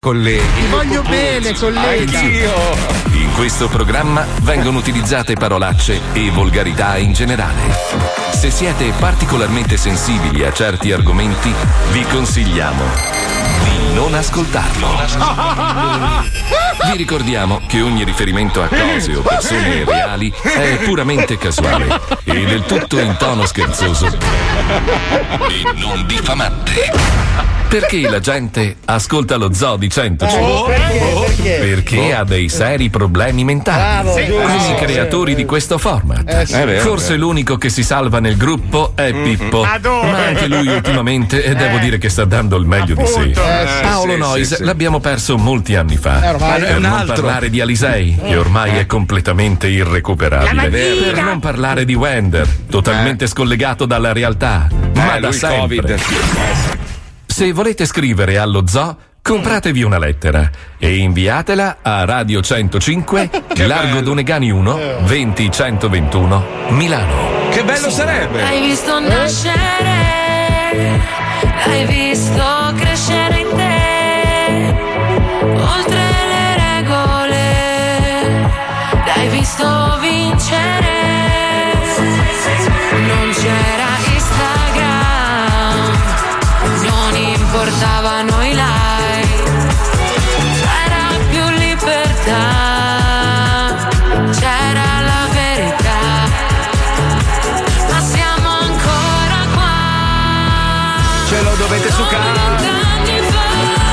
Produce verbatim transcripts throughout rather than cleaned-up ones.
colleghi. Ti voglio bene, colleghi. Anch'io. In questo programma vengono utilizzate parolacce e volgarità in generale. Se siete particolarmente sensibili a certi argomenti, vi consigliamo di non ascoltarlo. Vi ricordiamo che ogni riferimento a cose o persone reali è puramente casuale e del tutto in tono scherzoso e non diffamante. Perché la gente ascolta lo Zoo di centocinque? Perché? Perché? Perché ha dei seri problemi mentali. Bravo, giusto. Come i Sì, creatori di questo format. Eh, sì. È vero, Forse è vero. l'unico che si salva nel gruppo è Pippo. Adoro. Ma anche lui ultimamente, e devo dire che sta dando il meglio di sé. Eh, sì. Paolo Sì, Noyes sì, sì. l'abbiamo perso molti anni fa. Eh, ormai per è un non altro. parlare di Alisei, che ormai è completamente irrecuperabile. Per non parlare di Wender, totalmente scollegato dalla realtà. Ma Eh, da lui sempre. Covid. Se volete scrivere allo Zoo, compratevi una lettera e inviatela a Radio centocinque, Largo Donegani uno, venti centoventuno, Milano. Che bello sarebbe! L'hai visto nascere, l'hai visto crescere in te, oltre le regole, l'hai visto vincere. Non c'era Instagram, non importavano i like, c'era più libertà, c'era la verità, ma siamo ancora qua. Ce lo dovete succare. Vent'anni fa,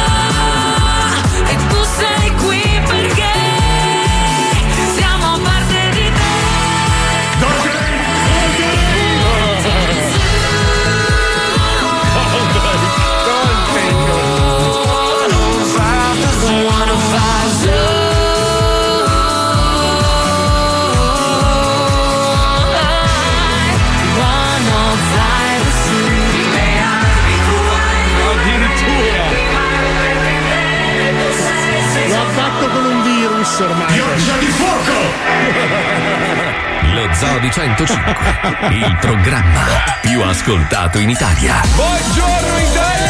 e tu sei qui perché siamo parte di te. L'ho fatto con un virus ormai. Pioggia di fuoco! Lo Zoo di centocinque, il programma più ascoltato in Italia. Buongiorno Italia,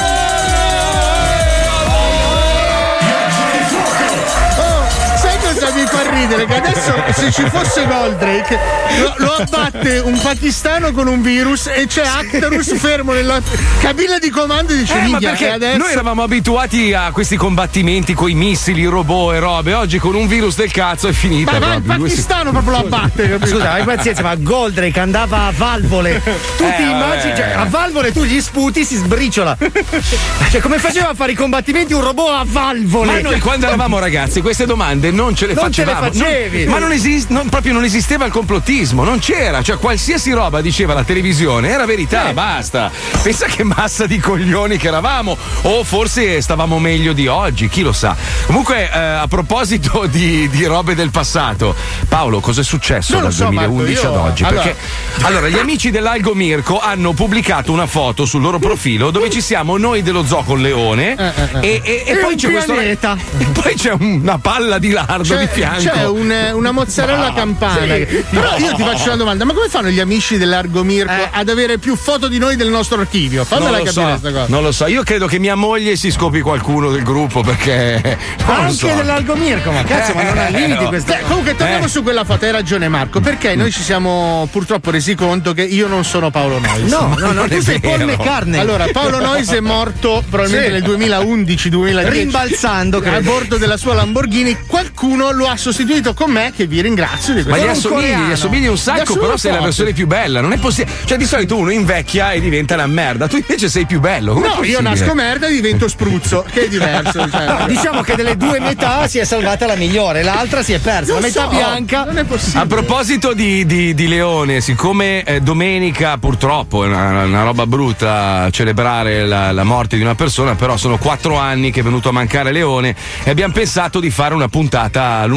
Oh, sai cosa mi fa ridere? Che adesso se ci fosse Goldrake lo, lo abbatte un pakistano con un virus e c'è Actarus fermo nella cabina di comando e dice Eh, ma minchia, perché e adesso... noi eravamo abituati a questi combattimenti con i missili, i robot e robe. Oggi con un virus del cazzo è finita. Ma va, il proprio. Lui si- pakistano proprio lo abbatte, capito? Scusa, hai pazienza, ma Goldrake andava a valvole. Tu Eh, ti immagini, vabbè. cioè, a valvole tu gli sputi, si sbriciola. Cioè, come faceva a fare i combattimenti un robot a valvole? Ma noi quando eravamo ragazzi queste domande non ce le Non te le facevamo. facevi. Non- ma non esiste, non, proprio non esisteva il complottismo, non c'era. Cioè qualsiasi roba diceva la televisione era verità, Eh. basta. Pensa che massa di coglioni che eravamo. O forse stavamo meglio di oggi, chi lo sa. Comunque eh, a proposito di, di robe del passato, Paolo, cosa è successo Non lo dal so, duemilaundici Marco, io- ad oggi? allora- Perché allora gli amici dell'Algo Mirko hanno pubblicato una foto sul loro profilo dove ci siamo noi dello zoo con Leone Eh, eh, e, e- e E poi un c'è questo pianeta. e poi c'è una palla di lardo C'è, di fianco. c'è un- una mozzarella No, campana. sì. Però io No. ti faccio una domanda: ma come fanno gli amici dell'Argo Mirko ad avere più foto di noi del nostro archivio? Fammela non lo capire so, questa cosa. non lo so, io credo che mia moglie si scopi qualcuno del gruppo perché non lo Anche so. dell'Algo Mirko, ma cazzo, ma non ha limiti no. questa. Beh, comunque torniamo Eh. su quella foto, hai ragione Marco, perché noi ci siamo purtroppo resi conto che io non sono Paolo Noyes. No, no, no, Non tu è sei Paul vero. McCartney. Allora, Paolo Noyes è morto probabilmente Sì. nel duemilaundici duemiladieci Rimbalzando, a credo. bordo della sua Lamborghini. Qualcuno lo ha sostituito con me, che vi ringrazio di Ma questo. gli un assomigli, coreano. gli assomigli un Da sacco, su però una sei la foto. versione più bella. Non è possibile. Cioè, di solito uno invecchia e diventa una merda. Tu invece sei più bello. Com'è No, io possibile? nasco merda e divento spruzzo, che è diverso. Cioè. No, diciamo che delle due metà si è salvata la migliore, l'altra si è persa. La Non metà so, bianca. non è possibile. A proposito di, di- di Leone, siccome eh, domenica purtroppo è una, una roba brutta celebrare la, la morte di una persona, però sono quattro anni che è venuto a mancare Leone e abbiamo pensato di fare una puntata lunedì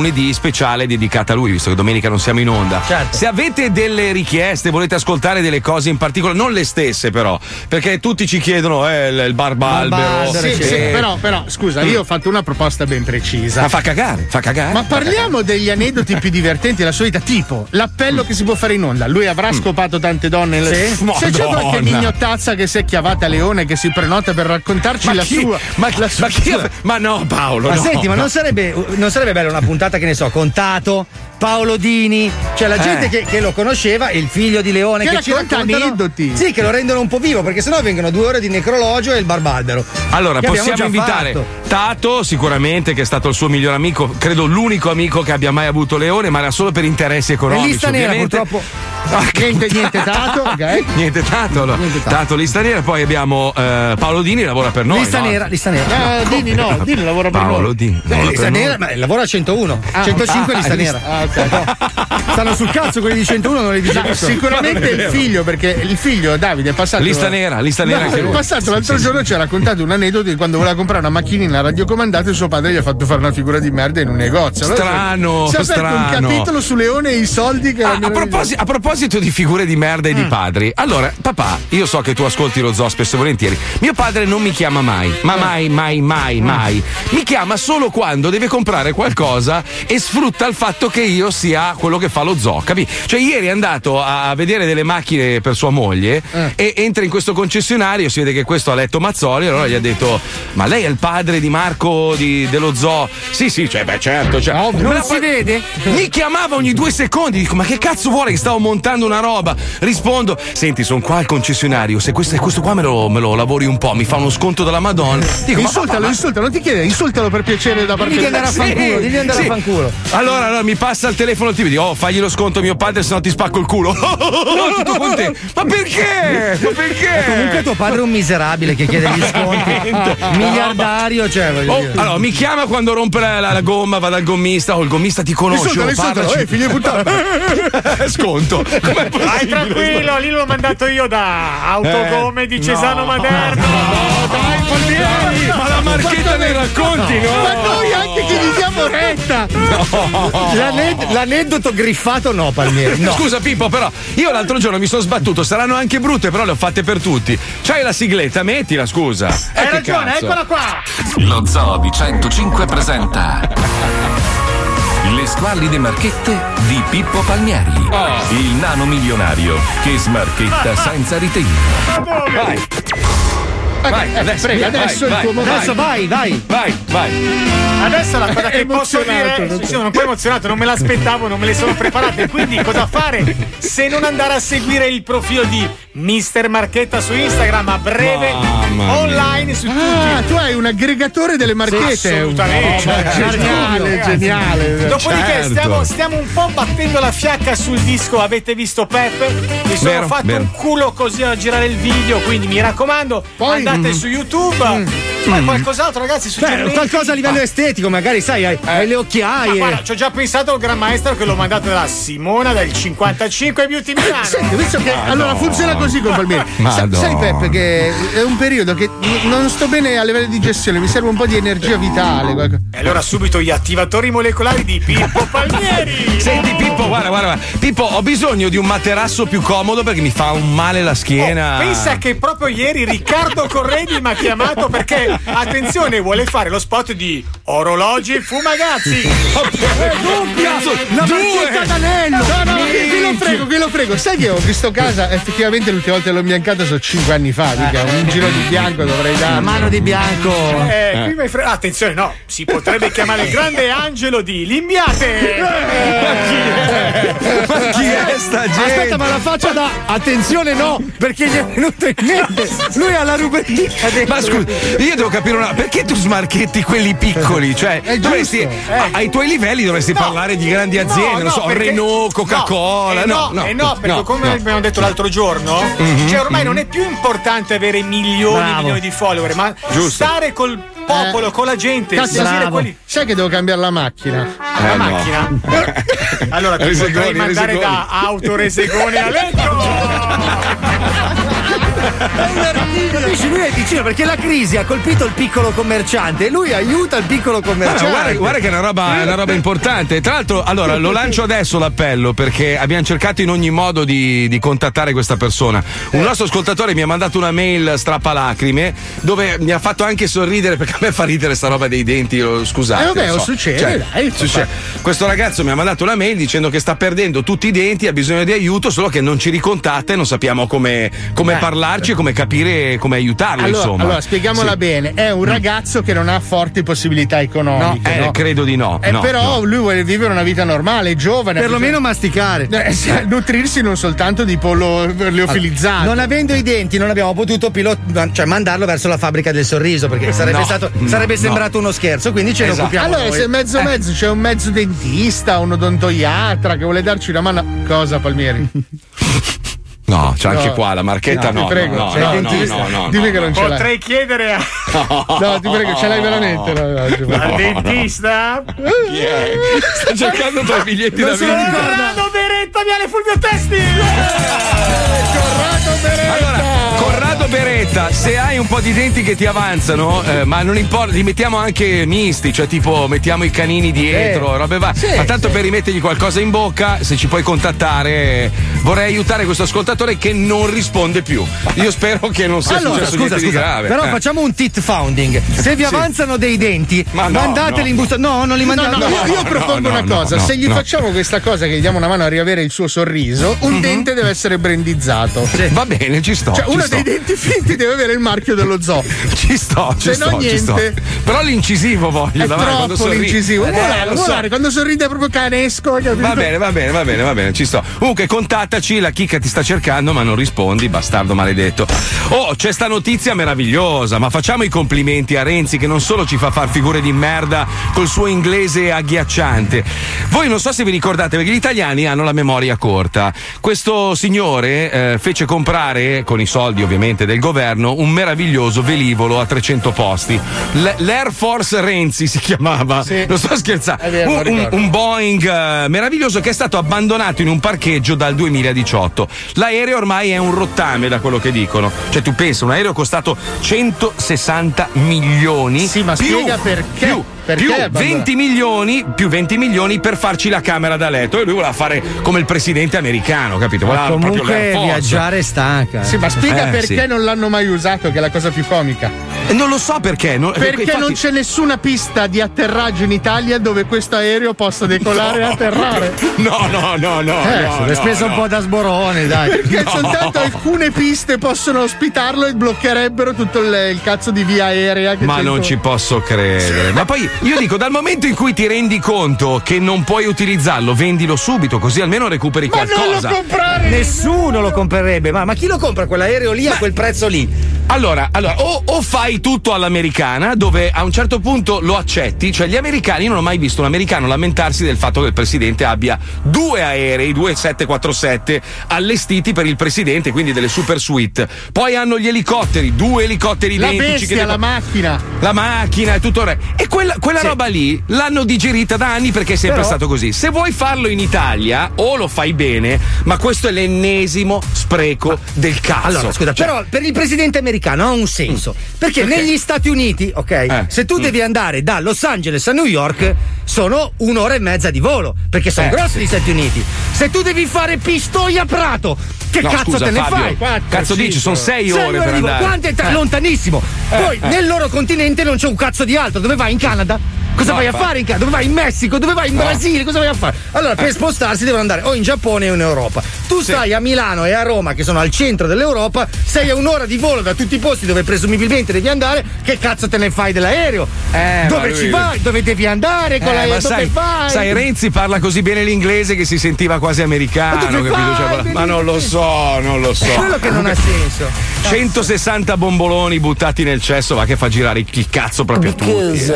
speciale dedicata a lui, visto che domenica non siamo in onda. Certo. Se avete delle richieste, volete ascoltare delle cose in particolare, non le stesse però, perché tutti ci chiedono eh, il, il barbalbero. Barbaldero, Sì, sì. sì, però, però, scusa, io ho fatto una proposta ben precisa. Ma fa cagare, fa cagare. Ma parliamo degli aneddoti più divertenti della sua vita, tipo l'appello che si può fare in onda. Lui avrà scopato tante donne. Sì? Se c'è Madonna. qualche mignottazza che si è chiavata a Leone che si prenota per raccontarci Ma la chi- sua. Ma, la sua- ma chi- ma no, Paolo. Ma no, senti, ma no. non sarebbe, non sarebbe bella una puntata, che ne so, con Tato, Paolo Dini, cioè la gente Eh. che, che lo conosceva, il figlio di Leone Che che, ci racconta raccontano aneddoti. Sì, che lo rendono un po' vivo, perché sennò vengono due ore di necrologio e il barbaldero. Allora, che abbiamo possiamo già invitare fatto. Tato, sicuramente, che è stato il suo miglior amico, credo l'unico amico che abbia mai avuto Leone, ma era solo per interessi E economici. lista nera, ovviamente. purtroppo. Ah, che Niente, puttana. niente Tato, ok? Niente Tato, allora. Niente Tato. Tato lista nera, poi abbiamo eh, Paolo Dini, lavora per noi. lista no? nera, lista nera. Eh, Dini no, Dini lavora per Paolo noi. Dini. Eh, lavora lista per noi. nera, ma lavora a centouno. centocinque ah, lista ah, nera. Ah, ok. Stanno sul cazzo quelli di centouno, non li dice No, nessuno. sicuramente il figlio, perché il figlio Davide è passato. Lista nera, lista nera No, anche è lui. passato l'altro giorno, ci ha raccontato un aneddoto di quando voleva comprare una macchinina radiocomandata e suo padre gli ha fatto fare una figura di merda in un negozio. Allora, Strano, si è aperto un strano. capitolo su Leone e i soldi che Ah, erano a, proposito, a proposito di figure di merda e Mm. di padri, allora, papà, io so che tu ascolti lo zoo spesso e volentieri. Mio padre non mi chiama mai, Mm. ma mai, mai, mai, mai. Mi chiama solo quando deve comprare qualcosa e sfrutta il fatto che io sia quello che fa lo zoo, capi? Cioè, ieri è andato a vedere delle macchine per sua moglie Eh. e entra in questo concessionario, si vede che questo ha letto Mazzoli, allora gli ha detto: ma lei è il padre di Marco di- dello zoo? Sì, sì, cioè, beh, certo, cioè. Ovvio. Me Non la si fa- vede? Mi chiamava ogni due secondi, dico: ma che cazzo vuole che stavo montando una roba? Rispondo: senti, sono qua al concessionario, se questo, questo qua me lo, me lo lavori un po', mi fa uno sconto della Madonna. Dico: ma Insultalo, papà, insultalo, non ti chiede, insultalo per piacere da parte Digli di andare a Sì, fanculo, digli di andare sì. a fanculo. Allora, allora mi passa il telefono il tipo, dico: oh, fagli lo sconto a mio padre, se no ti spacco il culo. Tutto contento. Ma perché? Ma perché? Comunque tuo padre è un miserabile che chiede gli sconti. miliardario, cioè voglio Oh, dire. allora, mi chiama quando rompe la, la- la gomma, va dal gommista, o il gommista ti conosce, Insultalo, oh, insultalo, parlaci. eh, figlio di puttana. Sconto. Com'è Vai possibile? tranquillo, lì l'ho mandato io da Autogome di Cesano Maderno. Dai, Palmieri! Ma la marchetta dei racconti, no? Ma noi anche che gli diamo retta! L'aned- l'aneddoto griffato no, Palmieri. No. Scusa Pippo, però io l'altro giorno mi sono sbattuto, saranno anche brutte, però le ho fatte per tutti. C'hai la sigletta, mettila, scusa. Eh, Hai che ragione, cazzo. eccola qua. Lo Zoo di centocinque presenta Le squallide marchette di Pippo Palmieri, il nano milionario che smarchetta senza ritegno. Vai. Vai, adesso, Prego, vai, adesso è il vai, tuo momento. Adesso vai, vai. Vai, vai. Adesso la cosa È che posso emozionato, dire, non sì, sono un po' emozionato, non me l'aspettavo, non me le sono preparate, quindi cosa fare se non andare a seguire il profilo di mister Marchetta su Instagram a breve, Mamma mia. online su tutti. Ah, tu hai un aggregatore delle marchette. Assolutamente. Una roba geniale, Ragazzi. geniale. Dopodiché Certo. stiamo, stiamo un po' battendo la fiacca sul disco. Avete visto Peppe? Mi sono Vero, fatto vero. un culo così a girare il video. Quindi mi raccomando, Poi- andate su YouTube. Ma qualcos'altro, ragazzi, Cioè, suggerimenti? qualcosa a livello estetico, magari sai, hai, hai le Ma occhiaie. guarda, ci ho già pensato al Gran Maestro che l'ho mandato da Simona del cinquantacinque Beauty Milano. Senti, visto che allora funziona così con Palmieri. Sa- Madonna. sai Peppe che è un periodo che n- non sto bene a livello di gestione, mi serve un po' di energia vitale. qualcosa. E allora subito gli attivatori molecolari di Pippo Palmieri. Senti Pippo, guarda, guarda, guarda. Pippo, ho bisogno di un materasso più comodo perché mi fa un male la schiena. Oh, pensa che proprio ieri Riccardo Corredi mi ha chiamato perché, attenzione, vuole fare lo spot di Orologi Fumagazzi. Cazzo, La due! marchetta d'anello! No, no, qui, qui lo frego, qui lo frego. Sai che ho visto casa, effettivamente l'ultima volta che l'ho imbiancata sono cinque anni fa, mica un giro di bianco dovrei La dare. mano di bianco. Eh, qui mi hai fre- attenzione, no, si potrebbe chiamare il grande Angelo di Limbiate. Ma chi è sta gente? Aspetta, ma la faccia da attenzione no, perché gli è venuto in mente. Lui ha la rubrica dentro. Ma scusa, io devo capire una. Perché tu smarchetti quelli piccoli? Cioè, È dovresti. giusto. a- ai tuoi livelli dovresti No. parlare di grandi aziende, No, non no, so, perché- Renault, Coca-Cola. No, No, eh no, no, perché no, come no. abbiamo detto l'altro giorno, cioè ormai non è più importante avere milioni e Bravo. milioni di follower, ma Giusto. stare col popolo, con la gente, Cazzo, seguire bravo. quelli. Sai che devo cambiare la macchina? La Eh, no. macchina? Allora ti Resegoni, potrei mandare resegoni. da autoresegone a letto. Capisci? Lui è vicino perché la crisi ha colpito il piccolo commerciante e lui aiuta il piccolo commerciante. Ah, guarda, guarda che è una roba, è una roba importante. Tra l'altro, allora lo lancio adesso l'appello perché abbiamo cercato in ogni modo di, di contattare questa persona. Un nostro ascoltatore mi ha mandato una mail strappalacrime dove mi ha fatto anche sorridere perché a me fa ridere sta roba dei denti. Scusate. Eh vabbè, lo so. succede, Cioè, dai, succede. Questo ragazzo mi ha mandato una mail dicendo che sta perdendo tutti i denti, ha bisogno di aiuto, solo che non ci ricontatta e non sappiamo come, come Eh. parlarci e come capire come aiutarlo. Allora, insomma. allora spieghiamola Sì. bene. È un ragazzo che non ha forti possibilità economiche. Eh, no? credo di no. Eh, no, però no. lui vuole vivere una vita normale, è giovane. Perlomeno masticare. Eh, sì, nutrirsi non soltanto di pollo leofilizzato. Non avendo i denti, non abbiamo potuto pilot- cioè mandarlo verso la fabbrica del sorriso perché sarebbe, No, stato, no, sarebbe no. sembrato uno scherzo. Quindi ce ne Esatto. occupiamo. Allora, noi. se mezzo Eh. mezzo c'è un mezzo dentista, un odontoiatra che vuole darci una mano. Cosa, Palmieri? No, c'è anche No. qua la marchetta. No, No, ti prego, no, c'è no, il no, dentista. no, no, Dimmi no, che non no. ce l'hai. Potrei chiedere a... No, ti prego, ce l'hai veramente. No, no, ci al prego. dentista? Chi è? Sta cercando tra i biglietti da Non se lo visita. Corrado Beretta, viale Fulvio Testi! Corrado Beretta! Allora, Corrado Beretta, se hai un po' di denti che ti avanzano, eh, ma non importa, li mettiamo anche misti, cioè tipo mettiamo i canini dietro, robe va. Sì, ma tanto sì. per rimettergli qualcosa in bocca, se ci puoi contattare, vorrei aiutare questo ascoltatore che non risponde più. Io spero che non sia Allora, successo scusa, niente di scusa, grave. però Eh. facciamo un tit founding. Se vi Sì. avanzano dei denti, Ma no, mandateli no. in busta. No, non li No, mandate. no, io, io no, propongo no, una no, cosa: no, se gli no. facciamo questa cosa che gli diamo una mano a riavere il suo sorriso, un dente deve essere brandizzato. Va bene, ci sto. Cioè, ci uno sto. dei denti finti deve avere il marchio dello zoo. Ci sto, ci Se sto, no, ci sto. niente. Però l'incisivo voglio. È davanti, quando troppo sorride. l'incisivo. Eh, Volare, lo so. volare, quando sorride è proprio canesco. Capito? Va bene, va bene, va bene, va bene, ci sto. Comunque contattaci, la chicca ti sta cercando, ma non rispondi, bastardo maledetto. Oh, c'è sta notizia meravigliosa, ma facciamo i complimenti a Renzi che non solo ci fa far figure di merda col suo inglese agghiacciante. Voi non so se vi ricordate, perché gli italiani hanno la memoria corta. Questo signore eh, fece comprare, con i soldi ovviamente del governo, un meraviglioso velivolo a trecento posti. L- L'Air Force Renzi si chiamava. Sì. Non sto scherzando. È vero, un, lo un- ricordo. un Boeing eh, meraviglioso che è stato abbandonato in un parcheggio dal duemiladiciotto. L'aereo ormai è un rottame da quello che dicono. Cioè tu pensa, un aereo costato centosessanta milioni. Sì, ma più, spiega perché. Più, Perché più è abbandonato? venti milioni più venti milioni per farci la camera da letto. E lui voleva fare come il presidente americano, capito? Voleva proprio l'Air Comunque Force. viaggiare stanca. Sì, ma spiega Eh, perché sì. non l'hanno mai usato, che è la cosa più comica. Eh, Non lo so perché. non- Perché infatti- non c'è nessuna pista di atterraggio in Italia dove questo aereo possa decollare e atterrare. No, no, no, no. Eh, no, L'hai no, speso no. un po' da sborone, dai. Perché soltanto alcune piste possono ospitarlo e bloccherebbero tutto il, il cazzo di via aerea. Che Ma c'è non intorno. ci posso credere. Ma poi io dico, dal momento in cui ti rendi conto che non puoi utilizzarlo, vendilo subito, così almeno recuperi Ma non qualcosa. lo comprare! Nessuno lo comprerebbe, ma, ma chi lo compra quell'aereo lì a quel prezzo lì? Allora, allora o, o fai tutto all'americana, dove a un certo punto lo accetti, cioè gli americani, io non ho mai visto un americano lamentarsi del fatto che il presidente abbia due aerei, due sette quattro sette allestiti per il presidente, quindi delle super suite. Poi hanno gli elicotteri, due elicotteri La identici. bestia, che devo- la macchina. la macchina e tutto il re. E quella, quella Sì. roba lì l'hanno digerita da anni perché è sempre Però- stato così. Se vuoi farlo in Italia, o lo fai bene, ma questo è l'ennesimo spreco del cazzo. Allora, scusa, Cioè, però per il presidente americano ha un senso. Perché Perché? negli Stati Uniti, ok, Eh. se tu devi andare da Los Angeles a New York, sono un'ora e mezza di volo. Perché sono Eh, grossi sì. gli Stati Uniti. Se tu devi fare Pistoia Prato, che no, cazzo scusa, te ne Fabio, fai? Quattro, Cazzo cinque. dici, sono sei Sei ore per di volo. andare. Quanto è tra- Eh. lontanissimo? Poi eh. nel loro continente non c'è un cazzo di altro. Dove vai in Canada? Cosa No, vai a infatti. fare in Canada? Dove vai in Messico? Dove vai in No. Brasile? Cosa vai a fare? Allora, per spostarsi devono andare o in Giappone o in Europa. Tu Sì. stai a Milano e a Roma, che sono al centro dell'Europa, sei a un'ora di volo da tutti i posti dove presumibilmente devi andare. Che cazzo te ne fai dell'aereo? Eh, ma dove lui- ci vai? Dove devi andare con Eh, l'aereo? ma Dove sai, vai? sai, Renzi parla così bene l'inglese che si sentiva quasi americano. Ma dove capito? vai? Cioè, ma non lo so, non lo so. È quello che non ha senso. centosessanta bomboloni buttati nel cesso, va che fa girare il cazzo proprio a tutti.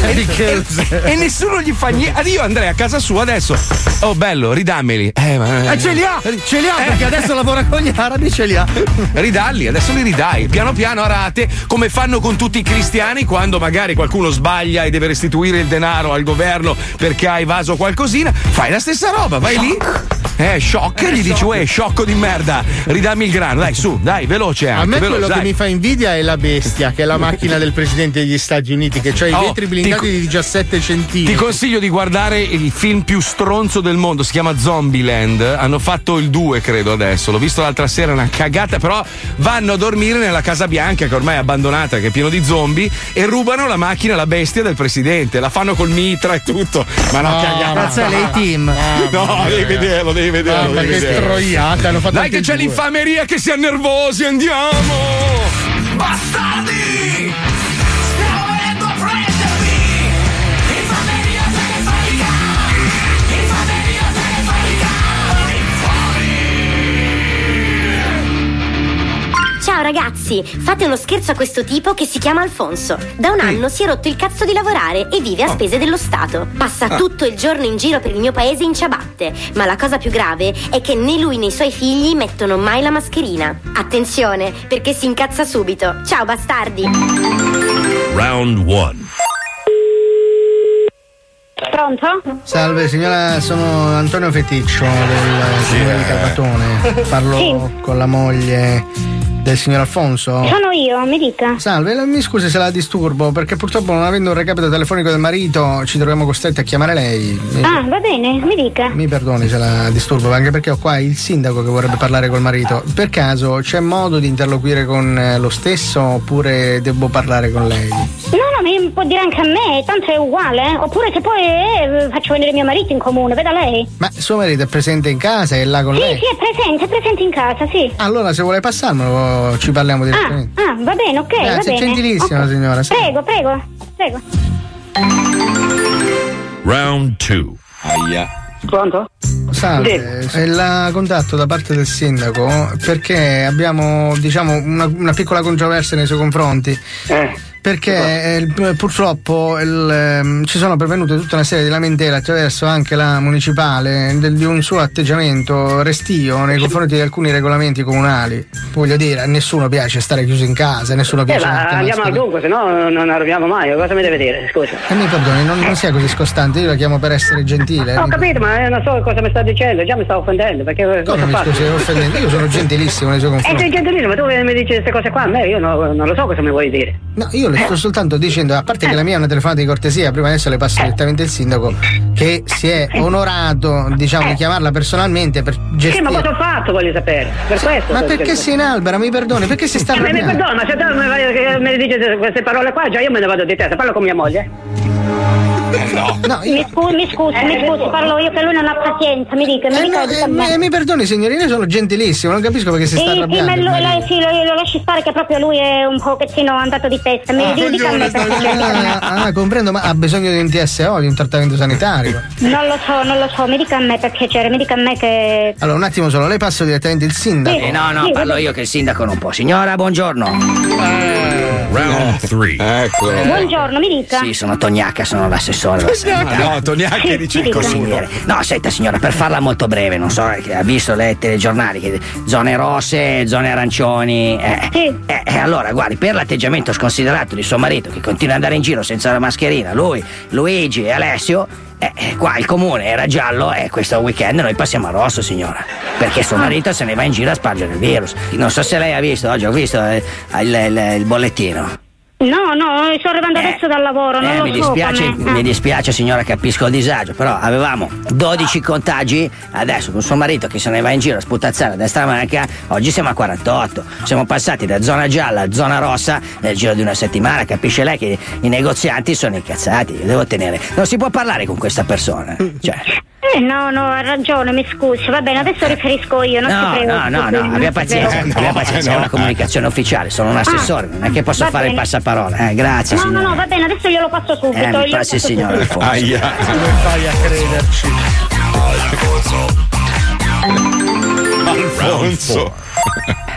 E, e nessuno gli fa niente. Io andrei a casa sua adesso. Oh, bello, ridammeli. Eh, ma, Eh, ce li ha, ce li ha, Eh. perché adesso lavora con gli arabi, ce li ha. Ridalli, adesso li ridai, piano piano a rate, come fanno con tutti i cristiani quando magari qualcuno sbaglia e deve restituire il denaro al governo perché ha evaso qualcosina. Fai la stessa roba, vai lì. Eh, shock, e gli dici, uè, sciocco di merda, ridammi il grano, dai, su, dai, veloce anche. A me veloce, quello dai. che mi fa invidia è la bestia, che è la macchina del presidente degli Stati Uniti, che ha i Oh, vetri blindati ti- di diciassette centimetri. Ti consiglio di guardare il film più stronzo del mondo, si chiama Zombieland. Hanno fatto il due, credo adesso. L'ho visto l'altra sera, una cagata, però vanno a dormire nella Casa Bianca, che ormai è abbandonata, che è pieno di zombie, e rubano la macchina, la bestia del presidente. La fanno col mitra e tutto. Ma no, No, cagata. Grazie a lei, team. No, devi vederlo, devi vederlo. Mamma, devi che vederlo. stroiata, hanno fatto Dai, anche che il c'è due. l'infameria, che siamo nervosi, andiamo! Bastardi! Stiamo venendo a prendervi! Infameria telefonica! Infameria telefonica! Ciao ragazzi, fate uno scherzo a questo tipo che si chiama Alfonso. Da un anno si è rotto il cazzo di lavorare e vive a spese dello Stato. Passa tutto il giorno in giro per il mio paese in ciabatte. Ma la cosa più grave è che né lui né i suoi figli mettono mai la mascherina. Attenzione, perché si incazza subito. Ciao bastardi! Round one. Pronto? Salve signora, sono Antonio Feticcio del signore di Carbatone. Parlo Sì. con la moglie del signor Alfonso. Sono io, mi dica. Salve, la- mi scusi se la disturbo, perché purtroppo non avendo un recapito telefonico del marito ci troviamo costretti a chiamare lei. Mi, Ah, va bene, mi dica. mi perdoni se la disturbo, anche perché ho qua il sindaco che vorrebbe parlare col marito. Per caso c'è modo di interloquire con eh, lo stesso oppure devo parlare con lei? No, no, mi può dire anche a me, tanto è uguale. Oppure se poi eh, faccio venire mio marito in comune, veda lei. Ma suo marito è presente in casa? È là con Sì, lei? sì, è presente, è presente in casa, sì. Allora se vuole passarmelo ci parliamo Ah, direttamente. ah, va bene, ok, va Grazie, bene. gentilissima, Ok. signora, sì. Prego, prego, prego. Round two. Aia. Pronto? Salve, è la contatto da parte del sindaco perché abbiamo diciamo una, una piccola controversia nei suoi confronti. Eh. Perché eh, il- purtroppo il, ehm, ci sono pervenute tutta una serie di lamentele attraverso anche la municipale del- di un suo atteggiamento restio nei confronti di alcuni regolamenti comunali. Voglio dire, a nessuno piace stare chiuso in casa, a nessuno Eh, piace ma mettere andiamo al mascherine. dunque, se no non arriviamo mai. Cosa mi deve dire? Scusa. E mi perdoni, non, non sia così scostante, io la chiamo per essere gentile. Ho mi- capito, ma eh, non so cosa mi sta dicendo, già mi sta offendendo, perché Come cosa mi faccio? scusi, offendendo? Io sono gentilissimo nei suoi Eh, confronti. sei gentilino, ma tu mi dici queste cose qua a me, io no- non lo so cosa mi vuoi dire. No, io le sto soltanto dicendo, a parte che la mia è una telefonata di cortesia, prima adesso le passo direttamente il sindaco, che si è onorato, diciamo, di chiamarla personalmente per Sì, ma gestire. cosa ho fatto, voglio sapere. Per questo. Ma sto perché dicendo. si inalbera, mi perdoni, perché si sta Eh, ma mi arrabbiando? perdono, ma se te mi, vai- che mi dici queste parole qua, già io me ne vado di testa, parlo con mia moglie. No. No, Mi io... scusi, mi scusi, mi scusi, parlo io che lui non ha pazienza, mi dica, mi Eh, dica no, dica a eh, me. mi, mi perdoni signorina, io sono gentilissimo, non capisco perché si Sì, sta sì, arrabbiando. ma il lui, lei, marito. sì, lo, lo lasci stare che proprio lui è un pochettino andato di testa. Mi di- dica a me per favore, dica a me. Ah, ah, comprendo, ma ha bisogno di un T S O, di un trattamento sanitario. Non lo so, non lo so, mi dica a me per piacere, mi dica a me che. Allora, un attimo solo, lei passo direttamente il sindaco. Sì. Eh, no, no, Sì, parlo vabbè. io che il sindaco non può. Signora, buongiorno. Round three. Ecco. Buongiorno, mi dica. Sì, sono Tognacca, sono l'assessore della sanità. Ah, no, Toniacchi Sì, dice sì, il dica. consigliere. No, senta signora, per farla molto breve, non so, eh, che ha visto le telegiornali, che zone rosse, zone arancioni. Eh, Sì. eh, eh, allora, guardi, per l'atteggiamento sconsiderato di suo marito che continua ad andare in giro senza la mascherina, lui, Luigi e Alessio, eh, eh, qua il comune era giallo e questo weekend noi passiamo a rosso, signora. Perché suo marito se ne va in giro a spargere il virus. Non so se lei ha visto, oggi ho visto eh, il, il- il bollettino. No, no, sto arrivando adesso dal lavoro, non Eh, lo mi so. dispiace, come- mi eh. dispiace signora, capisco il disagio, però avevamo dodici contagi, adesso con suo marito che se ne va in giro a sputazzare a destra e a manca, oggi siamo a quarantotto. Siamo passati da zona gialla a zona rossa nel giro di una settimana, capisce lei che i negozianti sono incazzati, io devo tenere. Non si può parlare con questa persona. Cioè. Eh, no, no, ha ragione, mi scusi. Va bene, adesso riferisco io, non No, si no, preoccupi. no, no, non abbia si pazienza, preoccupi. abbia pazienza, è una comunicazione ufficiale, sono un assessore, non è che posso va fare il bene. passaparola. Eh, grazie No, no, signora. no, va bene, adesso glielo passo subito. Eh, mi glielo passi, passo signora, subito. Alfonso. Aia. Come fai a crederci? Alfonso.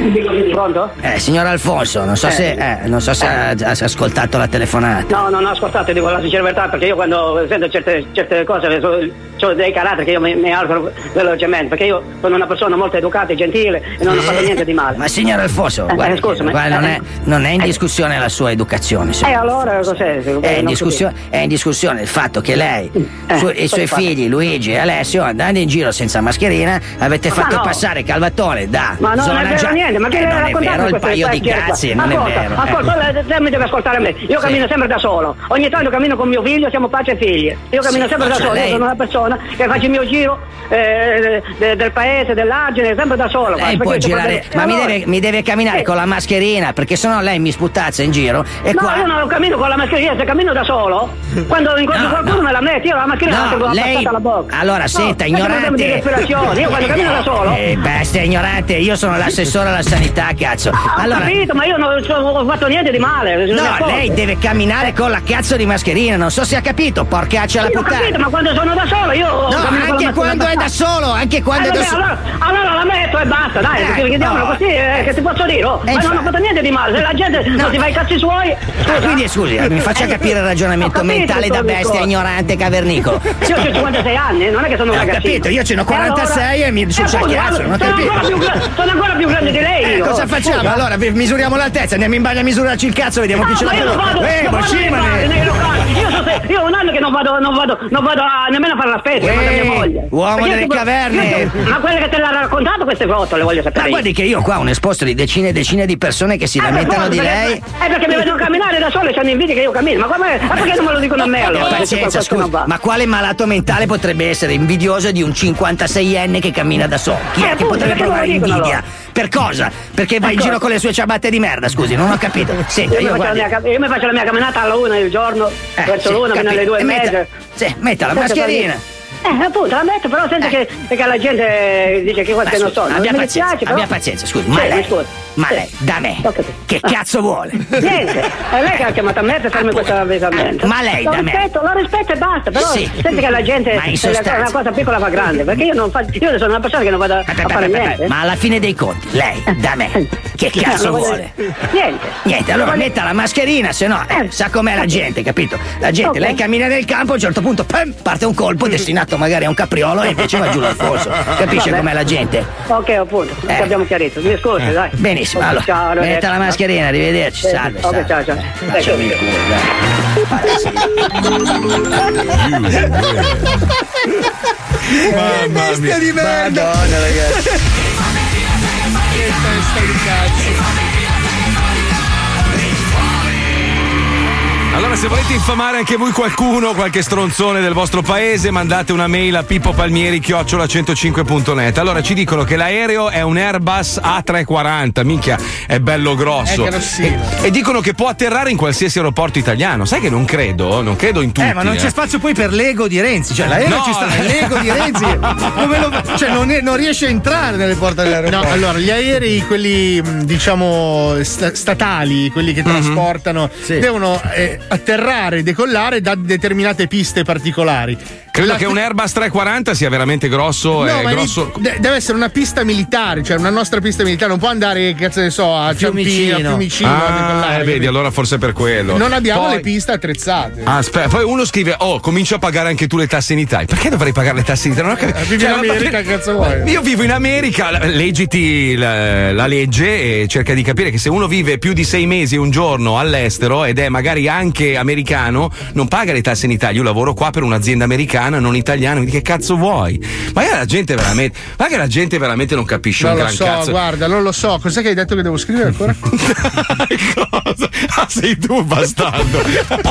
Pronto? Eh, signor Alfonso, non so Eh. se eh, non so se ha, ha ascoltato la telefonata. No, non ho ascoltato, dico la sincera verità, perché io quando sento certe, certe cose ho dei caratteri che io mi, mi alzo velocemente, perché io sono una persona molto educata e gentile e non ho fatto niente di male. Ma signor Alfonso, Eh, guardi, eh, scusami. guardi, non, è, Eh. non è in discussione la sua educazione. Eh, signor allora cos'è? È in, Non discussione, è in discussione il fatto che lei Eh, su- e i suoi cosa fa? figli Luigi e Alessio, andando in giro senza mascherina, avete Ma fatto no. passare Calvatone da Ma non zona è vero gialla. niente, ma che Eh, le non è raccontate vero il queste paio di vecchie qua? cazzi, non ascolta, è vero. Ascolta, eh. lei mi deve ascoltare me. Io Sì. cammino sempre da solo. Ogni tanto cammino con mio figlio, siamo padre e figli. Io cammino Sì, sempre ma da cioè solo, lei- io sono una persona che faccio il mio giro eh, de- del paese, dell'argine, sempre da solo. Lei Perché può io girare, posso- ma mi allora- deve, mi deve camminare Sì. con la mascherina, perché sennò lei mi sputazza in giro e No, qua. io non cammino con la mascherina, se cammino da solo, quando incontro No, qualcuno no. me la metto, io la mascherina la No, tengo lei- attaccata alla bocca. allora, No, senta, perché non ignorante. abbiamo di respirazione. Io quando cammino da solo. Eh, bestia ignorante, io sono l'assessore alla sanità, cazzo. Ho Allora, capito, ma io non ho fatto niente di male. non mi no, accorgo. lei deve camminare con la cazzo di mascherina, non so se ha capito, porcaccia la Sì, ho puttana. capito, ma quando sono da solo io. No, cammino con la anche mascherina quando è da attaccata. solo, anche quando Eh, è da vabbè, solo. allora, allora la metto e basta, dai, Eh, perché chiediamolo no. così, eh, che ti posso dire? Oh, Eh, ma non ho infatti. fatto niente di male, se la gente No. non si fa i cazzi suoi. Ah, quindi scusi, mi faccia Eh, capire il ragionamento ho capito mentale da sto bestia discorso. ignorante cavernicolo. Io ho cinquantasei anni, non è che sono un Eh, ho ragazzino. capito, io ce n'ho quarantasei e mi Eh, succia il appunto, cazzo, non ho sono capito. ancora più gra- sono ancora più grande di lei. Eh, io. cosa facciamo? Scusa. Allora, vi- misuriamo l'altezza, andiamo in bagno a misurarci il cazzo, vediamo chi No, ce l'ha ma io più. non vado, Eh, non ma vado sì, nei ma bar, ne- nei locali. Io, so se- io ho un anno che non vado, non vado, non vado a, nemmeno a fare la spesa, Eh, manda mia moglie. uomo Perché io delle tipo- caverne. io- Ma quelle che te l'ha raccontato queste foto le voglio sapere. Ma io. guardi che io qua ho un esposto di decine e decine di persone che si Eh, per lamentano forza, di perché- lei. Eh, perché mi vedono camminare da solo e c'hanno invidia che io cammino. Ma, come, ma perché non me lo dicono a me allora? Abbia Se c'è pazienza, qualcuno scusi, qua. ma quale malato mentale potrebbe essere invidioso di un cinquantaseienne che cammina da solo? Chi Eh, è che appunto, potrebbe perché non lo provare dicono, invidia? allora? Per cosa? Perché va in Ecco. giro con le sue ciabatte di merda, scusi, non ho capito. Senta, Io, io mi faccio la guardi. mia, cam- io mi faccio la mia camminata alla una del giorno, Eh, verso sì, l'una fino capito. alle due e E metta- mezza. sì, metta la Senza mascherina. farmi- Eh, appunto, la metto, però sento Eh. che, perché la gente dice che Ma queste non scusi, sono. abbia Non mi pazienza, dispiace, però. abbia pazienza, scusi, Sì, ma mi lei, scusi. ma Sì. lei, da me, Ho capito. che cazzo vuole? Niente, è lei che ha chiamato a me per farmi Appunto. questo avvisamento. Ma lei lo da me. rispetto, lo rispetto e basta, però Sì. senti che la gente Ma in eh, sostanza- una cosa piccola fa grande, perché io non faccio, io sono una persona che non vado a Aspetta, fare aspetta, niente. aspetta, ma alla fine dei conti, lei, da me, che cazzo Lo voglio- vuole? Niente. Niente, allora Lo voglio- metta la mascherina, se no, eh, sa com'è la gente, capito? La gente, Ok. lei cammina nel campo, a un certo punto pam, parte un colpo destinato magari a un capriolo e invece va giù l'Alfonso. Capisce Vabbè. com'è la gente? Ok, appunto, Eh. abbiamo chiarito. Mi scusi, dai. Benissimo, Ok, allora, ciao, arrivederci. metta la mascherina, arrivederci, Sì, salve, ok, salve. ciao, ciao. Eh, facciami il Ecco. culo, dai. Vada, sì. Mamma mia. di merda! Madonna, ragazzi. Che testa di cazzo! Allora, se volete infamare anche voi qualcuno, qualche stronzone del vostro paese, mandate una mail a pippopalmieri chiocciola centocinque punto net. Allora, ci dicono che l'aereo è un Airbus A trecentoquaranta, minchia, è bello grosso. È grossino. E, e dicono che può atterrare in qualsiasi aeroporto italiano. Sai che non credo? Non credo in tutti. Eh, ma non c'è spazio poi per l'ego di Renzi. Cioè, l'aereo No. ci sta. L'ego di Renzi. Come lo fa? Cioè, non, è- non riesce a entrare nelle porte dell'aeroporto. No, allora, gli aerei, quelli mh, diciamo sta- statali, quelli che trasportano, Sì. devono eh, atterrare e decollare da determinate piste particolari. Credo La- che un Airbus trecentoquaranta sia veramente grosso. No, è ma grosso. de- deve essere una pista militare, cioè una nostra pista militare, non può andare, cazzo ne so, a Ciampino, a Fiumicino. Fiumicino a Ah, decollare. eh, vedi, capito? allora forse per quello. Non abbiamo Poi- le piste attrezzate. Aspetta, poi uno scrive: Oh, comincio a pagare anche tu le tasse in Italia. Perché dovrei pagare le tasse in Italia? Non ho capito. Eh, vivi Cioè, in ma- America, cazzo vuoi? Io vivo in America, la- leggiti la, la legge e cerca di capire che se uno vive più di sei mesi e un giorno all'estero ed è magari anche americano, non paga le tasse in Italia. Io lavoro qua per un'azienda americana, non italiana, quindi che cazzo vuoi? Ma la gente veramente, ma che la gente veramente non capisce Non un lo gran so, cazzo. guarda, non lo so. Cos'è che hai detto che devo scrivere ancora? Cosa? Ah, sei tu, bastardo.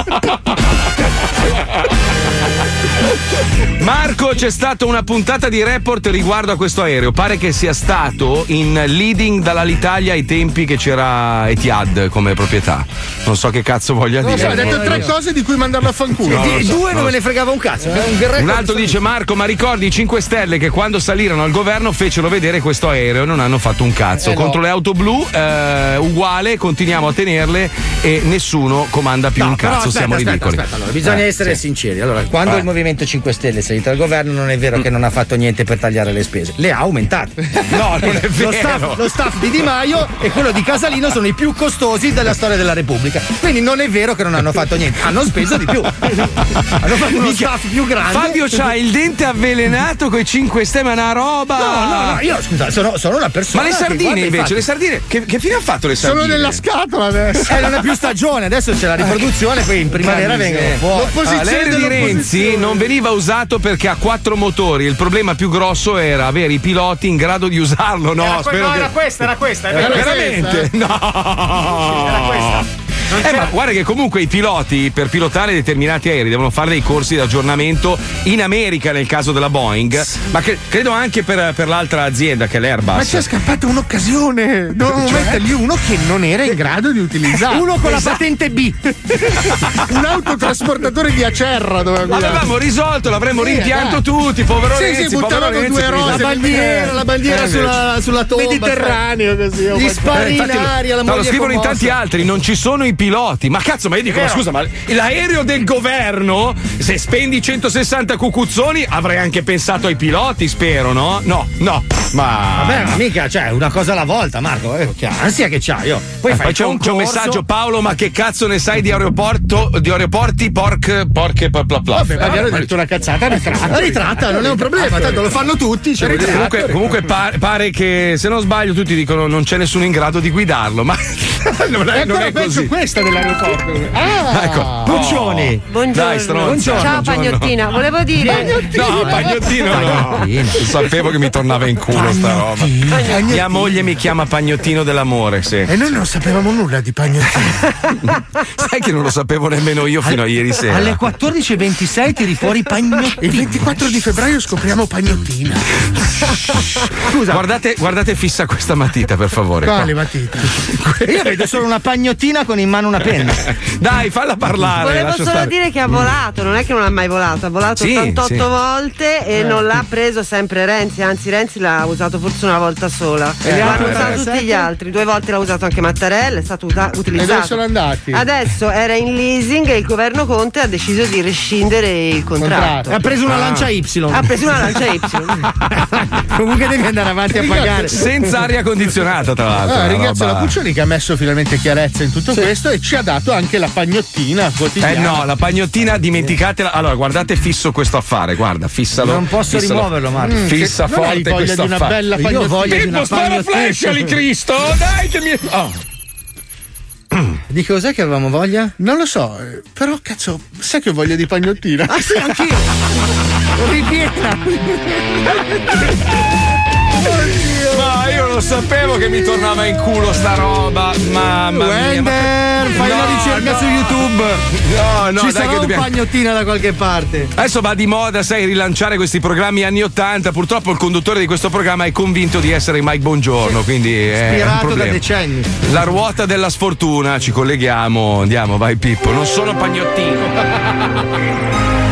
Marco, c'è stata una puntata di report riguardo a questo aereo. Pare che sia stato in leading dall'Alitalia ai tempi che c'era Etihad come proprietà. Non so che cazzo voglia Non lo so, dire. ha detto tre cose di cui mandarlo a fanculo. No, Di- lo so, due non non lo me ne fregava un cazzo. È un record Un altro di- dice: Marco, ma ricordi i cinque Stelle che quando salirono al governo fecero vedere questo aereo e non hanno fatto un cazzo. Eh, no. Contro le auto blu, eh, uguale, continuiamo a tenerle e nessuno comanda più No, un però cazzo. aspetta, siamo aspetta, ridicoli. aspetta, allora, bisogna Eh, essere sì. sinceri. Allora, quando Eh. il Movimento cinque cinque Stelle è salito al governo, non è vero che non ha fatto niente per tagliare le spese, le ha aumentate. No, non è vero. Lo staff, lo staff di Di Maio e quello di Casalino sono i più costosi della storia della Repubblica. Quindi non è vero che non hanno fatto niente, hanno speso di più. Hanno fatto uno staff più grande. Fabio c'ha il dente avvelenato coi cinque Stelle, ma una roba. No, no, no, io scusa, sono, sono una persona. Ma le sardine invece, le sardine, che, che fine ha fatto le sardine? Sono nella scatola adesso. Eh, non è più stagione, adesso c'è la riproduzione, poi in primavera vengono fuori. Ah, l'aereo di Renzi non veniva usato perché ha quattro motori. Il problema più grosso era avere i piloti in grado di usarlo. No, era, que- spero no che... era questa, era questa. È Era vero. veramente? No. Era questa. Eh, ma guarda che comunque i piloti per pilotare determinati aerei devono fare dei corsi di aggiornamento in America nel caso della Boeing, ma che, credo anche per, per l'altra azienda che è l'Airbus. Ma c'è scappata un'occasione. Dovevamo Cioè? mettergli uno che non era in grado di utilizzare. Uno con Esatto. la patente B. Un autotrasportatore di Acerra doveva guidare. L'avevamo risolto, l'avremmo Sì, rimpianto dai. tutti, povero Sì, Renzi, sì, buttavano povero due Renzi, rose. La bandiera, la bandiera Eh, sulla, sulla tomba. Mediterraneo così. Gli spari in aria, la No, lo moglie scrivono in commossa. tanti altri, non ci sono i piloti. Ma cazzo, ma io dico, ma scusa, ma l'aereo del governo, se spendi centosessanta cucuzzoni, avrei anche pensato ai piloti, spero, no? No, no. Ma. Vabbè, ma mica, cioè, una cosa alla volta, Marco. Eh, che ansia che c'hai, io. Poi Eh, fai poi c'è un, c'è un messaggio, Paolo, ma che cazzo ne sai di aeroporto, di aeroporti, porc, porche, bla bla bla. Vabbè, magari ho detto una cazzata, ritratta. La ritratta, non è un problema, tanto lo fanno tutti. Cioè, Comunque, comunque pare, pare che, se non sbaglio, tutti dicono non c'è nessuno in grado di guidarlo, ma non è, È non ancora è peggio così. questa dell'aeroporto. Ah, Ecco. Puccioni. Buongiorno. Dai, stronza. Ciao Buongiorno. Pagnottina, volevo dire. No, Pagnottino no. Sapevo che mi tornava in culo sta roba. Mia moglie mi chiama Pagnottino dell'amore, sì. E noi non sapevamo nulla di Pagnottino. Sai che non lo sapevo nemmeno io fino a ieri sera. Alle quattordici e ventisei tiri fuori Pagnottino. Il ventiquattro di febbraio scopriamo Pagnottina. Scusa, Guardate, guardate fissa questa matita, per favore. Quale qua. matita? io vedo solo una pagnottina con in mano una penna. Dai, falla parlare. Volevo lascia solo stare. dire che ha volato, non è che non ha mai volato, ha volato Sì, ottantotto sì. volte e non l'ha preso sempre Renzi, anzi Renzi l'ha usato forse una volta sola. E gli L'hanno altri usato tre? tutti gli altri, due volte l'ha usato anche Mattarella, è stato uta- E utilizzato. dove sono andati? Adesso era in leasing e il governo Conte ha deciso di rescindere il contratto. Contratto. Ha preso una lancia Y. Ha preso una lancia Y. Comunque devi andare avanti a pagare. Senza aria condizionata, tra l'altro. Ah, una ringrazio roba- la Puccioni che ha messo finalmente chiarezza in tutto questo e ci ha dato anche la pagnottina Eh quotidiana. no, la pagnottina dimenticatela. Allora, guardate fisso questo affare, guarda, fissalo. Non posso fissalo. rimuoverlo, Marco. Mm, Fissa che- non hai forte voglia questo di una affare. bella Io pagnottina. voglio di una Pippo, spara pagnottina. flash di Cristo, dai che mi. Oh. Di cos'è che avevamo voglia? Non lo so, eh, però cazzo, sai che ho voglia di pagnottina? Ah sì, anch'io. Ripiena. Ma io lo sapevo che mi tornava in culo sta roba. Mamma mia. Wender, fai No, una ricerca no. su YouTube. No, no, Ci dai sarà che un dobbiamo. pagnottina da qualche parte. Adesso va di moda, sai, rilanciare questi programmi anni ottanta. Purtroppo il conduttore di questo programma è convinto di essere Mike Bongiorno, quindi è un Ispirato da problema. decenni. La ruota della sfortuna, ci colleghiamo, andiamo, vai Pippo, non sono pagnottino.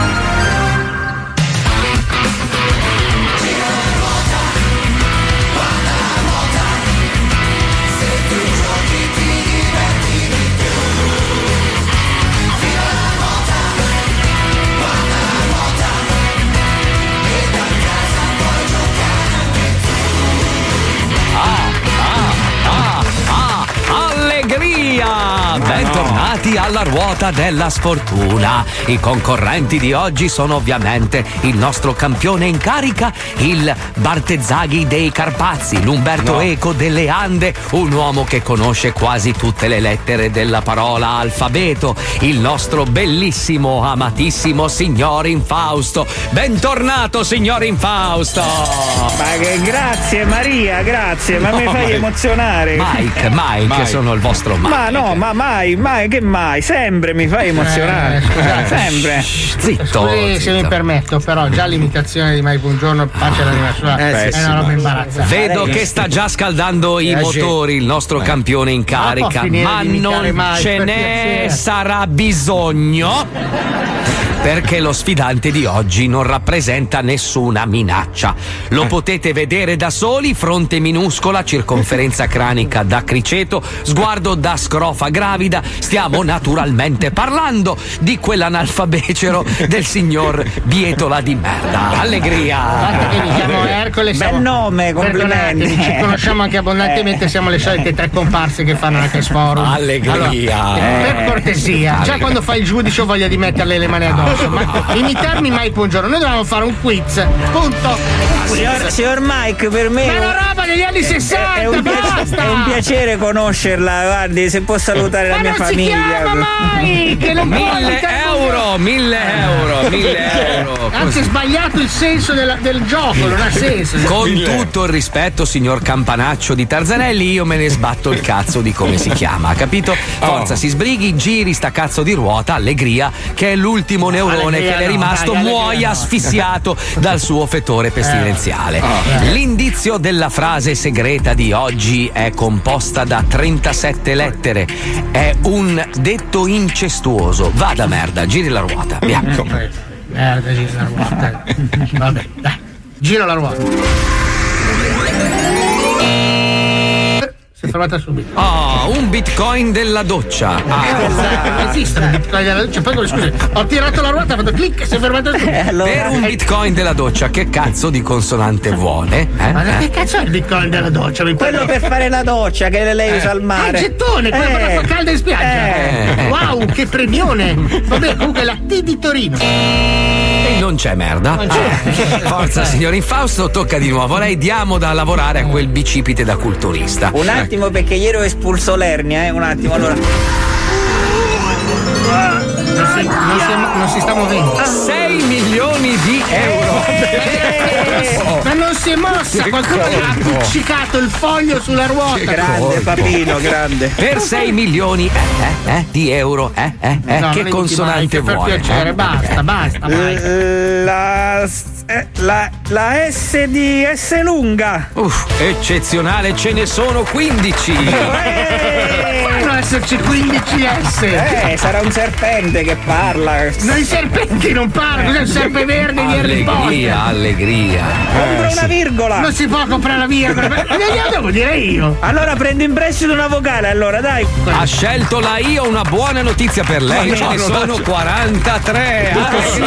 Allegria! Bentornati alla ruota della sfortuna. I concorrenti di oggi sono ovviamente il nostro campione in carica, il Bartezzaghi dei Carpazi, l'Umberto No. Eco delle Ande, un uomo che conosce quasi tutte le lettere della parola alfabeto, il nostro bellissimo, amatissimo signor Infausto. Bentornato, signor Infausto! Ma che grazie Maria, grazie, ma No, mi fai Mike. emozionare. Mike, Mike, Mike. sono il vostro Mike. Ma no, ma mai, mai, che mai, sempre mi fai emozionare. Eh, scusate. sempre. Zitto, Scusi, se mi permetto, però già l'imitazione di Mike Buongiorno pace all'anima sua Eh, è sì, una roba ma- imbarazzante. Vedo che sta già scaldando i Eh, sì. motori il nostro campione in carica, può finire ma di imitare non Mike, ce per ne piacere. sarà bisogno. Perché lo sfidante di oggi non rappresenta nessuna minaccia. Lo potete vedere da soli, fronte minuscola, circonferenza cranica da criceto, sguardo da scrofa gravida. Stiamo naturalmente parlando di quell'analfabecero del signor Bietola di merda. Allegria! Guarda che mi chiamo Ercole. Bel nome, complimenti. Perdonatemi, ci conosciamo anche abbondantemente, Eh. siamo le solite tre comparse che fanno anche forum. Allegria. Allora, Eh. per cortesia, già Allegria. quando fai il giudice ho voglia di metterle le mani addosso, ma imitarmi mai buongiorno. Noi dobbiamo fare un quiz, punto. Un quiz. Signor, signor Mike, per me Ma è una roba degli anni sessanta, è un, piace- basta! è un piacere conoscerla, guardi, se può salutare Ma la mia non si famiglia. chiama mai, che non può Mille imitare euro, mille euro, mille euro. Anzi, è sbagliato il senso della- del gioco, non ha senso. Con tutto il rispetto, signor Campanaccio di Tarzanelli, io me ne sbatto il cazzo di come si chiama, capito? Forza, si sbrighi, giri sta cazzo di ruota, allegria, che è l'ultimo neurone allegria che le è no, rimasto, dai, allegria muoia no. asfissiato dal suo fetore pestilenziale. Eh. L'indizio della frase segreta di oggi è composta da trentasette lettere. È un detto incestuoso. Vada merda, giri la ruota. Via. Merda, gira la ruota. Vabbè, dai, gira la ruota. Si è fermata subito. Oh, un bitcoin della doccia. Ah. Non esiste un bitcoin della doccia. Poi scusi, ho tirato la ruota, ho fatto clic e si è fermata subito. Per un bitcoin della doccia, che cazzo di consonante vuole? Eh? Ma che cazzo è il bitcoin della doccia? Mi Quello per fare la doccia che lei usa al Ah, il mare. gettone, quello per Eh. l'acqua calda in spiaggia. Eh. Wow, che premione. Vabbè, comunque la T di Torino. E non c'è merda. Non c'è. Ah. Forza, signor Infausto, tocca di nuovo a lei. Diamo da lavorare a quel bicipite da culturista. Un attimo perché ieri ho espulso l'ernia, eh, un attimo, allora. Non si, non si, non si sta muovendo. sei milioni di euro. Ma non si è mossa, qualcuno gli ha appiccicato il foglio sulla ruota. Grande papino, grande. Per sei milioni eh, eh, eh, di euro, eh, eh, eh, No, che non consonante Mike, per vuole? piacere, eh? basta, basta, Mike. Eh, La, eh, la, la S di S lunga. Uff, eccezionale, ce ne sono quindici. Possono esserci quindici S. Eh, sarà un serpente che parla. Noi serpenti non parlano, cos'è il serpe verde di Harry Potter? Allegria, allegria. Compra una virgola. Non si può comprare la virgola. Ma glielo devo dire io. Allora prendo in prestito una vocale, allora dai. Ha scelto la I, ho una buona notizia per lei, Ma ce no, ne non sono faccio- quarantatré. Ah, sì.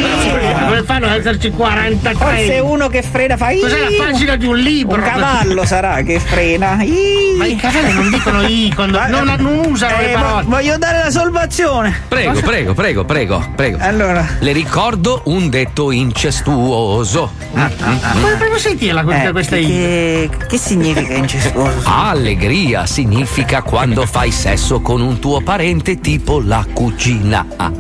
Come fanno ad esserci quarantatré? Forse uno che frena fa. Cos'è la pagina di un libro? Un cavallo sarà che frena. Ii. Ma i cavalli non dicono I quando non, non usano le Eh, parole. vo- voglio dare la salvazione. Prego, prego, prego, prego, prego. Allora. Le ricordo un detto incestuoso. Ma devo sentirla questa, Eh, questa I. che, che significa incestuoso? Allegria significa quando fai sesso con un tuo parente tipo la cugina. Ah,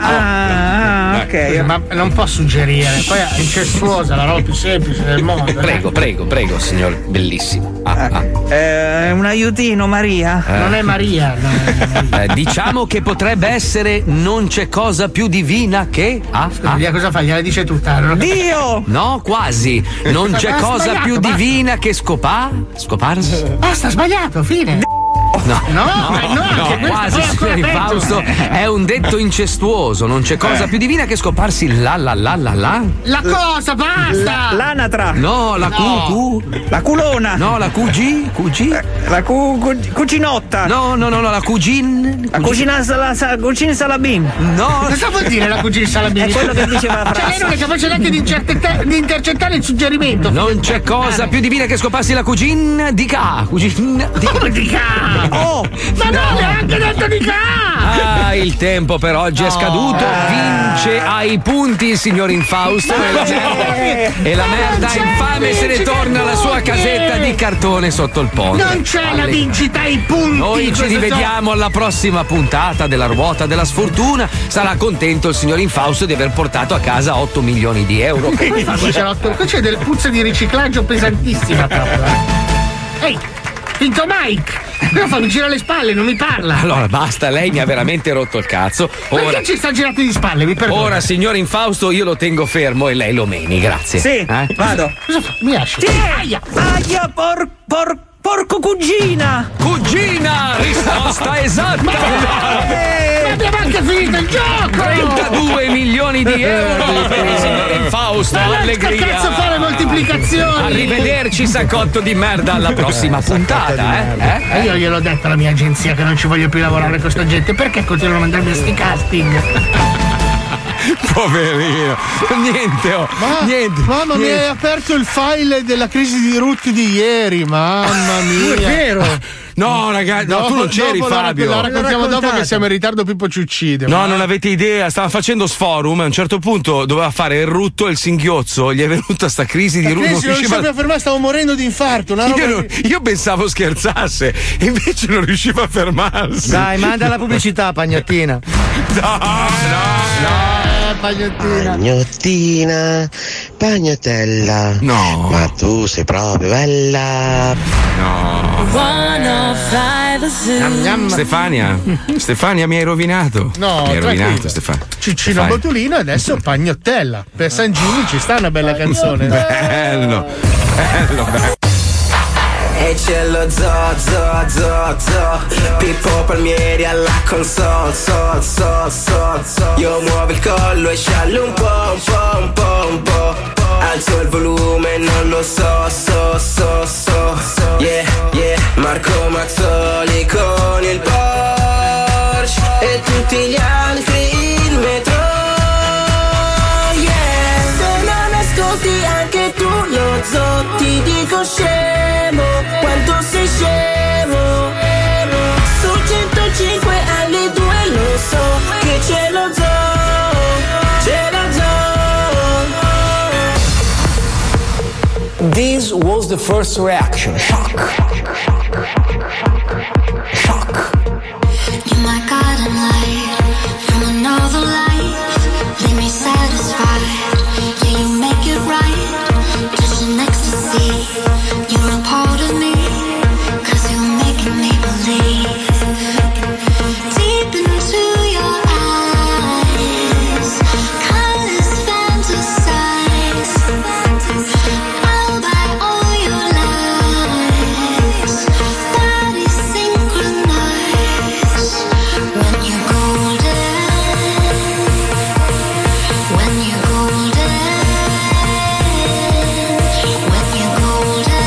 Ah, ah, ok. Ma non può suggerire, poi è incestuosa, la roba più semplice del mondo. Prego, prego, prego, signor bellissimo. Ah, ah. Eh, un aiutino, Maria. Eh. Non è Maria. No. Eh, diciamo che potrebbe essere non c'è cosa più divina che. Ah, ah. Via, cosa fa? Gliela dice tutta. Non... Dio! No, quasi. Non c'è Ma ha cosa sbagliato, più basta. divina che scopar. Scoparsi? Basta, sbagliato, fine. No, No, ma no, anche questo quasi, poi è ancora signor peggio. Fausto. È un detto incestuoso. Non c'è cosa più divina che scoparsi la la la la la. La cosa, basta! La- l'anatra. No, la No. cu, cu. La culona. No, la Q G? Q G? La cu, cu- cucinotta. No, no, no, no, la cugin. La cucina, la, sa- cucina salabim. No. Cosa vuol dire la cugina Salabini? È quello che diceva la Cioè, lei frase. non è capace neanche di, intercetta- di intercettare il suggerimento. Non c'è cosa più divina che scoparsi la cugin di ca. Cugin di Come di ca? Oh! Ma no, neanche detto di ca! Ah, il tempo per oggi è scaduto. Vince ai punti il signor Infausto e la merda, e la merda infame se ne torna alla sua casetta di cartone sotto il ponte. Non c'è la Alle- vincita ai punti. Noi ci questo rivediamo alla prossima puntata della ruota della sfortuna. Sarà contento il signor Infausto di aver portato a casa otto milioni di euro. gioco. Come fa qui c'è l'otto? Qui c'è del puzza di riciclaggio pesantissima proprio. eh. Ehi, finto Mike! No, fammi girare le spalle, non mi parla. Allora basta, lei mi ha veramente rotto il cazzo. Ora, Perché ci sta girato di spalle? Mi perdoni. ora signor Infausto, io lo tengo fermo e lei lo meni, grazie. Sì, Eh? vado. Cosa fa? Mi lasci? Sì. Aia! Aia, por, por, porco cugina! Cugina! Risposta esatta! Ma abbiamo anche finito il gioco! trentadue milioni di euro per il signor Infausto, Ma allegria! che cazzo fa le moltiplicazioni? Arrivederci, saccotto di merda, alla prossima puntata, eh? eh? E io gliel'ho detto alla mia agenzia che non ci voglio più lavorare con sta gente, perché continuano a mandarmi a sti casting? Poverino, niente, oh, Ma, niente. Mamma, niente. mi hai aperto il file della crisi di Ruth di ieri, mamma mia. È vero. No, ragazzi, no, Dopo- tu non c'eri, dopo la- Fabio. La raccontiamo dopo che siamo in ritardo, Pippo ci uccide. No, ma- non avete idea, stava facendo sforum, a un certo punto doveva fare il rutto e il singhiozzo, gli è venuta sta crisi di La rutto. crisi non riusciva più a fermare, stavo morendo di infarto. Una roba Io, non- io pensavo scherzasse, invece non riusciva a fermarsi. Dai, manda la pubblicità, Pagnottina. No, no, no. Pagnottina. Pagnottina, pagnotella. No. Ma tu sei proprio bella. No. Stefania, Stefania mi hai rovinato. No, mi hai rovinato, tranquilla. Stefania. Ciccino Stefania. Botulino e adesso Pagnottella. Per San Gini ci sta una bella canzone. Bello, bello, bello. E c'è lo zo, zo, zo, zo Pippo Palmieri alla console, so, so, so, so Io muovo il collo e sciallo un po', un po', un po', un po' Alzo il volume, non lo so, so, so, so Yeah, yeah Marco Mazzoli con il Porsche E tutti gli altri in metro Yeah, se non ascolti anche tu lo zo Ti dico scemo quanto sei scemo Su centocinque alle due lo so Che c'è lo zoo C'è lo zoo This was the first reaction. Shock. Shock. You're my guiding light from another life. Leave me satisfied. Yeah, you make it right. Touching ecstasy. You're a part of me. Cause you're making me believe. Deep into your eyes. Colors fantasize. I'll buy all your lies. Bodies synchronized. When you're golden. When you're golden. When you're golden.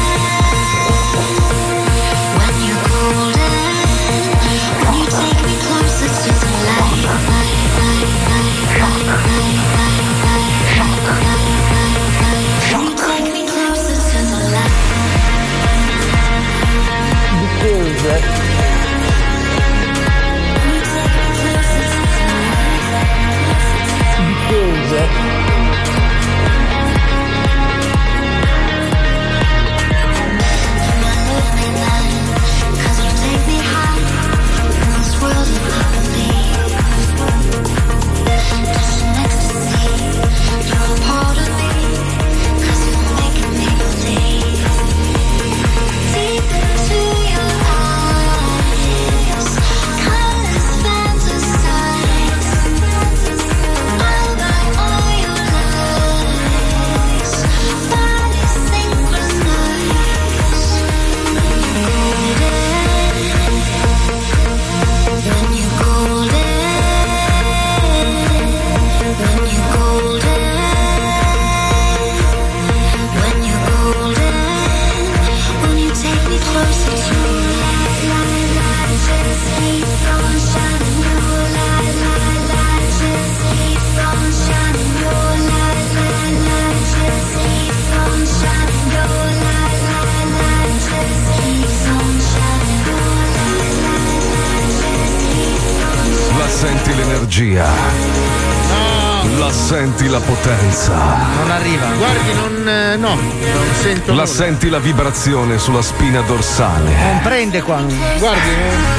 When you're golden. When you take me closer to the light. When you take me closer to the light. Cause you take me high in this world of believe. Touching ecstasy, you're a part of me. Cause you're making me believe. Deep into your eyes, colors fantasize. I'll buy all your lies. Bodies synchronized. When you're golden, when you're golden, when you're golden, when you take me closer to your light, light, light, just keeps on shining. Your light, light, light, just keeps on shining. Your light, light, light, just keeps on shining. Your light, light, light, just keeps on shining. Your light, light, light, just keeps on shining. La senti l'energia? La senti la potenza? Non arriva. Guardi, non. eh, no, non sento. La nulla. senti la vibrazione sulla spina dorsale? Non prende qua. Guardi,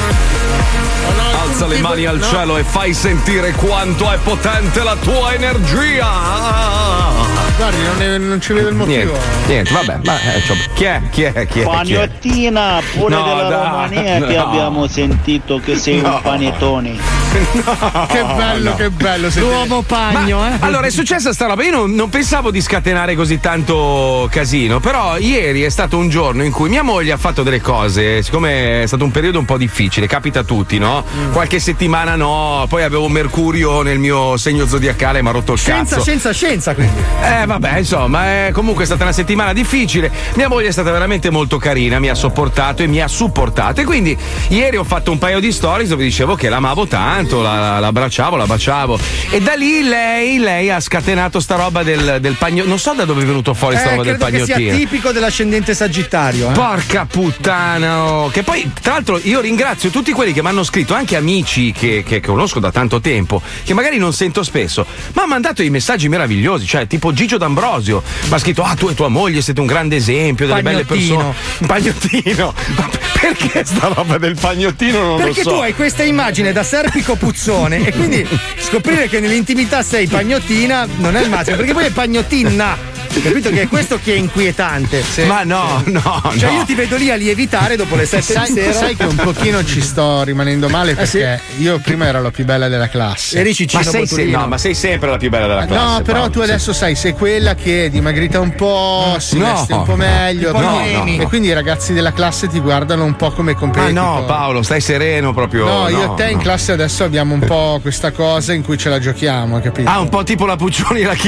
Alza le mani al cielo e fai sentire quanto è potente la tua energia. guardi, non, è- non ci vedo il motivo. Niente, niente, vabbè, ma eh, cioè, chi è? Chi è? Chi è? Chi è? Pagnottina, pure No, della dai, Romania che no. abbiamo sentito che sei No. un panettone. No, che bello, no. che bello. L'uomo pagno, Ma, eh. Allora è successa sta roba, io non, non pensavo di scatenare così tanto casino, però ieri è stato un giorno in cui mia moglie ha fatto delle cose, siccome è stato un periodo un po' difficile, capita a tutti, no? Mm. Qualche settimana no, poi avevo Mercurio nel mio segno zodiacale, mi ha rotto il Scienza, cazzo. scienza, scienza, quindi. Eh vabbè, insomma, è, comunque è stata una settimana difficile. Mia moglie è stata veramente molto carina, mi ha sopportato e mi ha supportato. E quindi ieri ho fatto un paio di stories dove dicevo che l'amavo tanto, la, la, la abbracciavo, la baciavo. E da lì lei, lei ha scatenato sta roba del, del pagnottino. Non so da dove è venuto fuori sta Eh, roba del credo che sia pagnottino. tipico dell'ascendente Sagittario. Eh. Porca puttana, oh. Che poi, tra l'altro, io ringrazio tutti quelli che mi hanno scritto, anche amici che, che, che conosco da tanto tempo, che magari non sento spesso, ma hanno mandato dei messaggi meravigliosi, cioè tipo Gigio D'Ambrosio mi ha scritto: ah, tu e tua moglie siete un grande esempio delle belle persone. Pagnottino. Ma perché sta roba del pagnottino non Perché lo so. tu hai questa immagine da serpico puzzone e quindi scoprire che nell'intimità sei pagnottina non è il massimo, perché poi è pagnottina. Capito che è questo che è inquietante. Se- Ma no, no, Cioè no. io ti vedo lì a lievitare dopo le sette Sai, di sera. sai che un pochino ci sto rimanendo male perché io prima ero la più bella della classe. Eri Cicino Ma sei, se- Botulino. no, ma sei sempre la più bella della classe. No, però Paolo, tu adesso sai, sei quella che è dimagrita un po', si No. veste un po' meglio, Un po' no, Noemi. no. E quindi i ragazzi della classe ti guardano un po' come Ma competitor. no, Paolo, stai sereno proprio. No, io no, e te in no. classe adesso abbiamo un po' questa cosa in cui ce la giochiamo, capito? Ah, un po' tipo la Puccioni e la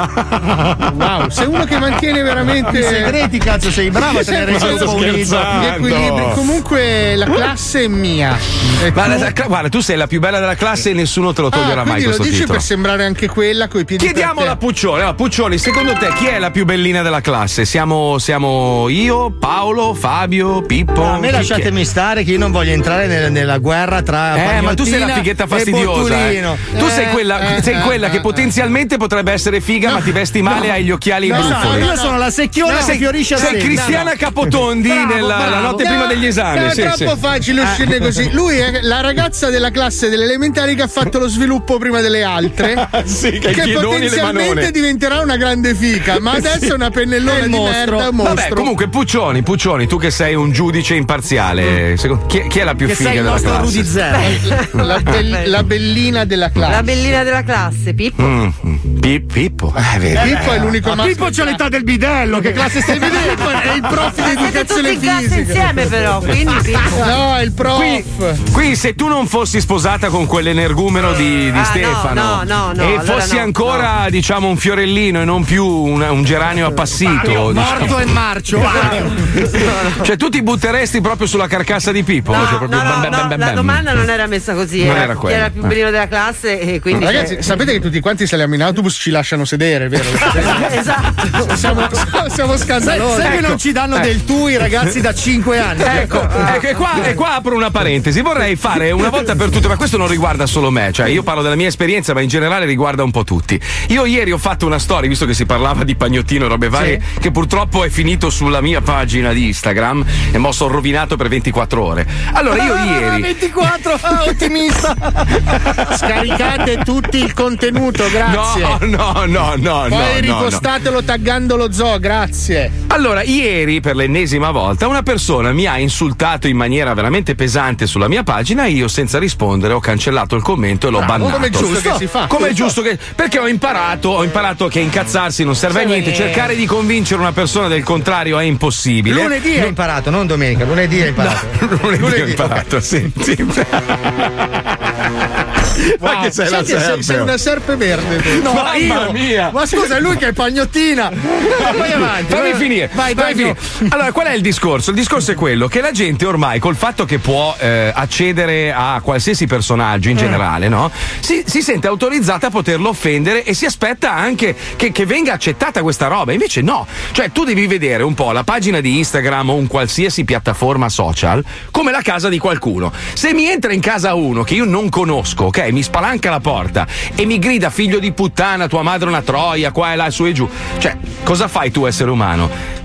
Chicca. Wow, sei uno che mantiene veramente I segreti, cazzo, sei bravo a tenere Sempre il gruppo unito. gli equilibri. Comunque la classe è mia. E Guarda, tu- la- guarda, tu sei la più bella della classe e nessuno te lo toglierà Ah, mai quindi lo questo dici titolo. per sembrare anche quella coi piedi Chiediamo per alla Puccioni. Allora, Puccioni, secondo te chi è la più bellina della classe? Siamo, siamo io, Paolo, Fabio, Pippo? No, a me Chi- lasciatemi stare che io non voglio entrare nel- nella guerra tra Eh, ma tu sei la Pagnottina fighetta e fastidiosa. Eh. Bottulino. Tu sei Eh, quella, eh, sei eh, quella eh, che eh. potenzialmente potrebbe essere figa, ma ti vesti male, no. hai gli occhiali No, brufoli. no, io sono la secchiona che sei, fiorisce a sei sera. Cristiana No, no. Capotondi Bravo, nella la bravo. notte prima degli esami. No, è Sì, troppo sì. facile uscirne così. Lui è la ragazza della classe delle elementari che ha fatto lo sviluppo prima delle altre. Sì, che ha i che piedoni e le potenzialmente manone. diventerà una grande fica. Ma adesso è una pennellona È di mostro. merda, un mostro. Vabbè, comunque Puccioni, Puccioni, tu che sei un giudice imparziale, secondo- chi, chi è la più Che figa sei il della nostro classe? Rudy Zero. La, bell- la bellina della classe. La bellina della classe, Pippo. Mm, Pi- Pippo, eh, vedi. Pippo è l'unico Ma maschio. Pippo c'ha l'età del bidello, che classe stai vedendo? È il prof di Siete tutti educazione in classe fisica. insieme però, quindi Pippo. No, è il prof. Qui, qui se tu non fossi sposata con quell'energumeno di, di Ah, no, Stefano no, no, no, e allora fossi no, ancora diciamo un fiorellino e non più un, un geranio appassito, Morto diciamo. e marcio. Cioè tu ti butteresti proprio sulla carcassa di Pippo? No, Cioè, proprio no, no, bam, bam, no, bam, bam, la bam. domanda non era messa così, Non era, era chi quella. era il più bellino della classe e quindi Ragazzi, sapete che tutti quanti saliamo in autobus ci lasciano sedere, vero? esatto. Siamo, siamo Sai, scandalosi. sai che non ci danno del tu i ragazzi da cinque anni. Ecco, ecco, e, qua, e qua apro una parentesi. Vorrei fare una volta per tutte, ma questo non riguarda solo me, cioè io parlo della mia esperienza, ma in generale riguarda un po' tutti. Io ieri ho fatto una storia, visto che si parlava di pagnottino e robe varie, che purtroppo è finito sulla mia pagina di Instagram e me lo sono rovinato per ventiquattro ore. Allora io Ah, ieri. ventiquattro, ah, ottimista. Scaricate tutti il contenuto, grazie. No, no, no, no. Poi no, no, no. ripostatelo taggando lo zoo, grazie. Allora, ieri per l'ennesima volta una persona mi ha insultato in maniera veramente pesante sulla mia pagina e io senza rispondere ho cancellato il commento e l'ho Bravo, bannato. come è giusto che si fa. Come è giusto che. Perché ho imparato, ho imparato che incazzarsi non serve a niente, cercare di convincere una persona del contrario è impossibile. Lunedì hai imparato, non domenica, lunedì hai imparato. Lunedì, ho imparato, sì, sì. Ma che sei la Sai che sei, serpe? sei una serpe verde tu. No, Mamma io. mia. Ma scusa, è lui che è pagnottina. Vai avanti. Fammi vai. finire. Vai, vai. fammi finire. Allora, qual è il discorso? Il discorso è quello che la gente ormai, col fatto che può eh, accedere a qualsiasi personaggio in generale, no? Si, si sente autorizzata a poterlo offendere e si aspetta anche che, che venga accettata questa roba. Invece no. Cioè, tu devi vedere un po' la pagina di Instagram o un qualsiasi piattaforma social come la casa di qualcuno. Se mi entra in casa uno che io non conosco, ok? Mi spalanca la porta e mi grida figlio di puttana, tua madre è una troia, qua e là, su e giù. Cioè, cosa fai tu essere umano?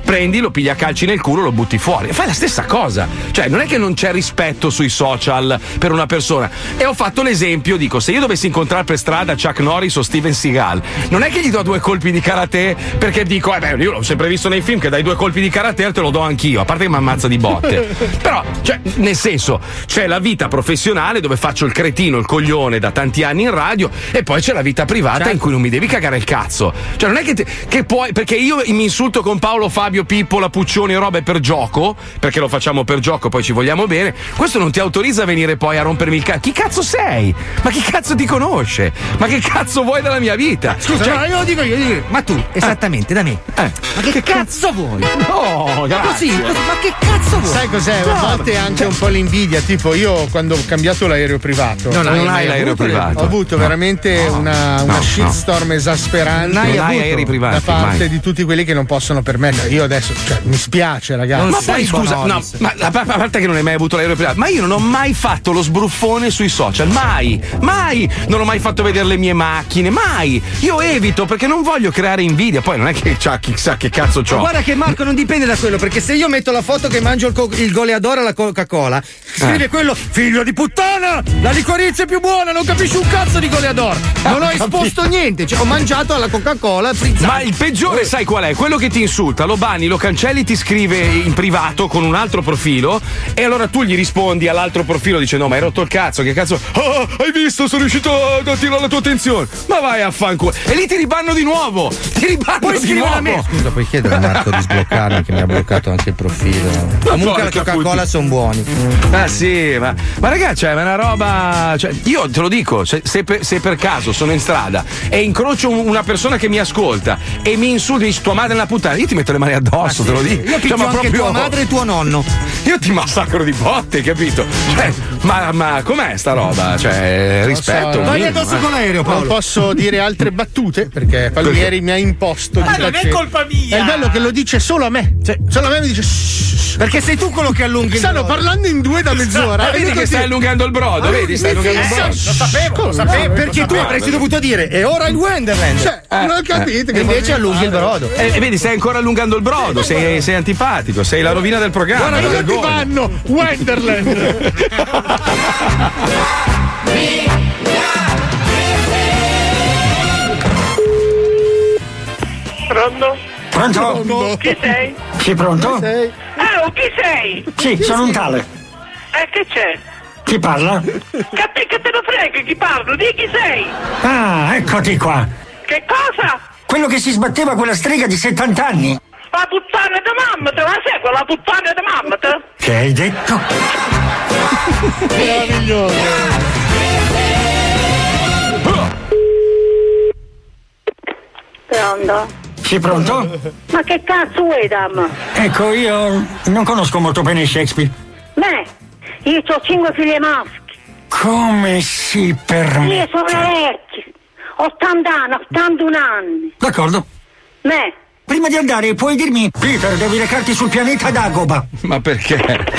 prendi, lo pigli a calci nel culo, lo butti fuori. Fai la stessa cosa. Cioè, non è che non c'è rispetto sui social per una persona. E ho fatto l'esempio, dico, se io dovessi incontrare per strada Chuck Norris o Steven Seagal, non è che gli do due colpi di karate perché dico, eh beh, io l'ho sempre visto nei film che dai due colpi di karate te lo do anch'io, a parte che mi ammazza di botte. Però, cioè, nel senso, c'è la vita professionale dove faccio il cretino, il coglione da tanti anni in radio, e poi c'è la vita privata, certo, in cui non mi devi cagare il cazzo. Cioè, non è che, te, che puoi, perché io mi insulto con Paolo, Fabio, Pippo, la Puccioni e robe per gioco, perché lo facciamo per gioco, poi ci vogliamo bene. Questo non ti autorizza a venire poi a rompermi il cazzo. Chi cazzo sei? Ma chi cazzo ti conosce? Ma che cazzo vuoi dalla mia vita? Scusa, cioè, no, io lo dico io, dico, ma tu, esattamente, eh. da me. Eh. Ma che, che cazzo vuoi? No, grazie. Così, così, ma che cazzo vuoi? Sai cos'è? No, a volte è anche cioè, un po' l'invidia. Tipo, io quando ho cambiato l'aereo privato, non, non hai l'aereo privato. Ho avuto no. veramente no. una, una no, shitstorm no. esasperante. Non hai, non hai aerei privati da parte mai. di tutti quelli che non possono permettere. Io adesso, cioè, mi spiace, ragazzi. Non ma poi scusa, no, ma a parte che non hai mai avuto l'aereo privato, ma io non ho mai fatto lo sbruffone sui social, mai, mai. Non ho mai fatto vedere le mie macchine, mai. Io evito perché non voglio creare invidia. Poi non è che c'ha chissà che cazzo c'ho. Ma guarda che Marco non dipende da quello, perché se io metto la foto che mangio il, co- il goleador alla Coca-Cola, scrive eh. quello, figlio di puttana, la licorizia è più buona, non capisci un cazzo di goleador. Non ho esposto niente, cioè, ho mangiato alla Coca-Cola frizzante. Ma il peggiore sai qual è? Quello che ti insulta, lo banni, lo cancelli, ti scrive in privato con un altro profilo e allora tu gli rispondi all'altro profilo dicendo no, ma hai rotto il cazzo, che cazzo, oh, hai visto, sono riuscito a attirare la tua attenzione, ma vai a fanculo, e lì ti ribanno di nuovo, ti ribanno Puoi di nuovo. A me. Scusa, puoi chiedere a Marco di sbloccarmi che mi ha bloccato anche il profilo. Comunque la Coca-Cola sono buoni. Ma sì, ma, ma ragazzi, è una roba, cioè, io te lo dico, se, se, per, se per caso sono in strada e incrocio una persona che mi ascolta e mi insulti, dici tua madre è una puttana, io ti metto le mani addosso, ah, sì, te lo dico. Io picchio cioè, anche proprio... tua madre e tuo nonno. Io ti massacro di botte, capito? Cioè, ma, ma com'è sta roba? Cioè, rispetto. So, Togli addosso eh. con l'aereo, Paolo. Non posso dire altre battute perché Palmieri mi ha imposto. Ma non è colpa mia. È bello che lo dice solo a me. Cioè, solo a me mi dice shh, perché sei tu quello che allunghi il stanno brodo. parlando in due da mezz'ora. Ah, vedi che stai allungando il brodo, vedi? Stai allungando il brodo. Lo sapevo, lo sapevo. Perché tu avresti dovuto dire e ora il Wonderland. Cioè, eh, non ho capito. Eh. Che invece allunghi il brodo. E eh, vedi, stai ancora allungando il brodo, sei, sei antipatico, sei la rovina del programma. Guarda, non ti vanno, Wonderland. Pronto? Pronto? Pronto? Chi sei? Sì, pronto? Chi sei? Eh, oh, chi sei? Sì, sono un tale. Eh, che c'è? Chi parla? Che te, che te lo frega chi parlo? Di chi sei? Ah, eccoti qua. Che cosa? Quello che si sbatteva quella strega di settanta anni. La puttana di mamma, te la sai quella puttana di mamma? Te? Che hai detto? Meraviglioso. Pronto? Sì, pronto? Ma che cazzo vuoi, Dam? Ecco, io non conosco molto bene Shakespeare. Beh, io ho cinque figli maschi. Come si permette? Io sono vecchi. ottanta anni, ottantuno anni. D'accordo. Beh. Prima di andare puoi dirmi, Peter, devi recarti sul pianeta Dagoba. Ma perché? Perché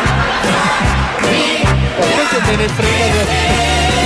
me ne frega.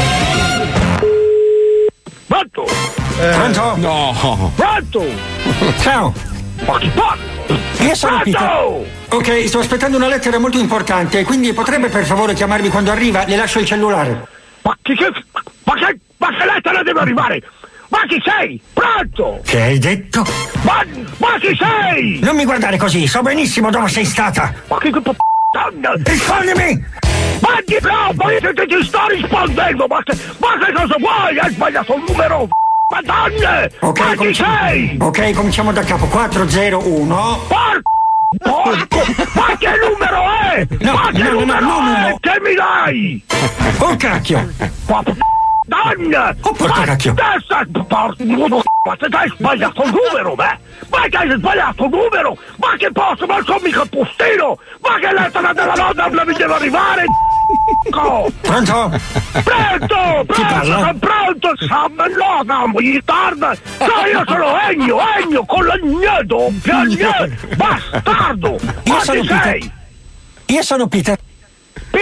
Pronto? Eh, Pronto? No. Pronto? Ciao. Ma chi parla? Io sono Peter. Ok, sto aspettando una lettera molto importante, quindi potrebbe per favore chiamarmi quando arriva? Le lascio il cellulare. Ma chi che... Ma che... Ma che lettera deve arrivare? Ma chi sei? Pronto? Che hai detto? Ma... Ma chi sei? Non mi guardare così, so benissimo dove sei stata. Ma che... p***a? Rispondimi! Ma di bravo, io ti, ti sto rispondendo, ma che... Ma che cosa vuoi? Hai sbagliato il numero... Madonna! Ok, ma chi sei? Ok, cominciamo da capo. quattro zero uno. Porco! Porco! Ma che numero è? No, ma che no, numero no, no, è? no. Che mi dai? Oh cacchio! Ma Madonna! Oh porco cacchio! Ma te hai sbagliato il numero, beh! Ma che hai sbagliato il numero? Ma che posso? Ma sono mica il postino! Ma che lettera della nonna mi deve arrivare? Pronto? Pronto? Pronto? Chi parla? Sono pronto! Sam, no, no, mi tarda! No, io sono Ennio, Ennio, con l'agne doppia, agne, bastardo! Ma Io sono chi Peter. sei? Io sono Peter. Pete?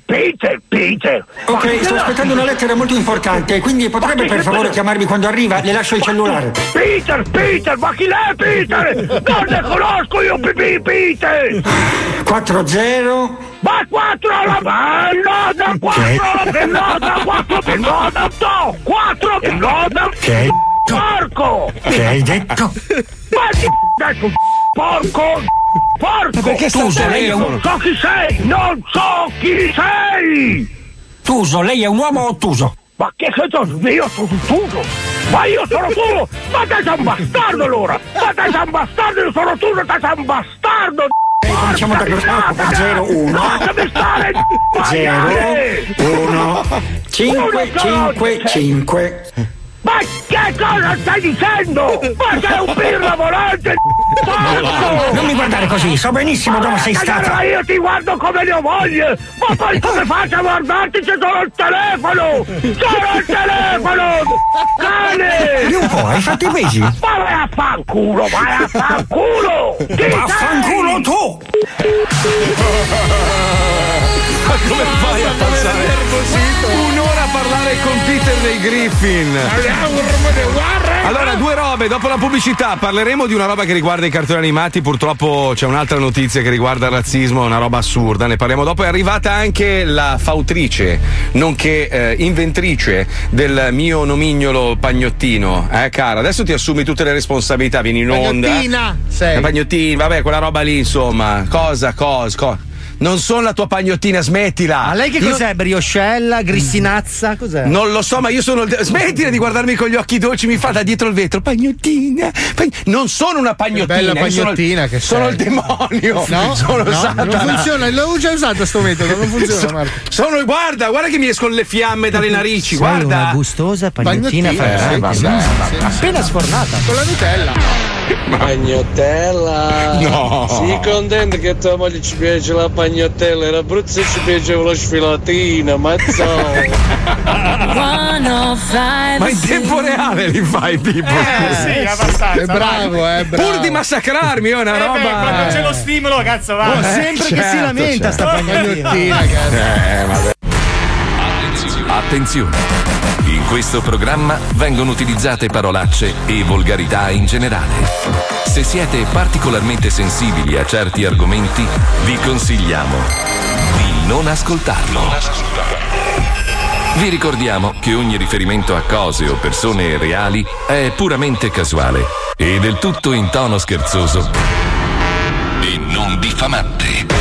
Peter, Peter. Ok, sto aspettando una lettera molto importante, quindi potrebbe per favore chiamarmi quando arriva? Le lascio il cellulare. Peter, Peter, ma chi l'è Peter? Non ne conosco io, P- Peter. quattro zero. Ma quattro alla bella, da quattro, che nota, quattro, che nota, no, quattro, che nota, Che porco. Che hai detto? Ma chi detto, porco, porco. Ma perché sta tu al sei, telefono? non so chi sei, non so chi sei. Tuso, lei è un uomo ottuso? Ma che cosa? Io sono Tuso! Ma io sono Tuso! Ma te sei un bastardo allora! Ma te sei un bastardo, io sono Tuso, te sei un bastardo! Cominciamo da zero uno Lasciami stare! zero uno cinque cinque cinque. Ma che cosa stai dicendo? Ma sei un birra volante! Porco! Non mi guardare così, so benissimo dove sei stato. Ma io ti guardo come ne ho voglia! Ma poi come faccio a guardarti se sono il telefono? Sono il telefono! Cane! Di un po', hai fatto i pesi? Ma vai a fanculo, vai a fanculo! Vaffanculo tu! Ma come fai a passare un'ora a parlare con Peter dei Griffin? Allora, due robe, dopo la pubblicità parleremo di una roba che riguarda i cartoni animati, purtroppo c'è un'altra notizia che riguarda il razzismo, una roba assurda, ne parliamo dopo. È arrivata anche la fautrice, nonché eh, inventrice del mio nomignolo pagnottino, eh cara, adesso ti assumi tutte le responsabilità, vieni in onda. Pagnottina sei. La pagnottina, vabbè, quella roba lì, insomma, cosa, cosa, cosa. Non sono la tua pagnottina, smettila. A lei che Io- cos'è? Brioscella? Grissinazza? Cos'è? Non lo so, ma io sono il. Smettila di guardarmi con gli occhi dolci, mi fa da dietro il vetro. Pagnottina. pagn- Non sono una pagnottina. Bella io sono il- pagnottina che Sono sei. il demonio. No, sono no, Satana. non funziona, l'ho già usato sto metodo, non funziona, Marco. Sono, guarda, guarda che mi escono le fiamme dalle narici, Sei guarda. una gustosa pagnottina Pagnottina, fragrante. sì, Mm. sì, sì, sì. Appena sfornata. Con la Nutella. Pagnottella! No. Sii contento che tua moglie ci piace la pagnottella, era brutta e ci piaceva la sfilatina, mazzo! Ma in tempo reale li fai, Pippo? Eh, sì, abbastanza. È bravo, eh, bravo. Pur di massacrarmi, è una Eh, roba. beh, quando c'è lo stimolo, cazzo, va. Oh, sempre che si certo, lamenta sta certo. pagnottina. Eh, vabbè. Attenzione! In questo programma vengono utilizzate parolacce e volgarità in generale. Se siete particolarmente sensibili a certi argomenti, vi consigliamo di non ascoltarlo. Vi ricordiamo che ogni riferimento a cose o persone reali è puramente casuale e del tutto in tono scherzoso e non diffamante.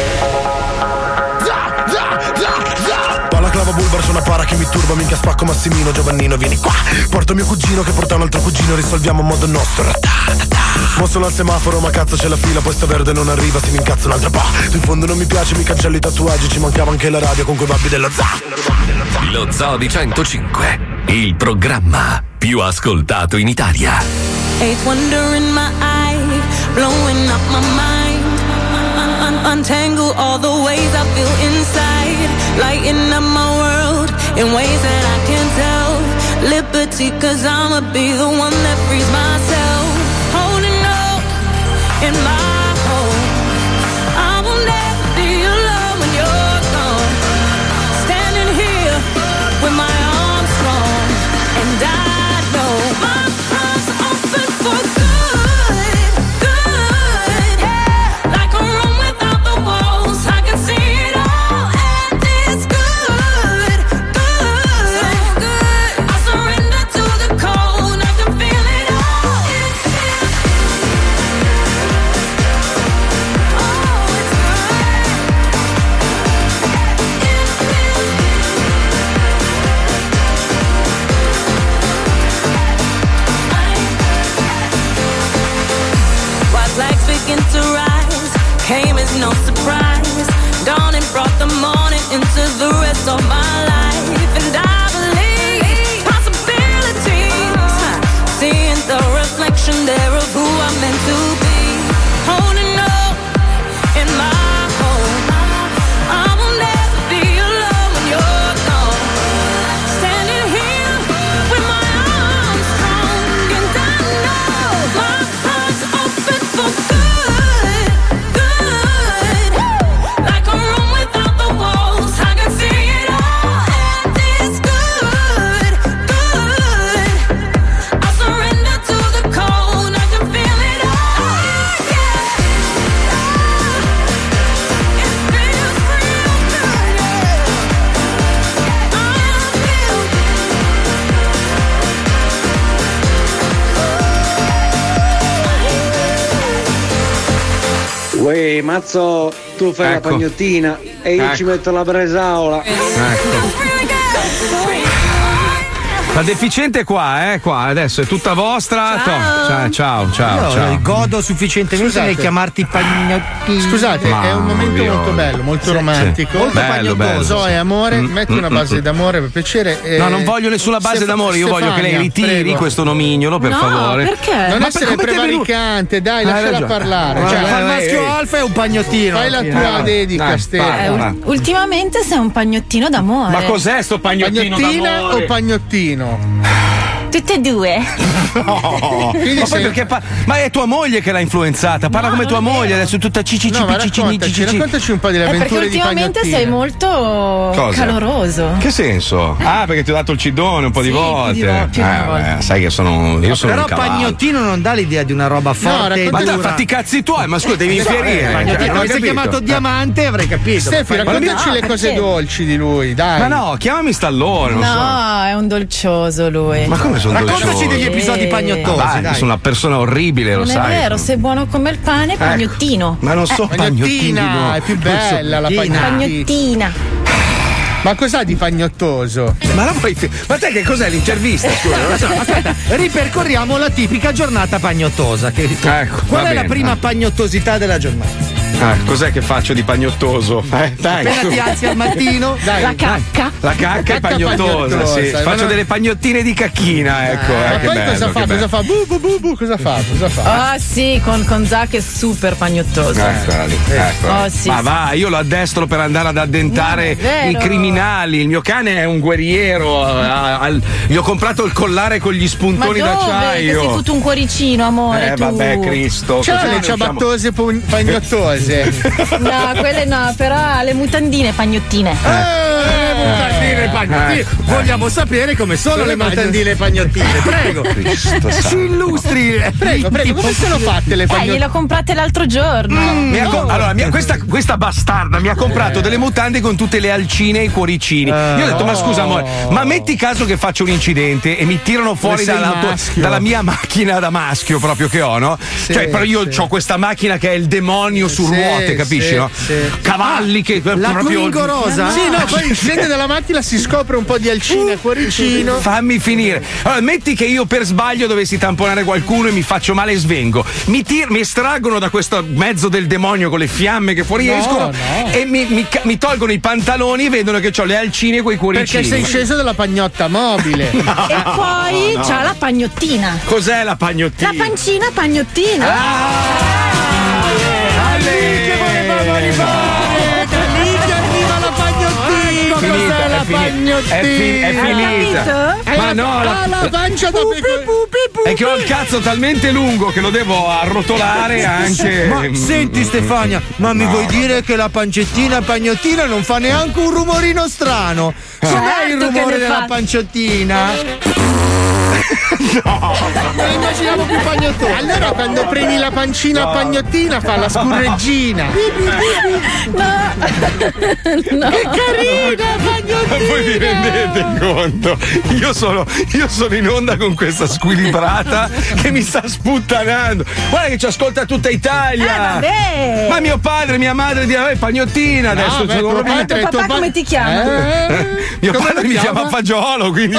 Balaclava bulbar su una para che mi turba, minchia spacco Massimino, Giovannino vieni qua. Porto mio cugino che porta un altro cugino, risolviamo a modo nostro. Mo sono al semaforo ma cazzo c'è la fila, poi sta verde non arriva, se mi incazzo un altro po'. Tu in fondo non mi piace, mi cancelli i tatuaggi, ci mancava anche la radio con quei babbi dello zoo. Lo Zoo di centocinque, il programma più ascoltato in Italia. Eighth wonder in my eye, blowing up my mind. Un- un- untangle all the ways I feel inside, lighting up my world in ways that I can tell. Liberty, cause I'ma be the one that frees myself. Holding up in my home, I will never be alone when you're gone. Standing here with my arms strong, and I know my heart's open for good, good, yeah. Like a room without the walls, I can see it all, and it's good, good, so good. I surrender to the cold, I can feel it all. It's, it's, oh, it's White flags begin to rise, came as no surprise. Dawn and brought the morning into the rest of my life, and I believe possibilities, seeing the reflection there of who I'm meant to be. Holding up in my home, I will never be alone when you're gone. Standing here with my arms strong, and I know my heart's open for good, good. Like a room without the walls, I can Uè, mazzo, tu fai Ecco. la pagnottina e io Ecco. ci metto la bresaola. Ecco. La deficiente è qua, eh, qua, adesso è tutta vostra. Ciao, ciao, ciao, Io ciao. godo sufficientemente Scusate. nel chiamarti pagnottini. Scusate, è un momento Mamma molto mia. bello, molto Sì, romantico. sì. Molto Bello, bello. Zoe, amore, Mm, metti mm, una mm, base mm. d'amore per piacere. e- No, non voglio nessuna base Stef- d'amore, io voglio che lei Stefania, ritiri prego. questo nomignolo, per No, favore. perché? Non Ma essere come ti è venuto- prevaricante, dai, Hai lasciala ragione. parlare. Vai, Cioè, vai, fa il vai, maschio vai. alfa e un pagnottino. Fai la tua Dai, dedica, dai, Stefano. vai, Eh, vai. ul- ultimamente sei un pagnottino d'amore. Ma cos'è sto pagnottino Pagnottina d'amore? o pagnottino? Tutte e due. No. Quindi Ma poi sei- perché pa- ma è tua moglie che l'ha influenzata, parla come tua moglie, adesso è tutta cici No, ma raccontaci, raccontaci un po' delle È perché avventure di ultimamente pagnottina. sei molto Cosa? caloroso. Che senso? Ah, perché ti ho dato il cidone un po' di Sì, più volte. di vo- più di una Eh, volta. beh, sai che sono. Io sono Però un cavallo. pagnottino non dà l'idea di una roba forte e Ma dai, dura. fatti i cazzi tuoi, ma scusa, devi infierire. cioè, Pagnottino, non ho avessi capito. chiamato diamante avrei capito. Stefi, Ma raccontaci no, le cose perché? dolci di lui, dai. Ma no, chiamami Stallone, non so. No, è un dolcioso lui. Ma come sono Raccontaci dolcioso? degli episodi pagnottosi, Ma dai, dai. sono una persona orribile, lo Non è sai. vero, sei buono come il pane, pagnottino. Ma non so pagnottini, Pagnottina, no. è più bella la Pagnottina. pagnottina. Ma cos'ha di pagnottoso? Ma la vuoi fi- Ma te che cos'è l'intervista? Scusa, non so. Aspetta, ripercorriamo la tipica giornata pagnottosa. Che... Ecco, Qual va è la bene. prima pagnottosità della giornata? Ah, cos'è che faccio di pagnottoso? Eh, dai. Appena ti alzi al mattino, Dai, La cacca. La cacca è pagnottosa, pagnottosa, sì. ma Faccio non- delle pagnottine di cacchina, ecco. Ma eh, che poi bello, cosa che fa? bello. Cosa fa? Bu bu bu bu, cosa fa? Cosa fa? Ah sì, con, con Zac è super pagnottoso. Eccola lì, eccola Oh, lì. sì, Ma sì. va, io lo addestro per andare ad addentare Non è vero. i criminali. Il mio cane è un guerriero. ha- ha- gli ho comprato il collare con gli Ma spuntoni dove? Che sei d'acciaio. tutto un cuoricino, amore. Eh, tu. vabbè, Cristo. C'ha così le non riusciamo- ciabattose pugn- pagnottose. No, quelle no, però ha le mutandine pagnottine. Eh, mutandine pagnottine. Eh. Vogliamo sapere come sono le mutandine pagnottine. Prego. Cristo Ci santo. illustri. Prego, prego, come sono fatte le Eh, pagnottine? gliele ho comprate l'altro giorno. Mi ha com- allora, mi ha- questa, questa bastarda mi ha comprato delle mutande con tutte le alcine e i cuoricini. Io ho detto: ma scusa, amore, ma metti caso che faccio un incidente e mi tirano fuori sei dall'auto- maschio. dalla mia macchina da maschio proprio che ho, no? Sì, cioè, però io sì. ho questa macchina che è il demonio su Sì, ruote, capisci? sì, no? sì. Cavalli che La proprio. Twingo rosa? Sì, no, poi scende dalla macchina, si scopre un po' di alcine e cuoricino. Fammi finire. Allora, metti che io per sbaglio dovessi tamponare qualcuno e mi faccio male e svengo. Mi, tir- mi estraggono da questo mezzo del demonio con le fiamme che fuoriescono no. e mi, mi ca- mi tolgono i pantaloni e vedono che ho le alcine e quei cuoricini. Perché sei sceso dalla pagnotta mobile. E poi no. c'ha la pagnottina. Cos'è la pagnottina? La pancina pagnottina. Che volevamo arrivare? Da lì che arriva la pagnottina. Finita, Cos'è la è fini- pagnottina? è fi- è finita. capito? Ma no, la- Ah, la pancia da È che ho il cazzo talmente lungo che lo devo arrotolare anche. Ma senti Stefania, ma mi No. vuoi dire che la pancettina pagnottina non fa neanche un rumorino strano? Com'è il Certo che rumore ne della fa. panciottina? Non la immaginiamo più pagnottina. Allora quando prendi la pancina a pagnottina fa la scurreggina. No. Che carina pagnottina. Voi vi rendete conto? Io sono, io sono in onda con questa squilibrata che mi sta sputtanando. Guarda che ci ascolta tutta Italia. Eh, vabbè. Ma mio padre, mia madre dicono eh, pagnottina adesso. No, beh, sono tuo proprio- padre- Tuo tuo papà pa- come ti chiama? Eh? Mio Come padre lo mi chiama? chiama Fagiolo, quindi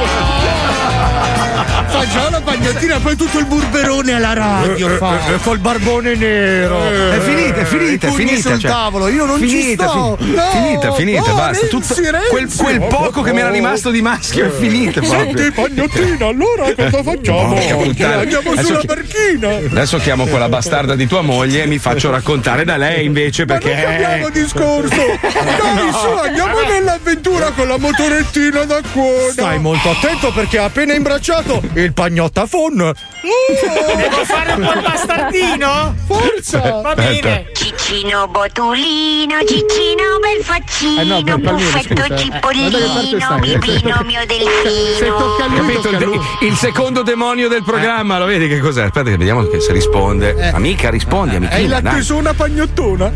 Fagiolo pagnottina, poi tutto il burberone alla radio fa. E col barbone nero. È finita, è finita, è I pugni finita. sul cioè. tavolo, io non ci finita, sto. fi- No, finita, finita, no, basta. Tutto, Renzi, Renzi. quel, quel poco che mi era rimasto di maschio è finito proprio. Senti pagnottina, allora cosa facciamo? Porca puttana. Andiamo Adesso sulla chi- barchina. Adesso chiamo quella bastarda di tua moglie e mi faccio raccontare da lei invece Ma non perché. cambiamo discorso. Dai, su, andiamo nell'avventura con la motorettina da coda. Stai molto attento perché ha appena imbracciato il pagnottafon. Devo fare un po' il bastardino? Forza. Va bene. Ciccino botulino, ciccino bel faccino, Eh no, per Palmieri, buffetto scusa, eh. cipollino, Guarda che parte stai, eh. bibino mio delfino. Se tocca a lui, Capito? tocca a Il, lui. il secondo demonio del programma, lo vedi che cos'è? Aspetta, che vediamo che se risponde. Eh. Amica, rispondi, amichina. Hai dai. l'atteso una pagnottona?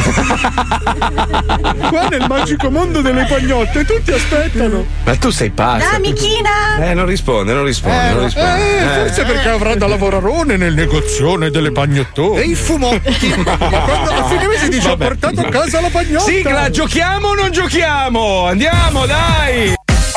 Qua nel magico mondo delle pagnotte tutti aspettano. Ma tu sei pazzo. Dai, amichina! Eh, non risponde, non risponde, Eh, non risponde. eh, forse perché avrà da lavorarone nel negozione delle pagnottone. E i fumotti. Ma quando a fine mese dice ho Vabbè. portato a casa la pagnotta. Sigla, giochiamo o non giochiamo? Andiamo, dai!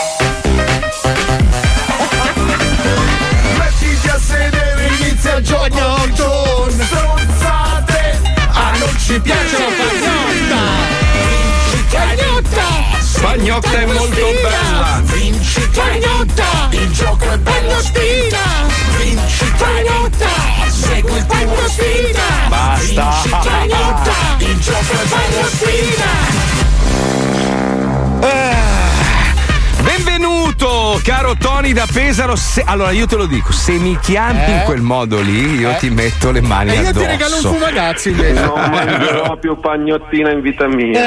Mettiti a sedere, inizia il gioco. Stronzate. Ah, non ci piace la pagnotta. Pagnotta. Pagnotta è molto bella. Vinci pagnotta. Il gioco è pagnottina. Vinci pagnotta. Segui il pagnottina. Basta. Vinci pagnotta. Il gioco è pagnottina. Benvenuto, caro Tony da Pesaro. Se- allora, io te lo dico, se mi chiami Eh? in quel modo lì, io Eh? ti metto le mani E io addosso. ti regalo un fumagazzi invece. Non mangerò più pagnottina in vita mia.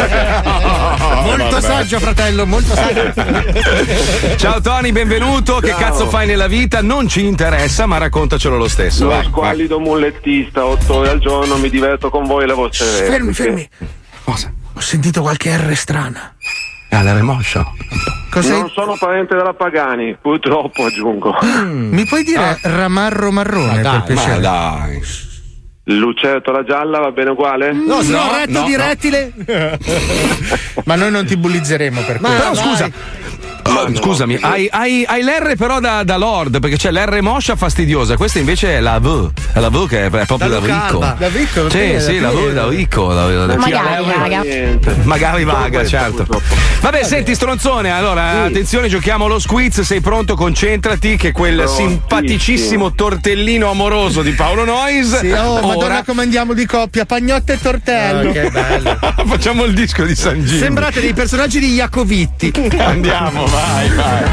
Molto saggio, fratello, molto saggio. Ciao Tony, benvenuto. Che Ciao. cazzo fai nella vita? Non ci interessa, ma raccontacelo lo stesso. Lo Vai, vai. squallido mullettista, otto ore al giorno, mi diverto con voi e le vostre Fermi, repliche. fermi. Cosa? Ho sentito qualche R strana. Ah, la remoscia. Cos'è? Non sono parente della Pagani, purtroppo aggiungo. Mi puoi dire ramarro marrone per Ma piacere? dai. Lucertola gialla va bene uguale? No, sono retto no, di no. rettile. Ma noi non ti bullizzeremo per Ma questo. Però dai. scusa. Oh, scusami, hai, hai, hai l'R però da, da Lord, perché c'è l'R moscia fastidiosa, questa invece è la V, è la V che è proprio Da da Luca Vico. Alba. Da Vico? Sì, Perché? sì, Da la V Piero? da Vico. La, la, la- Magari, raga. Niente. Magari vaga, Solo certo. questo, Vabbè, senti, stronzone, allora, attenzione, giochiamo lo squiz, sei pronto? Concentrati, che quel Prontissimo. simpaticissimo tortellino amoroso di Paolo Noyes. Sì, oh, ora Madonna, come andiamo di coppia, pagnotta e tortello. Oh, che bello. facciamo il disco di San Gino. Sembrate dei personaggi di Iacovitti. Andiamo, vai, vai.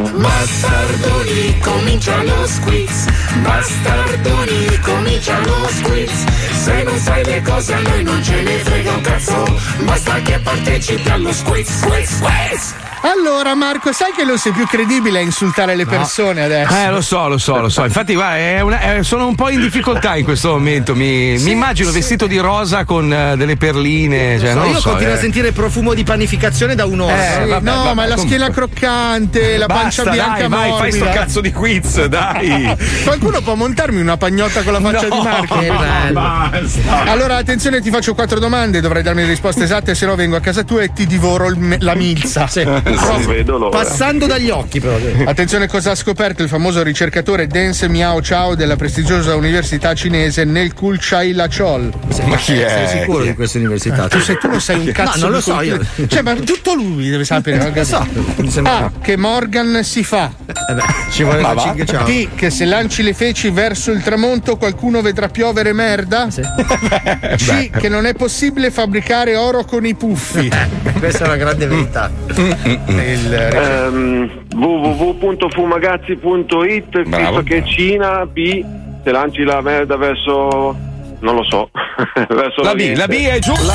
Bastardoni, comincia lo squiz. Bastardoni, comincia lo squiz. Se non sai le cose a noi non ce ne frega un cazzo. Basta che partecipi allo squiz, squiz, squiz. Allora Marco, sai che non sei più credibile a insultare le persone adesso? Eh, lo so, lo so, lo so. Infatti, guarda, è una- è- sono un po' in difficoltà in questo momento. Mi, mi immagino vestito di rosa con eh, delle perline. Cioè, non Io lo so. continuo eh. a sentire profumo di panificazione da un'ora. Eh, Sì, vabbè, no, vabbè, ma è la comunque. schiena croccante, la Basta, pancia bianca dai, vai, fai sto morbida. cazzo di quiz, dai. Qualcuno può montarmi una pagnotta con la faccia No, di Marco? che bello. basta. Allora, attenzione, ti faccio quattro domande, dovrai darmi le risposte esatte, se no vengo a casa tua e ti divoro il me- la milza. Non vedo l'ora. Passando dagli occhi, però. Attenzione, cosa ha scoperto il famoso ricercatore Deng Miao Chao della prestigiosa università cinese nel Kulchailachol? Ma chi è? Sei sicuro Chi è? di questa università? Tu, sei, tu non sai un cazzo No, non di lo so io. cultura. Cioè, ma tutto lui deve sapere. Non lo so, mi sembra. A. Che Morgan si fa. Eh beh, ci vuole Ma la va? cinghia, ciao. B. Che se lanci le feci verso il tramonto qualcuno vedrà piovere merda. Sì. C. Che non è possibile fabbricare oro con i puffi. Questa è una grande verità. Il- Ehm, w w w punto fumagazzi punto it, Bravo. visto che Cina, B, se lanci la merda verso, non lo so, verso La B, l'Oriente. la B è giusta.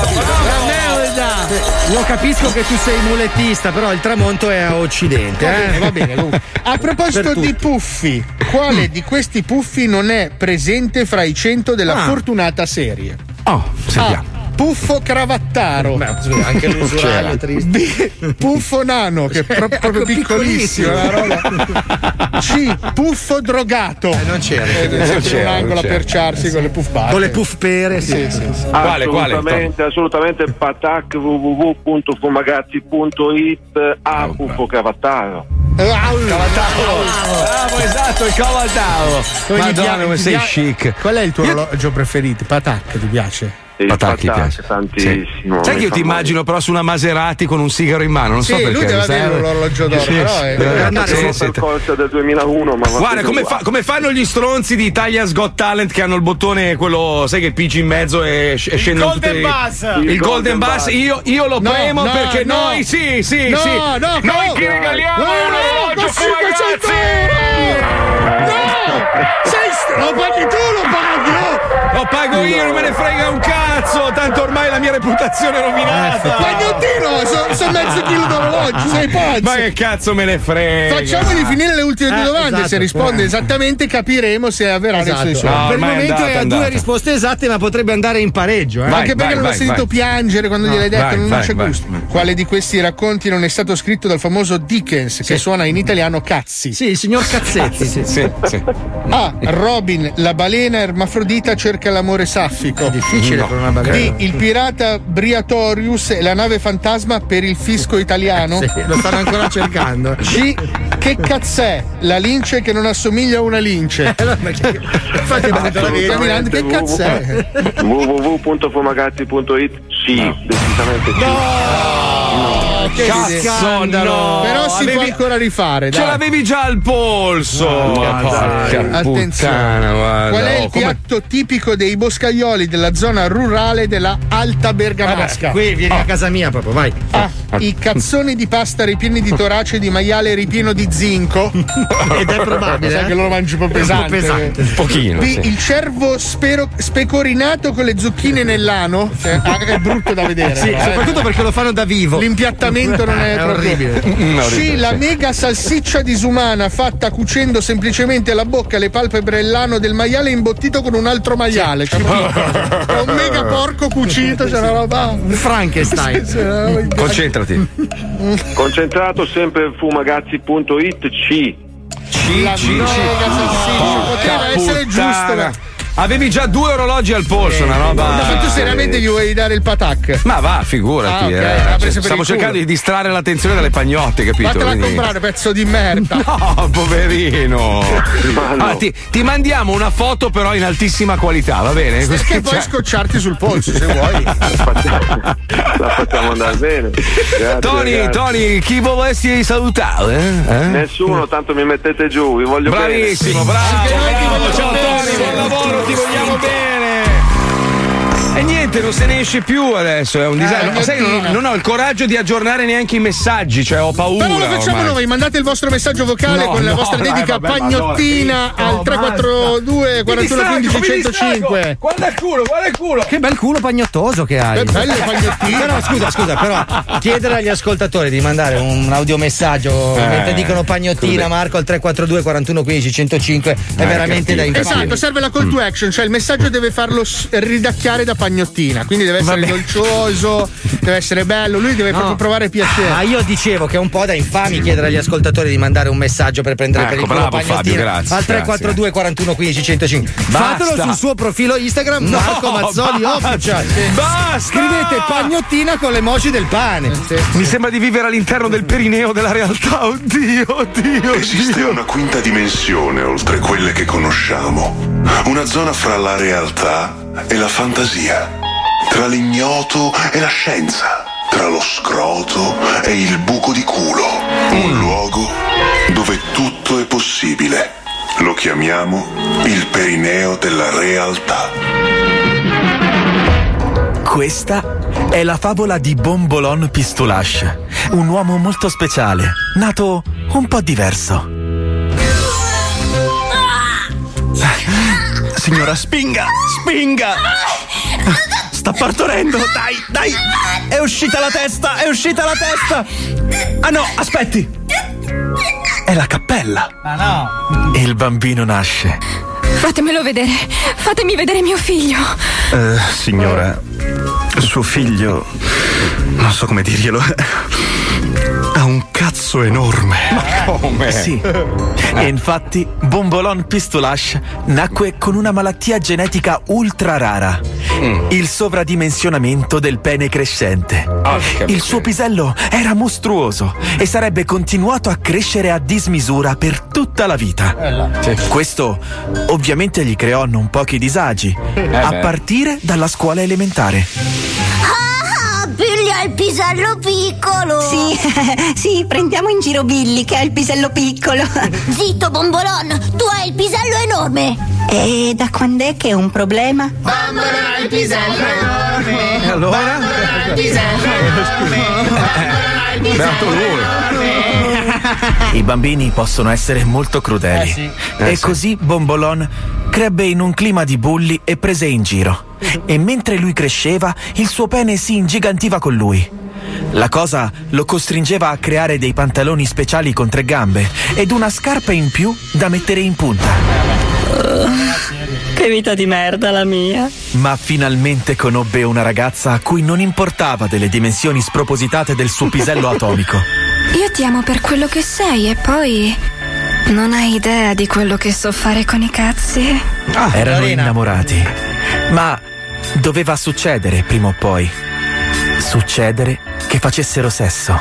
Lo capisco che tu sei mulettista, però il tramonto è a occidente. Va bene, Eh? va bene. comunque. A proposito Per di puffi, quale di questi puffi non è presente fra i cento della Ah. fortunata serie? Oh, sentiamo. A. Puffo cravattaro. Beh, scusa, anche l'usuraio è triste. B. Puffo nano, che è pro- proprio ecco, piccolissimo. piccolissimo. Una roba. C. Puffo drogato. Eh, non c'era. Eh, deve essere c'era, un angolo non a c'era. perciarsi con le puff batte. Con le puff pere, sì. Sì, sì, sì. Quale, quale? Assolutamente, assolutamente Patac, w w w punto fumagazzi punto it, A, Puffo Cavattaro. Cavatavo. Bravo, esatto, il cavatavo. Come gli Madonna, pia- come ti sei pia- chic. Qual è il tuo orologio preferito? Patac, ti piace? Il Patac ti Patac, piace? tantissimo. Sai che mi io fa ti morire. immagino però su una Maserati con un sigaro in mano, non so Sì, perché. lui deve mi sa- avere l'orologio d'oro, Sì, però sì, è- deve andare Sono su- sì, per forza del duemilauno, ma va Guarda bene come, uguale. fa- come fanno gli stronzi di Italia's Got Talent che hanno il bottone, quello, sai che pigi in mezzo e, e scendono Golden tutte le- Buzz. Il, Il Golden Golden Buzz, Buzz. io, io lo No, premo no, perché no. noi sì, sì, No, sì. no, noi no. ti regaliamo No, un no, orologio no, cinquecento Fumagazzi. euro! No! Sei st- lo paghi tu, lo paghi! oh! Lo pago faccio io, non me ne frega un cazzo, tanto ormai la mia reputazione è rovinata. Pagnottino, sono so mezzo chilo d'orologi, sei pazzo. Ma che cazzo me ne frega? Facciamoli finire le ultime due Eh, domande, esatto, se risponde eh. esattamente capiremo se avverrà Esatto. nei suoi No, sogni. Per il ormai è momento andata, è è a due andata. risposte esatte, ma potrebbe andare in pareggio. Eh? Vai, Anche perché vai, non l'ho vai, sentito vai. piangere quando gliel'hai detto, vai, non vai, c'è vai. gusto. Quale di questi racconti non è stato scritto dal famoso Dickens, che suona in italiano cazzi? Sì, il signor Cazzetti. Sì. Sì, sì. A. Robin, la balena ermafrodita cerca l'amore saffico. È difficile No. per una balena. B. Il pirata Briatorius e la nave fantasma per il fisco italiano. Sì, lo stanno ancora cercando. C. Che cazz'è? La lince che non assomiglia a una lince. Infatti ho detto la verità. Camminando, che cazz'è? w w w punto fumagazzi punto it. Sì, decisamente sì. No, che Cazzo, no. Però si Avevi- può ancora rifare. Ce dai. l'avevi già al polso. No, porca Attenzione. puttana, guarda. Qual è Oh, il come- piatto tipico dei boscaioli della zona rurale della Alta Bergamasca? Qui vieni a casa mia proprio, vai. A. I cazzoni di pasta ripieni di torace di maiale ripieno di zinco. Ed è probabile. Sai eh? che lo mangi un po' pesante. pesante. Un pochino. B. Sì. Il cervo spero- specorinato con le zucchine nell'ano. Cioè, ah, è brutto da vedere. Sì, però, eh. soprattutto perché lo fanno da vivo. L'impiattamento non è, È proprio- orribile. Mm, C. orribile, La sì. mega salsiccia disumana fatta cucendo semplicemente la bocca e le palpebre e l'ano del maiale imbottito con un altro maiale. Cioè, è un mega porco cucito, c'è una roba. Un Frankenstein. Sì, sì, una roba- Concentrati. Concentrato sempre fumagazzi punto it. C. C, La C, mega C. salsiccia poteva Porca essere giusto. puttana. ma- Avevi già due orologi al polso, una roba. Ma tu seriamente gli vuoi dare il patac? Ma va, figurati. Ah, ok, eh. l'ha presa per il Stavo culo. cercando di distrarre l'attenzione dalle pagnotte, capito? Vattela a Quindi- comprare, pezzo di merda. No, poverino. Ma no. Ah, ti, ti mandiamo una foto, però in altissima qualità, va bene? Così Perché puoi c'è- scocciarti sul polso se vuoi. La facciamo andare bene. Grazie, Tony, ragazzi. Tony, chi volessi salutare? Eh? Nessuno, tanto mi mettete giù, vi voglio Bravissimo, bene. bravo, Anche noi ti bravo. vogliamo Ciao bene. Tony, buon lavoro, ti vogliamo bene. E niente, non se ne esce più adesso, è un disastro. Eh, Ma sai che non, gnottina. non ho il coraggio di aggiornare neanche i messaggi, cioè ho paura. Però lo facciamo ormai. noi, mandate il vostro messaggio vocale No, con la no, vostra dai, dedica vabbè, pagnottina Madonna, al no, tre quattro due quarantuno quindici centocinque. Guarda il culo, guarda il culo. Che bel culo pagnottoso che hai. Che bello pagnottino. Però scusa, scusa, però chiedere agli ascoltatori di mandare un audiomessaggio Eh, mentre dicono pagnottina così. Marco al tre quattro due quarantuno quindici centocinque è Eh, veramente da cattivo, impazzire. Esatto, serve la call to action, cioè il messaggio deve farlo s- ridacchiare da pagnottina, quindi deve essere dolcioso, deve essere bello, lui deve No. proprio provare piacere. Ma io dicevo che è un po' da infami chiedere agli ascoltatori di mandare un messaggio per prendere per Ecco, il culo bravo, pagnottina Fabio, grazie, al tre quattro due quarantuno quindici centocinque. Basta. Fatelo sul suo profilo Instagram No, Marco Mazzoli basta. Official. Basta. Scrivete pagnottina con l'emoji del pane. Mi sembra di vivere all'interno del perineo della realtà. Oddio, oddio. Esiste oddio. una quinta dimensione oltre quelle che conosciamo. Una zona fra la realtà e la fantasia. Tra l'ignoto e la scienza. Tra lo scroto e il buco di culo. Un luogo dove tutto è possibile. Lo chiamiamo il perineo della realtà. Questa è la favola di Bombolon Pistulache, un uomo molto speciale, nato un po' diverso. Signora, spinga! Spinga! Sta partorendo! Dai, dai! È uscita la testa! È uscita la testa! Ah no, aspetti! È la cappella! Ma no! E il bambino nasce. Fatemelo vedere. Fatemi vedere mio figlio. Eh, signora, suo figlio, non so come dirglielo, ha un cazzo enorme. Ma come? Sì. E infatti Bombolon Pistulache nacque con una malattia genetica ultra rara. Mm. Il sovradimensionamento del pene crescente. Il suo pisello era mostruoso e sarebbe continuato a crescere a dismisura per tutta la vita. Questo ovviamente gli creò non pochi disagi, a beh. partire dalla scuola elementare. Ah, Billy ha il pisello piccolo. Sì, sì, prendiamo in giro Billy che ha il pisello piccolo. Zitto, Bombolon, tu hai il pisello enorme. E da quando è che è un problema? Bambola ha il pisello enorme. E allora? Bambola ha il pisello enorme. Bambola ha il Beato lui. enorme. I bambini possono essere molto crudeli. Eh sì. E Eh sì. così Bombolon crebbe in un clima di bulli e prese in giro. E mentre lui cresceva, il suo pene si ingigantiva con lui. La cosa lo costringeva a creare dei pantaloni speciali con tre gambe ed una scarpa in più da mettere in punta. Che vita di merda la mia. Ma finalmente conobbe una ragazza a cui non importava delle dimensioni spropositate del suo pisello atomico. Io ti amo per quello che sei e poi non hai idea di quello che so fare con i cazzi. Erano Lorena. innamorati. Ma doveva succedere prima o poi. Succedere che facessero sesso.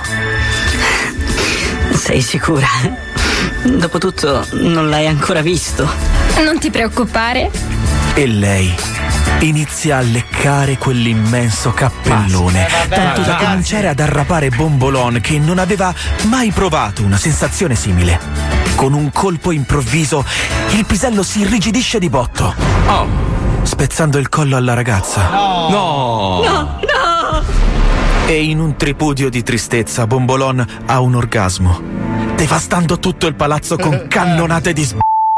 Sei sicura? Dopotutto non l'hai ancora visto. Non ti preoccupare. E lei inizia a leccare quell'immenso cappellone, Eh, vabbè, tanto da ragazzi. cominciare ad arrapare Bombolon, che non aveva mai provato una sensazione simile. Con un colpo improvviso il pisello si irrigidisce di botto, spezzando il collo alla ragazza. No! No, no! E in un tripudio di tristezza Bombolon ha un orgasmo, devastando tutto il palazzo con cannonate di sb...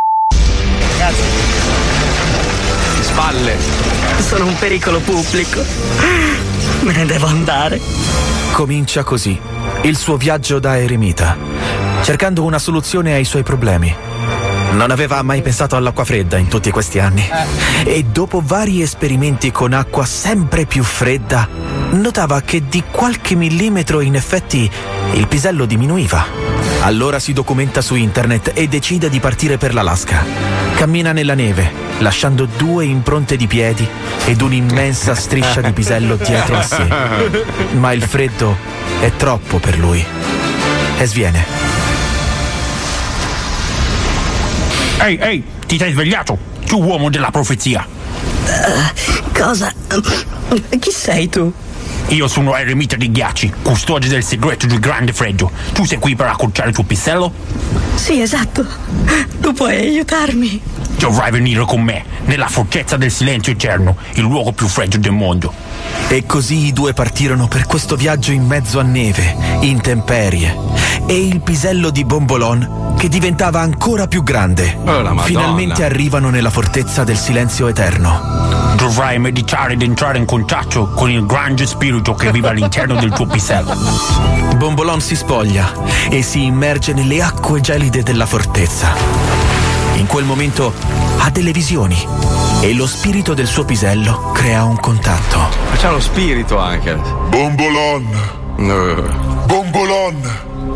Spalle. Sono un pericolo pubblico. Me ne devo andare. Comincia così il suo viaggio da eremita, cercando una soluzione ai suoi problemi. Non aveva mai pensato all'acqua fredda in tutti questi anni. E dopo vari esperimenti con acqua sempre più fredda, notava che di qualche millimetro in effetti il pisello diminuiva. Allora si documenta su internet e decide di partire per l'Alaska. Cammina nella neve, lasciando due impronte di piedi ed un'immensa striscia di pisello dietro a sé. Ma il freddo è troppo per lui e sviene. Ehi, ehi, ti sei svegliato? Tu uomo della profezia. Cosa? Chi sei tu? Io sono eremita di ghiacci, custode del segreto del grande freddo. Tu sei qui per accorciare il tuo pisello? Sì, esatto. Tu puoi aiutarmi. Dovrai venire con me, nella fortezza del silenzio eterno, il luogo più freddo del mondo. E così i due partirono per questo viaggio in mezzo a neve, intemperie, e il pisello di Bombolon che diventava ancora più grande. Oh, la Madonna. Finalmente arrivano nella fortezza del silenzio eterno. Dovrai meditare ed entrare in contatto con il grande spirito che vive all'interno del tuo pisello. Bombolon si spoglia e si immerge nelle acque gelide della fortezza. In quel momento ha delle visioni e lo spirito del suo pisello crea un contatto. Ma c'ha lo spirito anche. Bombolon! Bombolon!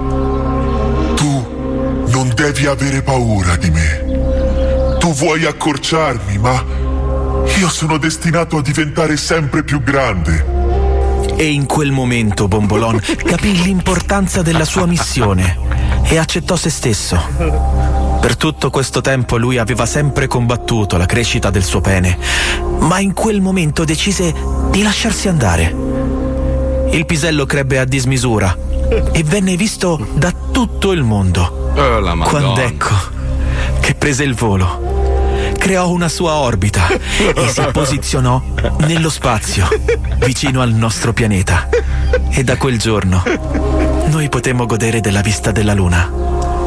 Tu non devi avere paura di me. Tu vuoi accorciarmi, ma io sono destinato a diventare sempre più grande. E in quel momento Bombolon capì l'importanza della sua missione e accettò se stesso. Per tutto questo tempo lui aveva sempre combattuto la crescita del suo pene, ma in quel momento decise di lasciarsi andare. Il pisello crebbe a dismisura e venne visto da tutto il mondo. Oh, la Madonna. Quando ecco che prese il volo, creò una sua orbita e si posizionò nello spazio, vicino al nostro pianeta. E da quel giorno noi potemmo godere della vista della Luna.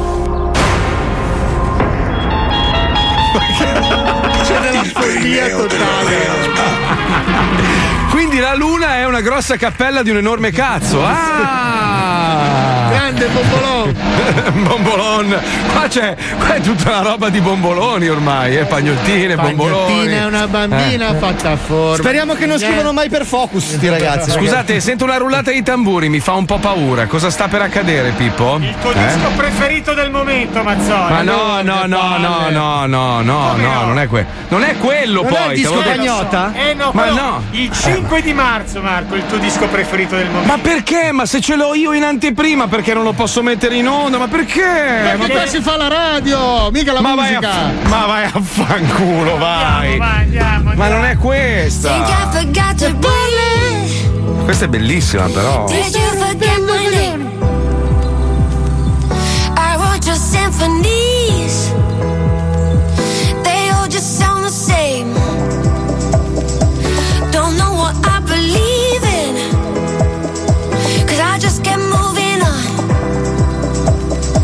C'è della follia totale. Quindi la luna è una grossa cappella di un enorme cazzo. Ah! Grande Bombolon. Bombolon. Qua c'è, qua è tutta una roba di bomboloni ormai, eh? Pagnottine, bomboloni. Pagnottina è una bambina Eh. fatta a forma. Speriamo che non scrivono mai per Focus sti ragazzi. Scusate, sento una rullata di tamburi, mi fa un po' paura. Cosa sta per accadere, Pippo? Il tuo Eh? disco preferito del momento, Mazzoni. Ma no, no, no, no, no, no, no, no, non è quello. Non è quello Non è poi. il disco te l'ho detto. Pagnotta? Eh no, Ma quello- no. Il cinque di marzo, Marco, il tuo disco preferito del momento. Ma perché? Ma se ce l'ho io in anteprima, perché non lo posso mettere in onda? Ma perché? Perché Ma qua si fa la radio, mica la Ma vai musica. a fa- ma vai a fanculo, vai. Andiamo, vai, andiamo, Ma non è questa. Questa è bellissima, però. Did you forget my name? I wrote your symphonies. They all just sound the same. Don't know what I believe in, 'cause I just kept moving on.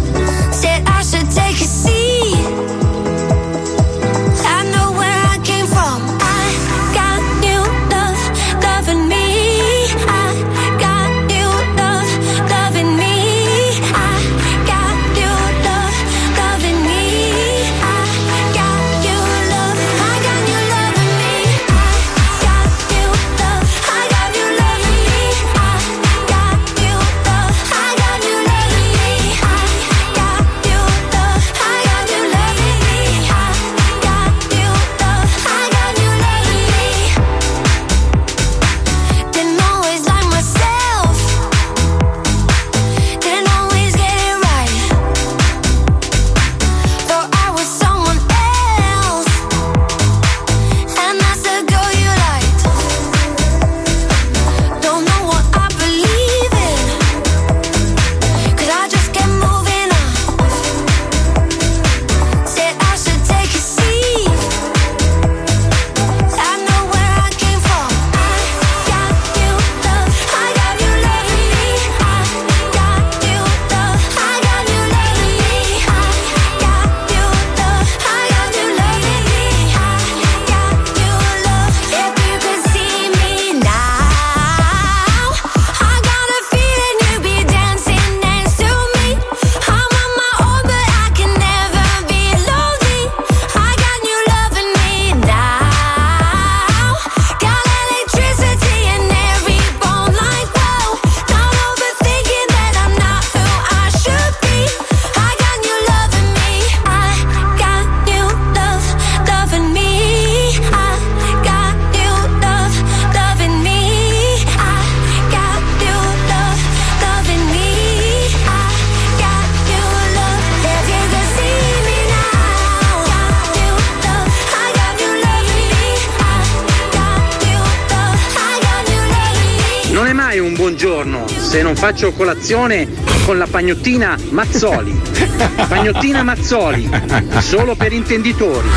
buongiorno se non faccio colazione con la pagnottina Mazzoli. Pagnottina Mazzoli, solo per intenditori.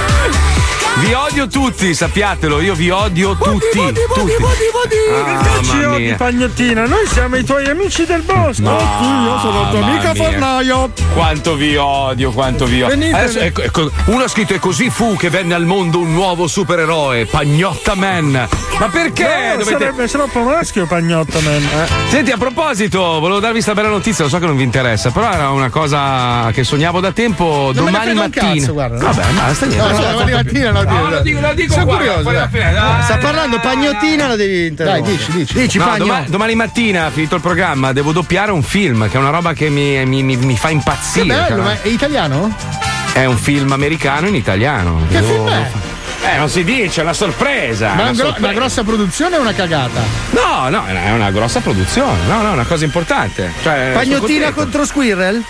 Vi odio tutti, sappiatelo, io vi odio tutti. Vodi, vodi, tutti. vodi, vodi. Ah, Perché ci mamma odi, mia. pagnottina? Noi siamo i tuoi amici del bosco. No, io sono tua mamma amica mia. fornaio. Quanto vi odio, quanto vi odio. Venite. Adesso, ecco, ecco, uno ha scritto: e così fu che venne al mondo un nuovo supereroe, Pagnotta Man. Ma perché? No, dovete... sarebbe troppo maschio Pagnotta Man. Eh. Senti, a proposito, volevo darvi sta bella notizia, lo so che non vi interessa, però era una cosa che sognavo da tempo. Non me ne domani frega un mattina. cazzo, guarda. Vabbè, basta niente. No, no, domani mattina no, No, lo dico, lo dico sono qua, curioso. fuori dai. la fine. Dai, Sta dai, parlando dai. pagnottina, la devi Dai, interrompere. dici, dici. Dici, No, pagno. doma- domani mattina, finito il programma, devo doppiare un film, che è una roba che mi, mi- mi- mi fa Che impazzire. bello, cara. ma è italiano? È un film americano in italiano. Che Devo- film è? Eh, non si dice, è una sorpresa. Ma una un gro- sorpresa. una grossa produzione o una cagata? No, no, è una grossa produzione. No, no, è una cosa importante. Cioè, Pagnottina sono contento. contro Squirrel?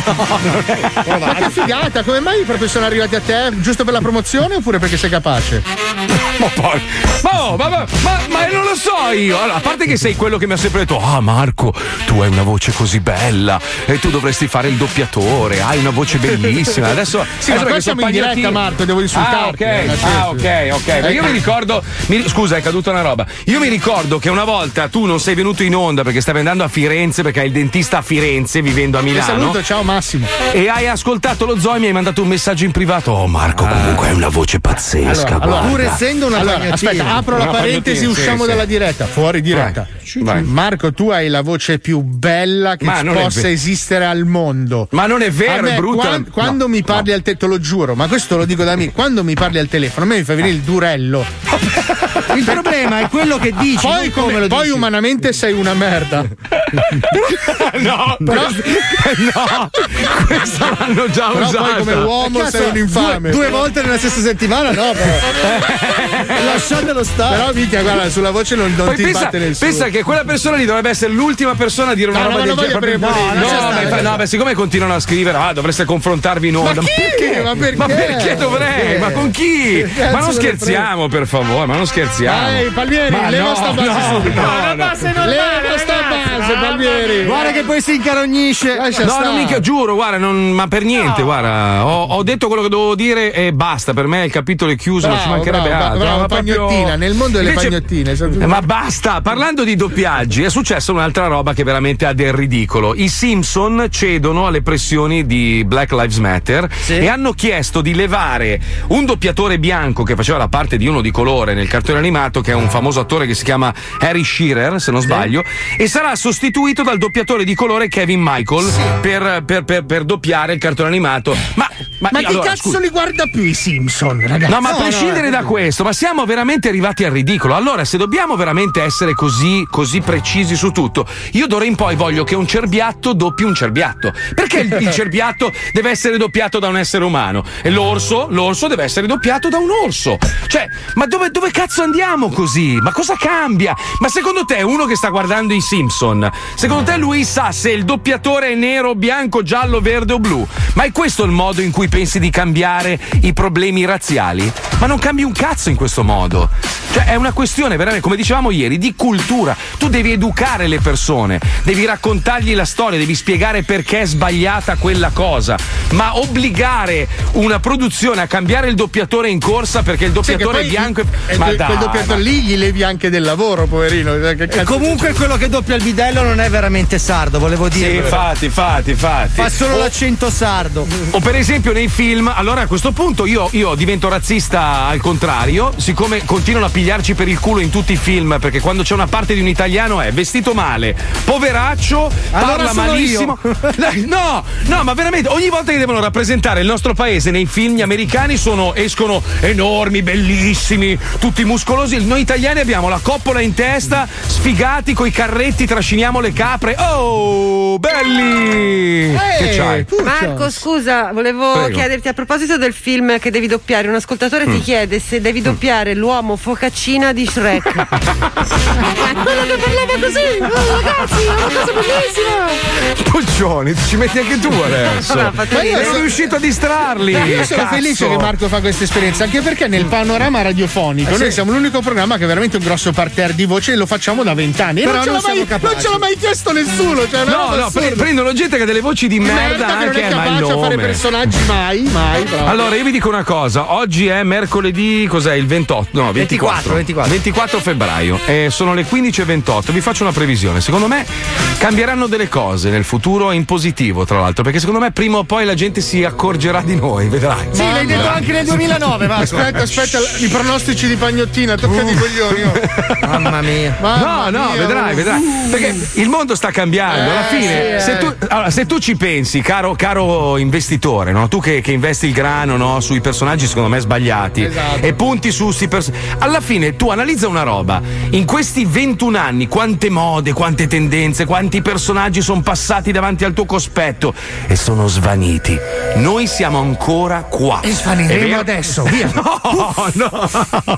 Ma che figata, come mai proprio sono arrivati a te? Giusto per la promozione oppure perché sei capace? Ma poi. Ma, oh, ma, ma, ma, ma non lo so io. Allora, a parte che sei quello che mi ha sempre detto: ah, Marco, tu hai una voce così bella e tu dovresti fare il doppiatore, hai una voce bellissima. Adesso, Sì, adesso ma qua perché siamo sono in diretta, Pagnottino- Marco, devo insultarti. Ah, ok, Eh, ah, ok, ok. Perché io Eh, mi ricordo. mi- scusa, è caduta una roba. Io mi ricordo che una volta tu non sei venuto in onda perché stavi andando a Firenze, perché hai il dentista a Firenze vivendo a Ti Milano. saluto, ciao Massimo. E hai ascoltato lo zoo e mi hai mandato un messaggio in privato. Oh, Marco, comunque hai una voce pazzesca. Allora, allora, guarda. Pur essendo una Allora, pagnottina. aspetta, apro la Una parentesi, pagnottina, usciamo sì, dalla sì. diretta. Fuori diretta. Vai, vai. Marco, tu hai la voce più bella che Ma non è possa ve- esistere al mondo. Ma non è vero, A me, è brutta. quan- la- quando no, mi parli al te, te lo giuro, ma questo lo dico da me, quando mi parli al telefono, a me mi fa venire il durello. Il problema è quello che dici. Poi, non come come- lo poi dici. umanamente sei una merda. no, Però, no, questa l'hanno già però usata. poi come uomo Cazzo, sei un infame. Due, due volte nella stessa settimana, no, però. Lasciatelo stare. Però mica, guarda, sulla voce non, non Poi ti pensa, batte nessuno. pensa che quella persona lì dovrebbe essere l'ultima persona a dire una No, roba no, del no, genere. voglio Proprio- prendere- No, lascia no, stare. beh, no, beh, siccome continuano a scrivere, ah, dovreste confrontarvi in onda. Ma chi? Ma perché? Ma perché dovrei? Perché? Ma con chi? Che cazzo Ma non me ne scherziamo, per favore, ma non scherziamo. Dai, Palmieri, Ma leva no, sta base no, subito. no, la no. base normale, Leva sta ragazzi, base, la Palmieri. Guarda che poi si incarognisce. Lascia No, stare. non mica, giuro, guarda, non- ma per niente, guarda. Ho, ho detto quello che dovevo dire e basta. Per me il capitolo è chiuso, non ci Bravo, mancherebbe bravo, altro. bravo, Ma proprio- pagnottina, nel mondo delle Invece- pagnottine. sono- Eh, Ma basta, parlando di doppiaggi, è successa un'altra roba che veramente ha del ridicolo. I Simpson cedono alle pressioni di Black Lives Matter e hanno chiesto di levare un doppiatore bianco che faceva la parte di uno di colore nel cartone animato, che è un famoso attore che si chiama Harry Shearer, se non sbaglio, e sarà sostituito dal doppiatore di colore Kevin Michael per, per- per- per doppiare il cartone animato. Ma, ma, Ma chi allora, cazzo scusa. li guarda più i Simpson, ragazzi? No, ma a No, prescindere no, da questo, ma siamo veramente arrivati al ridicolo. Allora, se dobbiamo veramente essere così, così precisi su tutto, io d'ora in poi voglio che un cerbiatto doppi un cerbiatto. Perché il, il cerbiatto deve essere doppiato da un essere umano? E l'orso? L'orso deve essere doppiato da un orso. Cioè, ma dove, dove cazzo andiamo così? Ma cosa cambia? Ma secondo te, uno che sta guardando i Simpson, secondo te lui sa se il doppiatore è nero, bianco, giallo, verde o blu? Ma è questo il modo in cui pensi di cambiare i problemi razziali? Ma non cambi un cazzo in questo modo. Cioè, è una questione veramente, come dicevamo ieri, di cultura. Tu devi educare le persone, devi raccontargli la storia, devi spiegare perché è sbagliata quella cosa. Ma obbligare una produzione a cambiare il doppiatore in corsa perché il Sì, che doppiatore poi è bianco e... e Ma quel, dai, quel doppiatore ma- lì gli levi anche del lavoro, poverino. Che E cazzo- comunque quello che doppia il bidello non è veramente sardo, volevo dire. Sì, infatti, infatti, infatti. Fa solo O- l'accento sardo. O per esempio nei film, allora a questo punto io, io divento razzista al contrario, siccome continuano a pigliarci per il culo in tutti i film, perché quando c'è una parte di un italiano è vestito male, poveraccio, Allora parla sono malissimo. No, no, ma veramente ogni volta che devono rappresentare il nostro paese nei film, gli americani sono, escono enormi, bellissimi, tutti muscolosi. Noi italiani abbiamo la coppola in testa, sfigati coi carretti, trasciniamo le capre. Oh, belli! Che c'hai? Marco, scusa, volevo Prego. chiederti a proposito del film che devi doppiare. Un ascoltatore Mm. ti chiede se devi doppiare l'uomo foca focaccina di Shrek. Quello che parlava così, oh, ragazzi, è una cosa bellissima. Puccioni, ci metti anche tu adesso. No, Ma io sono riuscito a distrarli. Io sono cazzo. felice che Marco fa questa esperienza, anche perché nel panorama radiofonico Eh, sì. noi siamo l'unico programma che ha veramente un grosso parterre di voce e lo facciamo da vent'anni. E Però non ce, non l'ha mai, siamo capaci. non ce l'ha mai chiesto nessuno. Cioè, una No, roba no, assurda. pre- prendono gente che ha delle voci di, Di merda, che anche, non è ma il capace a fare nome. personaggi mai, mai. proprio. Allora, io vi dico una cosa, oggi è mercoledì, cos'è? Il ventotto? No, ventiquattro. ventiquattro. ventiquattro febbraio. E sono le quindici e ventotto. Vi faccio una previsione. Secondo me cambieranno delle cose nel futuro in positivo, tra l'altro, perché secondo me prima o poi la gente si accorgerà di noi, vedrai. Sì, l'hai detto anche nel duemilanove, Marco. Aspetta, aspetta, i pronostici di Pagnottina, toccati i coglioni. oh. Mamma mia. Mamma no, no, mia, vedrai, oh. vedrai. Perché il mondo sta cambiando. Alla Eh, fine, sì, se, eh. tu, allora, se tu ci pensi, caro, caro investitore, no? Tu che, che investi il grano, no? Sui personaggi, secondo me, sbagliati. Esatto. E punti su sti personaggi. Alla fine, tu analizza una roba. In questi ventuno anni, quante mode, quante tendenze, quanti personaggi sono passati davanti al tuo cospetto e sono svaniti. Noi siamo ancora qua. E È svaniremo vero? adesso, via. No, no.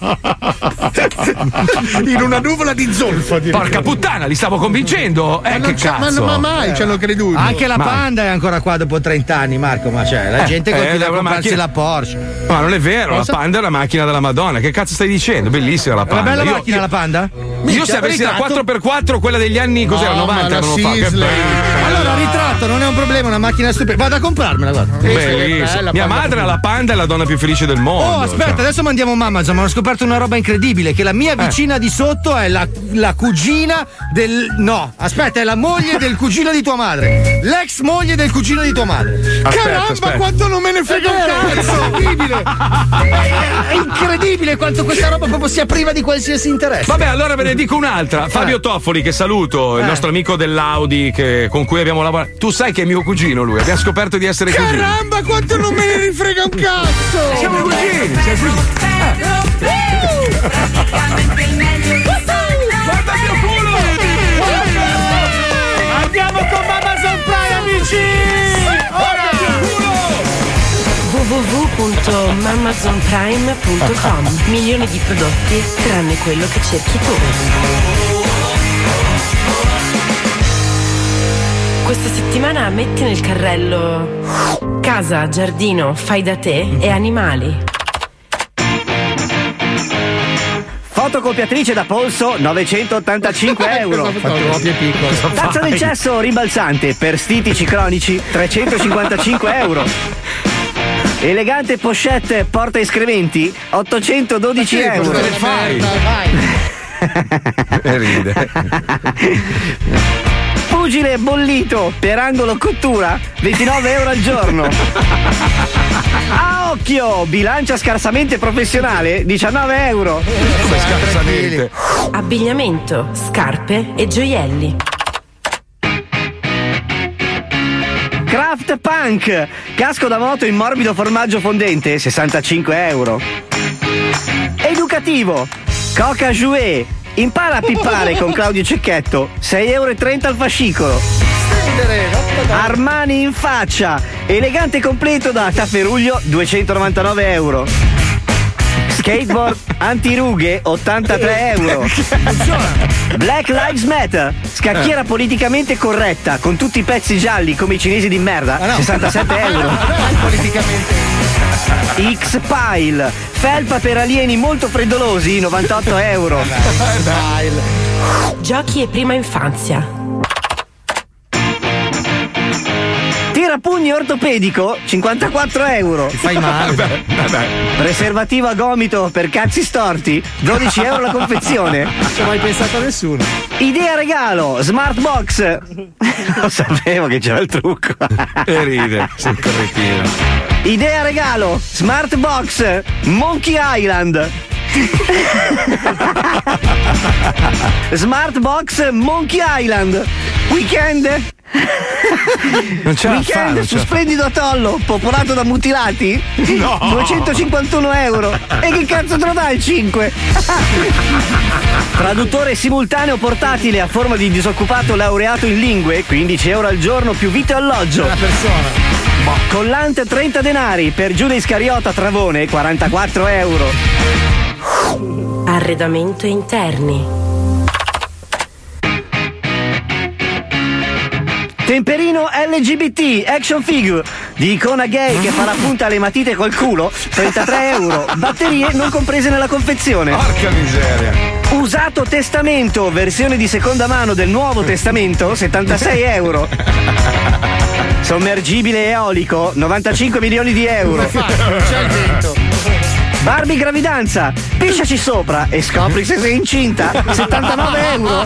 In una nuvola di zolfo. Porca puttana, li stavo convincendo. Eh, Ma, che non c'è- ma, cazzo. ma mai ci hanno creduto. Anche la Ma- Panda è ancora qua dopo trenta anni, Marco. Ma c'è, la Eh, gente eh, continua è a una comprarsi macchina- la Porsche. Ma non è vero, Cosa? la Panda è la macchina della Madonna. Che cazzo stai dicendo? Bellissima la È una Panda. bella Io- macchina io- la Panda? Io se avessi la quattro per quattro, quella degli anni, cos'era? No, ma novanta, la non lo fa. Che Sisley. bella. Allora, ritratto, non è un problema, è una macchina stupenda. Vado a comprarmela, guarda. Bellissima. bella, Mia Panda madre ha la Panda, è la donna più felice del mondo. Oh, aspetta, cioè. adesso mandiamo Amazon. Ma ho scoperto una roba incredibile: che la mia vicina di sotto è la, la cugina del. No, aspetta, è la moglie del cugino di tua madre. L'ex moglie del cugino di tua madre. Aspetta, Caramba, aspetta. quanto non me ne frega un cazzo! Incredibile! È incredibile quanto questa roba proprio sia priva di qualsiasi interesse. Vabbè, allora ve ne dico un'altra. Fabio Toffoli, che saluto, il Eh. nostro amico dell'Audi che- con cui abbiamo lavorato. Tu sai che è mio cugino lui, abbiamo scoperto di essere cugini. Caramba, quanto non me ne frega un cazzo! Siamo cugini, siamo cugini. Guarda il mio culo! Andiamo con Amazon Prime, amici! Guarda il mio culo! w w w punto amazon prime punto com. Milioni di prodotti tranne quello che cerchi tu. Questa settimana metti nel carrello casa, giardino, fai da te e animali. Fotocopiatrice da polso novecentottantacinque euro. Fotocopie piccole. Tazza del cesso ribalzante per stitici cronici trecentocinquantacinque euro. Elegante pochette porta escrementi ottocentododici euro. Cosa ne fai? E ride. Pugile bollito per angolo cottura ventinove euro al giorno. A occhio, bilancia scarsamente professionale diciannove euro. Come scarsamente. Abbigliamento, scarpe e gioielli. Craft Punk, casco da moto in morbido formaggio fondente sessantacinque euro. Educativo, Coca Jouet, impara a pippare con Claudio Cecchetto, sei euro e trenta al fascicolo. Armani in faccia, elegante completo da Tafferuglio duecentonovantanove euro. Skateboard antirughe ottantatré euro. Black Lives Matter, scacchiera politicamente corretta con tutti i pezzi gialli come i cinesi di merda, sessantasette euro. X-Pile, felpa per alieni molto freddolosi, novantotto euro. Giochi e prima infanzia. Tirapugni ortopedico, cinquantaquattro euro. Fai male. Vabbè, vabbè. Preservativo a gomito per cazzi storti, dodici euro la confezione. Non ci ha mai pensato a nessuno. Idea regalo, Smart Box. Lo sapevo che c'era il trucco. E ride, sei un correttino. Idea regalo, Smart Box, Monkey Island. Smart Box Monkey Island. Weekend. Non ce la fa, Weekend non ce su la fa. splendido atollo, popolato da mutilati? No. duecentocinquantuno euro. E che cazzo te lo dai il cinque? Traduttore simultaneo portatile a forma di disoccupato laureato in lingue, quindici euro al giorno più vitto e alloggio. Una persona. Collante trenta denari per Giuda Iscariota Travone, quarantaquattro euro. Arredamento interni. Temperino L G B T Action Figure di icona gay che fa la punta alle matite col culo, trentatré euro. Batterie non comprese nella confezione. Porca miseria. Usato testamento, versione di seconda mano del Nuovo Testamento, settantasei euro. Sommergibile eolico, novantacinque milioni di euro. C'è il vento. Barbie gravidanza, pisciaci sopra e scopri se sei incinta, settantanove euro.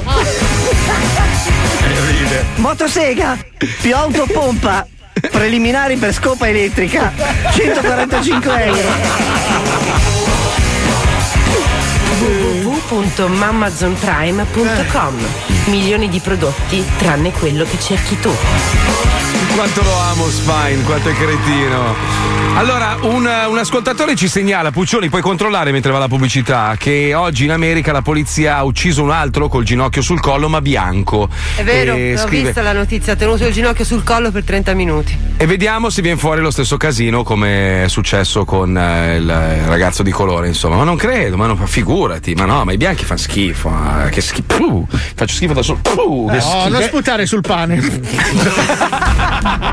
Motosega, più autopompa, preliminari per scopa elettrica, centoquarantacinque euro. w w w punto mamazon prime punto com. Milioni di prodotti tranne quello che cerchi tu. Quanto lo amo Spine, quanto è cretino. Allora, un, un ascoltatore ci segnala, Puccioni, puoi controllare mentre va la pubblicità, che oggi in America la polizia ha ucciso un altro col ginocchio sul collo ma bianco. È vero, e l'ho scrive, vista la notizia, ha tenuto il ginocchio sul collo per trenta minuti. E vediamo se viene fuori lo stesso casino come è successo con eh, il ragazzo di colore, insomma. Ma non credo, ma non, figurati, ma no, ma i bianchi fanno schifo. Eh, che schifo. Puh, faccio schifo da solo. Puh, che No, schifo. non sputare sul pane.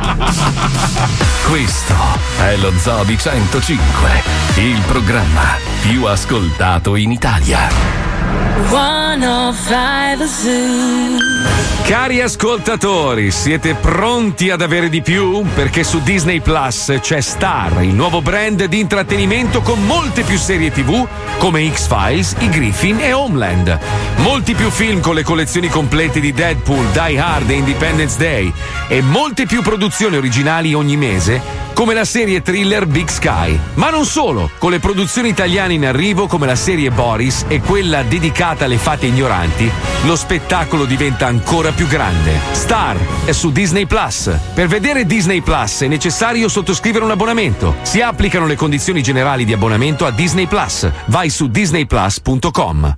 Questo è lo Zoo di centocinque, il programma più ascoltato in Italia. centocinque Zoo. Cari ascoltatori, siete pronti ad avere di più? Perché su Disney Plus c'è Star, il nuovo brand di intrattenimento con molte più serie tivù come X-Files, I Griffin e Homeland. Molti più film con le collezioni complete di Deadpool, Die Hard e Independence Day e molte più produzioni originali ogni mese come la serie thriller Big Sky. Ma non solo, con le produzioni italiane in arrivo come la serie Boris e quella dedicata alle fate ignoranti, lo spettacolo diventa ancora più grande. Star è su Disney Plus. Per vedere Disney Plus è necessario sottoscrivere un abbonamento. Si applicano le condizioni generali di abbonamento a Disney Plus. Vai su disney plus punto com.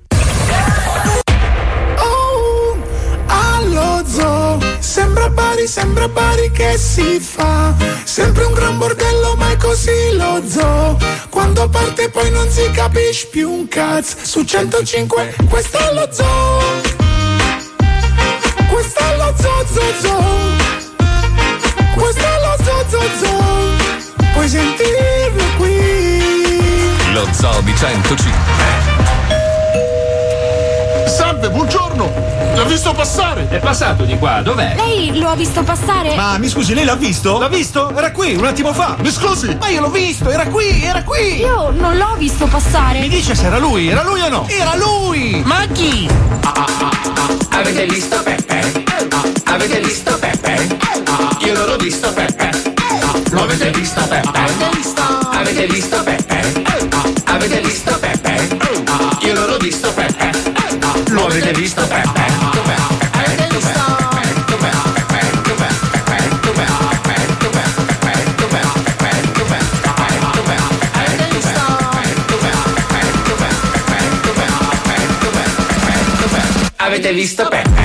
Oh, allo zoo, sembra Bari, sembra Bari che si fa. Sempre un gran bordello, ma è così lo zoo. Quando parte poi non si capisce più un cazzo. Su centocinque, questo è lo zoo. Questo è lo zoo, zoo, zoo. Questo è lo zoo, zoo, zoo. Puoi sentirlo qui. Lo Zoo di centocinque. Salve, buongiorno. L'ho visto passare. È passato di qua, dov'è? Lei lo ha visto passare? Ma mi scusi, lei l'ha visto? L'ha visto? Era qui, un attimo fa. Mi scusi? Ma io l'ho visto, era qui, era qui. Io non l'ho visto passare. Mi dice se era lui, era lui o no? Era lui! Ma chi? Ah, ah, ah, ah. Avete visto Peppe? Ah, avete visto Peppe? Ah, io non l'ho visto Peppe. Ah, lo avete visto Peppe? Avete visto? Avete visto Peppe? Ah, avete visto Peppe? Ah, io non l'ho visto Peppe. Ah, lo avete visto Peppe? Avete visto Peppe?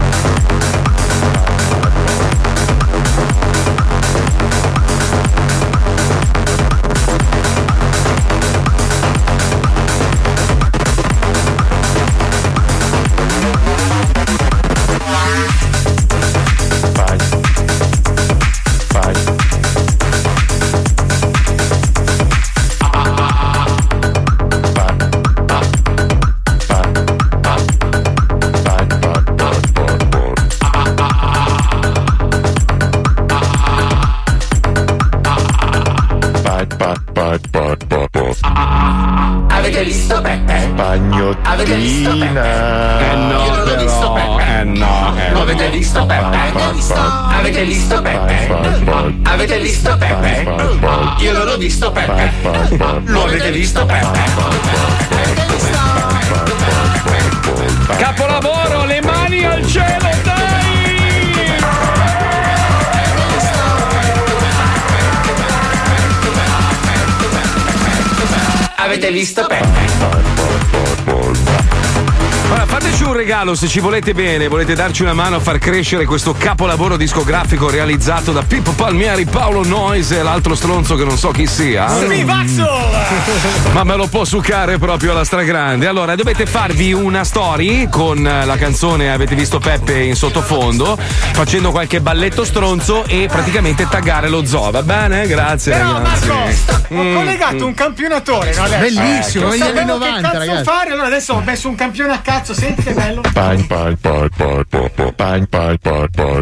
Avete visto Peppe? Pagnottina. Avete visto Peppe? Eh no, Io non l'ho visto Peppe. Eh no, eh Lo avete visto Peppe? Avete visto Peppe? Avete visto Peppe? Io non l'ho visto Peppe. Lo avete visto Peppe? Capolavoro, le mani al cielo, dai! Avete visto Peppe? Allora, fateci un regalo, se ci volete bene, volete darci una mano a far crescere questo capolavoro discografico realizzato da Pippo Palmieri, Paolo Noise e l'altro stronzo che non so chi sia. Steve Axel! Ma me lo può succare proprio alla stragrande. Allora, dovete farvi una story con la canzone Avete visto Peppe in sottofondo, facendo qualche balletto stronzo e praticamente taggare lo zoo. Va bene? Grazie. Però ragazzi. Marco, ho Mm, collegato mm. un campionatore, no? Adesso. Bellissimo, Non negli anni sapevo novanta, che cazzo ragazzi. fare, allora adesso ho messo un campione a cazzo, senti che bello. Pan, pan, pan, pan, pan, pan, pan, pan, pan, pan,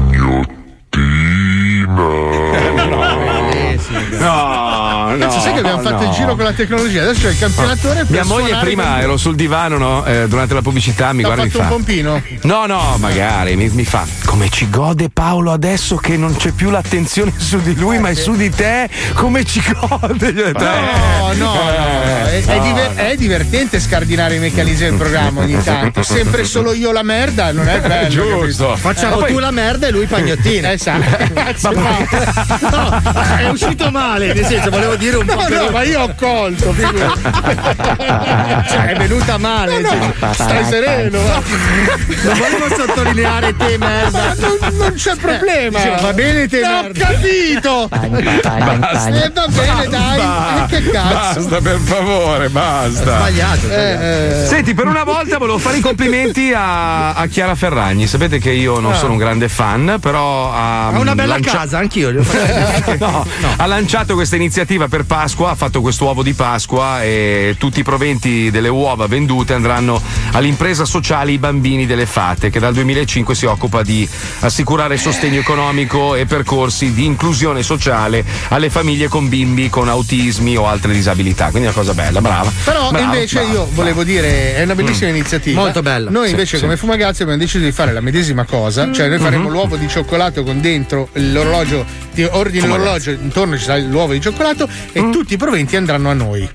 No, no. Cazzo, sai che abbiamo fatto no. il giro con la tecnologia? Adesso c'è il campionatore per Mia moglie suonare prima con- ero sul divano, no? Eh, durante la pubblicità mi T'ha guarda e mi fatto un fa. pompino? No, no, magari mi, mi fa. Come ci gode Paolo adesso che non c'è più l'attenzione su di lui, ma è su di te? Come ci gode? Gli ho detto, No, eh, no, no. È, è no. diver- è divertente scardinare i meccanismi del programma ogni tanto. Sempre solo io la merda, non è bello. Giusto. capito? Facciamo Ma poi- tu la merda e lui pagnottina. Esatto. Cazzo, fa. No, è uscito male, nel senso, volevo dire un No, po' no, per- ma io ho colto, figurati. Cioè, è venuta male. No, no, cioè. stai sereno. va. Non volevo sottolineare te, merda. Ma non, non c'è problema. Dicevo, va bene te, No, ho merda. capito. Basta. Eh, va bene, dai. Ba- Eh, che cazzo. Basta, per favore, basta. Sbagliato. Eh, eh. Senti, per una volta volevo fare i complimenti a, a Chiara Ferragni. Sapete che io non Ah. sono un grande fan, però ha, Ha una bella lancia- casa, anch'io. Gli ho fatto- No, ha lanciato questa iniziativa per Pasqua, ha fatto quest'uovo di Pasqua e tutti i proventi delle uova vendute andranno all'impresa sociale I Bambini delle Fate, che dal duemilacinque si occupa di assicurare sostegno economico e percorsi di inclusione sociale alle famiglie con bimbi con autismi o altre disabilità. Quindi è una cosa bella, brava. Però Brava, invece brava, io brava. volevo dire, è una bellissima iniziativa. Molto bella. Noi Sì, invece sì. come Fumagazzi abbiamo deciso di fare la medesima cosa, cioè noi faremo l'uovo di cioccolato con dentro l'orologio, ti ordini Fumagazzi. l'orologio, intorno ci sarà l'uovo di cioccolato e tutti i proventi andranno a noi.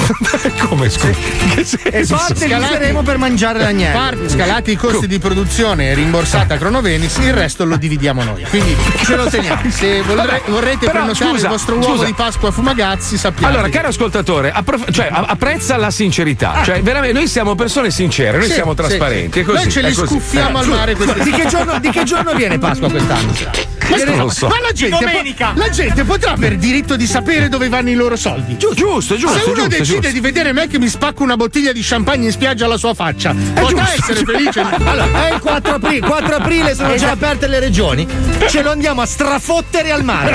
Come scusa? Che E senso? parte li useremo per mangiare l'agnello. Par- scalati i costi di produzione e rimborsata a Cronovenis, il resto lo dividiamo noi. Quindi ce lo teniamo. Se vorre- vorrete Però, prenotare scusa, il vostro uovo scusa. di Pasqua a Fumagazzi, sappiate. Allora, caro ascoltatore, approf- cioè, a- apprezza la sincerità. Cioè, veramente, noi siamo persone sincere, noi Sì, siamo sì. trasparenti. È così, Noi ce è li così. scuffiamo Eh. al mare questi- Di che, giorno, di che giorno viene Pasqua quest'anno? Ma, Io non lo so. ma la gente, domenica. la gente potrà aver diritto di sapere dove vanno i loro soldi. Giusto, giusto, Se uno giusto, decide giusto. di vedere me che mi spacco una bottiglia di champagne in spiaggia alla sua faccia, potrà giusto, essere giusto. felice. Allora, è il quattro aprile, quattro aprile sono già aperte le regioni. Ce lo andiamo a strafottere al mare.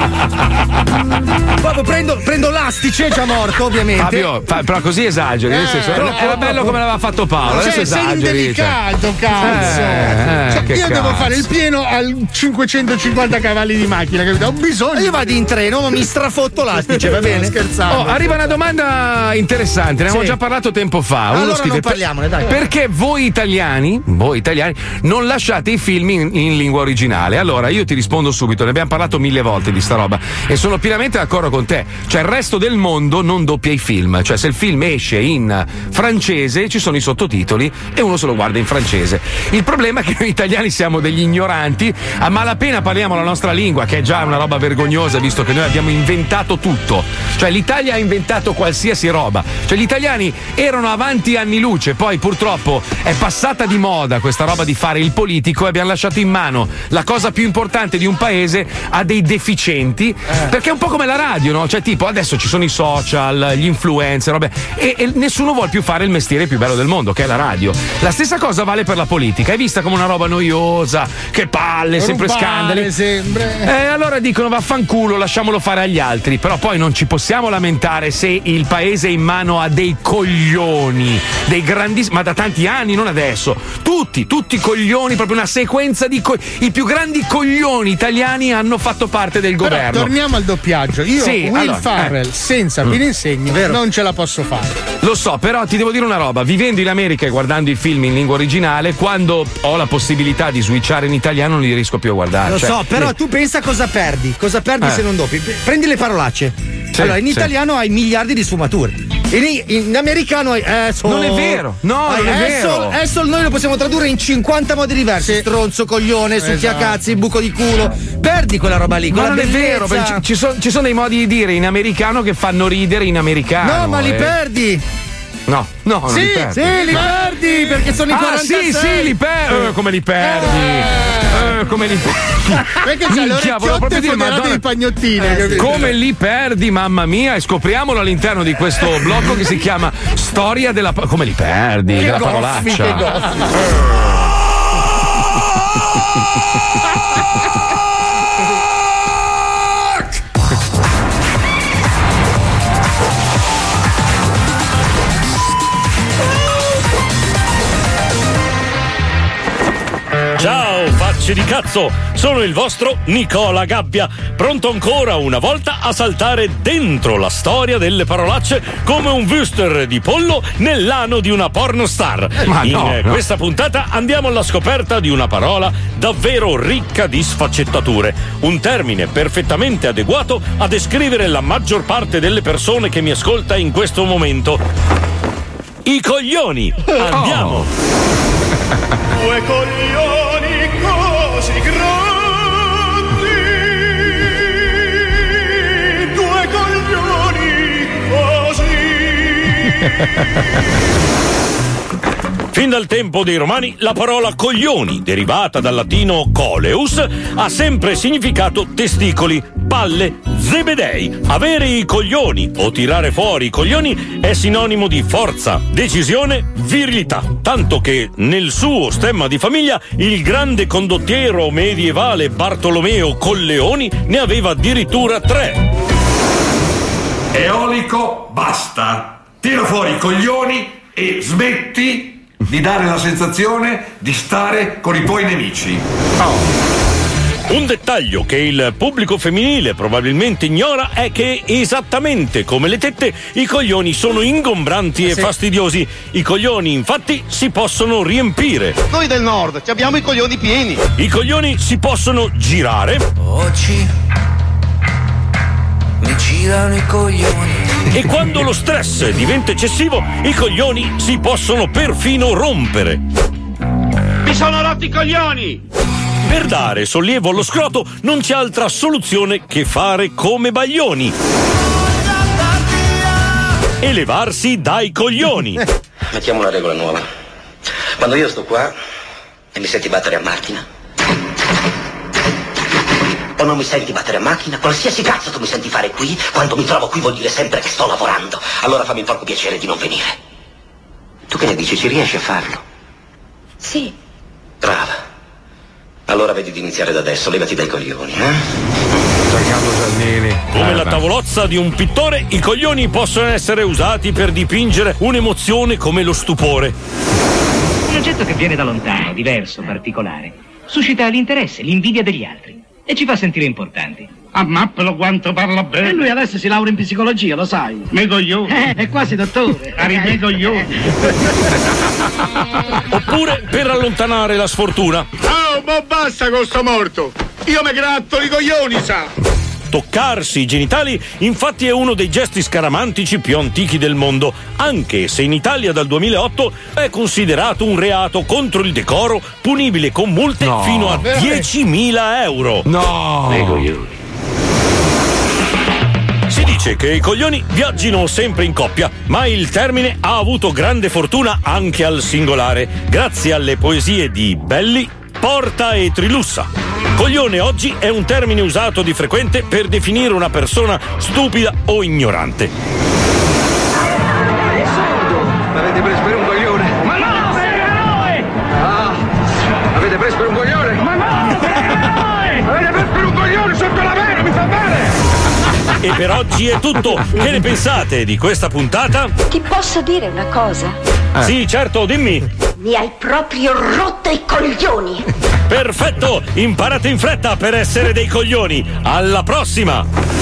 Proprio prendo, prendo l'astice, già morto, ovviamente. Fabio, fa- però così esageri. Nel Eh, senso, era, troppo, era bello troppo. come l'aveva fatto Paolo. Adesso Cioè, sei esageri. cioè. indelicato, cazzo. Eh, eh, Cioè, che io devo cazzo. fare il pieno al cinquecentocinquanta cavalli di macchina, capito? Ho bisogno. Io vado in treno, ma mi strafotto l'astice, va bene? Scherzando. Oh, arriva una domanda interessante, ne avevamo Sì. già parlato tempo fa. Uno Allora scrive, non parliamone, dai. Perché voi italiani, voi italiani, non lasciate i film in, in lingua originale? Allora, io ti rispondo subito, ne abbiamo parlato mille volte di sta roba e sono pienamente d'accordo con te. Cioè, il resto del mondo non doppia i film. Cioè, se il film esce in francese, ci sono i sottotitoli e uno se lo guarda in francese. Il problema è che noi italiani siamo degli ignoranti, a malapena parliamo la nostra lingua, che è già una roba vergognosa, visto che noi abbiamo inventato tutto. Cioè, l'Italia ha inventato qualsiasi roba. Cioè, gli italiani erano avanti anni luce, poi purtroppo è passata di moda questa roba di fare il politico e abbiamo lasciato in mano la cosa più importante di un paese a dei deficienti, perché è un po' come la radio, no? Cioè, tipo, adesso ci sono i social, gli influencer, robe, e, e nessuno vuole più fare il mestiere più bello del mondo, che è la radio. La stessa cosa vale per la politica, è vista come una roba noiosa, che palle, sempre Rubare, scandali. sempre. Eh, allora dicono vaffanculo, lasciamolo fare agli altri, però poi non ci possiamo lamentare se il paese è in mano a dei coglioni, dei grandissimi, ma da tanti anni, non adesso. Tutti, tutti coglioni, proprio una sequenza di co- i più grandi coglioni italiani hanno fatto parte del Però governo. torniamo al doppiaggio. Io Sì, Will allora, Farrell eh. senza Mm. Pino Insegni Vero. non ce la posso fare. Lo so, però ti devo dire una roba, vivendo in America e guardando i film in lingua originale, quando ho la possibilità di switchare in italiano non li riesco più a guardare. Lo Cioè, so, però tu pensa cosa perdi. Cosa perdi Eh. se non doppi? Prendi le parolacce. Sì, allora, in sì. italiano hai miliardi di sfumature. In, in americano hai asshole. Non è vero, no, Hai non è vero. asshole, asshole noi lo possiamo tradurre in cinquanta modi diversi. Sì. Stronzo, coglione, succhiacazzi, Esatto. buco di culo. Perdi quella roba lì. Ma quella non è bellezza. vero, perché ci, ci sono, ci sono dei modi di dire in americano che fanno ridere in americano. No, ma li eh. perdi. No, no, non sì, li perdi. Sì, li perdi perché sono i ah, quarantasei. sì, sì, li perdi. Eh, come li perdi? Eh, come li perdi? Perché c'è l'orecchiotto foderato di pagnottine. Eh, come li perdi, mamma mia? E scopriamolo all'interno di questo blocco che si chiama Storia della. Come li perdi? Che della goffi, parolaccia. che goffi. Ciao, facce di cazzo! Sono il vostro Nicola Gabbia, pronto ancora una volta a saltare dentro la storia delle parolacce come un wuster di pollo nell'ano di una pornostar. Ma In no, eh, no. questa puntata andiamo alla scoperta di una parola davvero ricca di sfaccettature, un termine perfettamente adeguato a descrivere la maggior parte delle persone che mi ascolta in questo momento. I coglioni! Andiamo! Due coglioni così grandi, due coglioni così. Fin dal tempo dei Romani la parola coglioni, derivata dal latino coleus, ha sempre significato testicoli, palle, zebedei. Avere i coglioni o tirare fuori i coglioni è sinonimo di forza, decisione, virilità. Tanto che nel suo stemma di famiglia il grande condottiero medievale Bartolomeo Colleoni ne aveva addirittura tre. Eolico, basta. Tira fuori i coglioni e smetti di dare la sensazione di stare con i tuoi nemici. Un dettaglio che il pubblico femminile probabilmente ignora è che, esattamente come le tette, i coglioni sono ingombranti e Sì. fastidiosi. I coglioni, infatti, si possono riempire. Noi del nord ci abbiamo i coglioni pieni. I coglioni si possono girare. Oggi mi girano i coglioni. E quando lo stress diventa eccessivo, i coglioni si possono perfino rompere. Mi sono rotti i coglioni! Per dare sollievo allo scroto non c'è altra soluzione che fare come Baglioni. E levarsi dai coglioni. Mettiamo una regola nuova. Quando io sto qua e mi senti battere a macchina, o non mi senti battere a macchina, qualsiasi cazzo tu mi senti fare qui, quando mi trovo qui vuol dire sempre che sto lavorando. Allora fammi il porco piacere di non venire. Tu che ne dici, ci riesci a farlo? Sì. Brava. Allora vedi di iniziare da adesso, levati dai coglioni, eh? Giancarlo Giannini. Come Eh, la beh. tavolozza di un pittore, i coglioni possono essere usati per dipingere un'emozione come lo stupore. Un oggetto che viene da lontano, diverso, particolare, suscita l'interesse, l'invidia degli altri e ci fa sentire importanti. Ammappelo quanto parla bene. E lui adesso si laurea in psicologia, lo sai. Me coglione. Eh, è quasi dottore. Ari me coglione. Oppure per allontanare la sfortuna. Oh, ma basta con sto morto. Io me gratto i coglioni, sa. Toccarsi i genitali, infatti, è uno dei gesti scaramantici più antichi del mondo, anche se in Italia dal duemilaotto è considerato un reato contro il decoro, punibile con multe No. fino a diecimila euro. No! Dei coglioni. Si dice che i coglioni viaggino sempre in coppia, ma il termine ha avuto grande fortuna anche al singolare, grazie alle poesie di Belli, Porta e Trilussa. Coglione oggi è un termine usato di frequente per definire una persona stupida o ignorante. Avete preso per un coglione? Ma no, per noi! Ah, avete preso per un coglione? Ma no, per noi! Avete preso per un coglione sotto la mano, mi fa male! E per oggi è tutto. Che ne pensate di questa puntata? Ti posso dire una cosa? Sì, certo, dimmi. Mi hai proprio rotto i coglioni. Perfetto, imparate in fretta per essere dei coglioni. Alla prossima!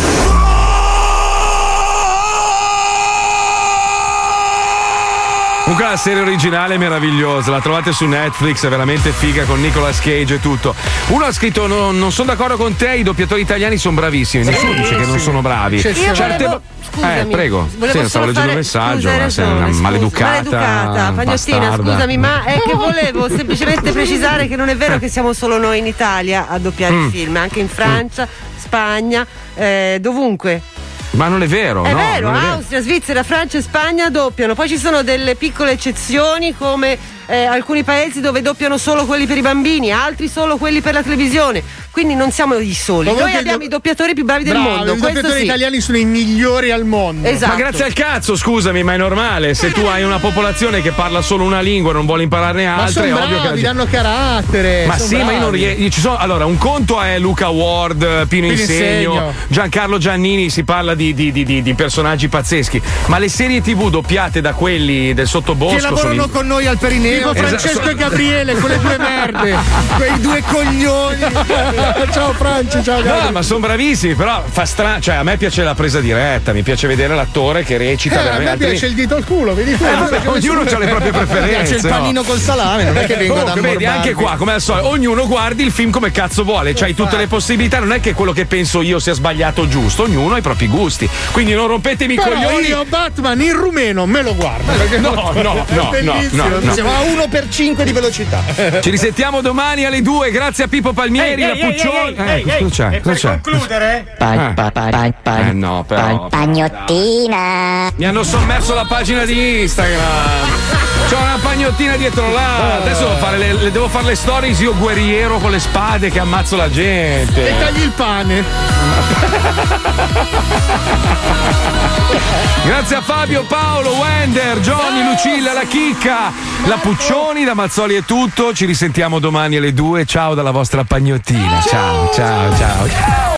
Comunque la serie originale è meravigliosa, la trovate su Netflix, è veramente figa con Nicolas Cage e tutto. Uno ha scritto: no, non sono d'accordo con te, i doppiatori italiani sono bravissimi, Sì, nessuno dice che non sì. sono bravi. Io Certe volevo- vo- scusami, eh, prego. volevo Sì, stavo solo leggendo fare- il messaggio, scusa, hai ma sei una ragione, scusa. maleducata. Maleducata, Pagnottina, bastarda. scusami, ma è che volevo semplicemente precisare che non è vero che siamo solo noi in Italia a doppiare Mm. i film, anche in Francia, Spagna, eh, dovunque. Ma non è vero, È no? vero, non è vero. Austria, Svizzera, Francia e Spagna doppiano. Poi ci sono delle piccole eccezioni come eh, alcuni paesi dove doppiano solo quelli per i bambini, altri solo quelli per la televisione. Quindi non siamo i soli. Comunque Noi abbiamo do- i doppiatori più bravi del Bravo, mondo. i Questo doppiatori sì. italiani sono i migliori al mondo. Esatto. Ma grazie al cazzo, scusami, ma è normale. Se tu hai una popolazione che parla solo una lingua e non vuole impararne Ma altre, sono è ovvio bravi, che. danno carattere. Ma son sì, ma io non bravi. riesco. Ci sono, allora, un conto è Luca Ward, Pino Pino Insegno, Insegno. Giancarlo Giannini, si parla di, di- di- di- di personaggi pazzeschi. Ma le serie tivù doppiate da quelli del sottobosco Che lavorano sono in- con noi al Perineo. Tipo Francesco Esatto. e Gabriele, quelle due merde. Quei due coglioni. Ciao Franci, ciao No, Gabriele. ma sono bravissimi, però fa strano. Cioè, a me piace la presa diretta, mi piace vedere l'attore che recita Eh, a veramente. me piace il dito al culo, vedi tu. Eh, vabbè, ognuno ha le proprie preferenze. Piace il panino no? col salame, non è che vengo ad Comunque, vedi, ammorbarvi. anche qua, come al solito, ognuno guardi il film come cazzo vuole, c'hai tutte le possibilità, non è che quello che penso io sia sbagliato o giusto, ognuno ha i propri gusti. Quindi non rompetemi i Però coglioni. io Batman in rumeno me lo guardo. perché No, non- no, è no, bellissimo. no, no. Siamo a uno per cinque di velocità. Ci risentiamo domani alle due, grazie a Pippo Palmieri, Ehi, la ehi, ehi, Puccioni. ehi, ehi, Eh, ehi, cosa c'è? E Cosa per c'è? concludere, Eh. Pa- pa- pa- pa- Eh no, però. Pagnottina. Mi hanno sommerso la pagina di Instagram. C'ho una pagnottina dietro là. Adesso devo fare le, le- devo fare le stories io guerriero con le spade che ammazzo la gente. E tagli il pane. Grazie a Fabio, Paolo, Wender, Johnny, Lucilla, la Chicca, la Puccioni, da Mazzoli è tutto. Ci risentiamo domani alle due. Ciao dalla vostra pagnottina. Ciao, ciao, ciao. ciao.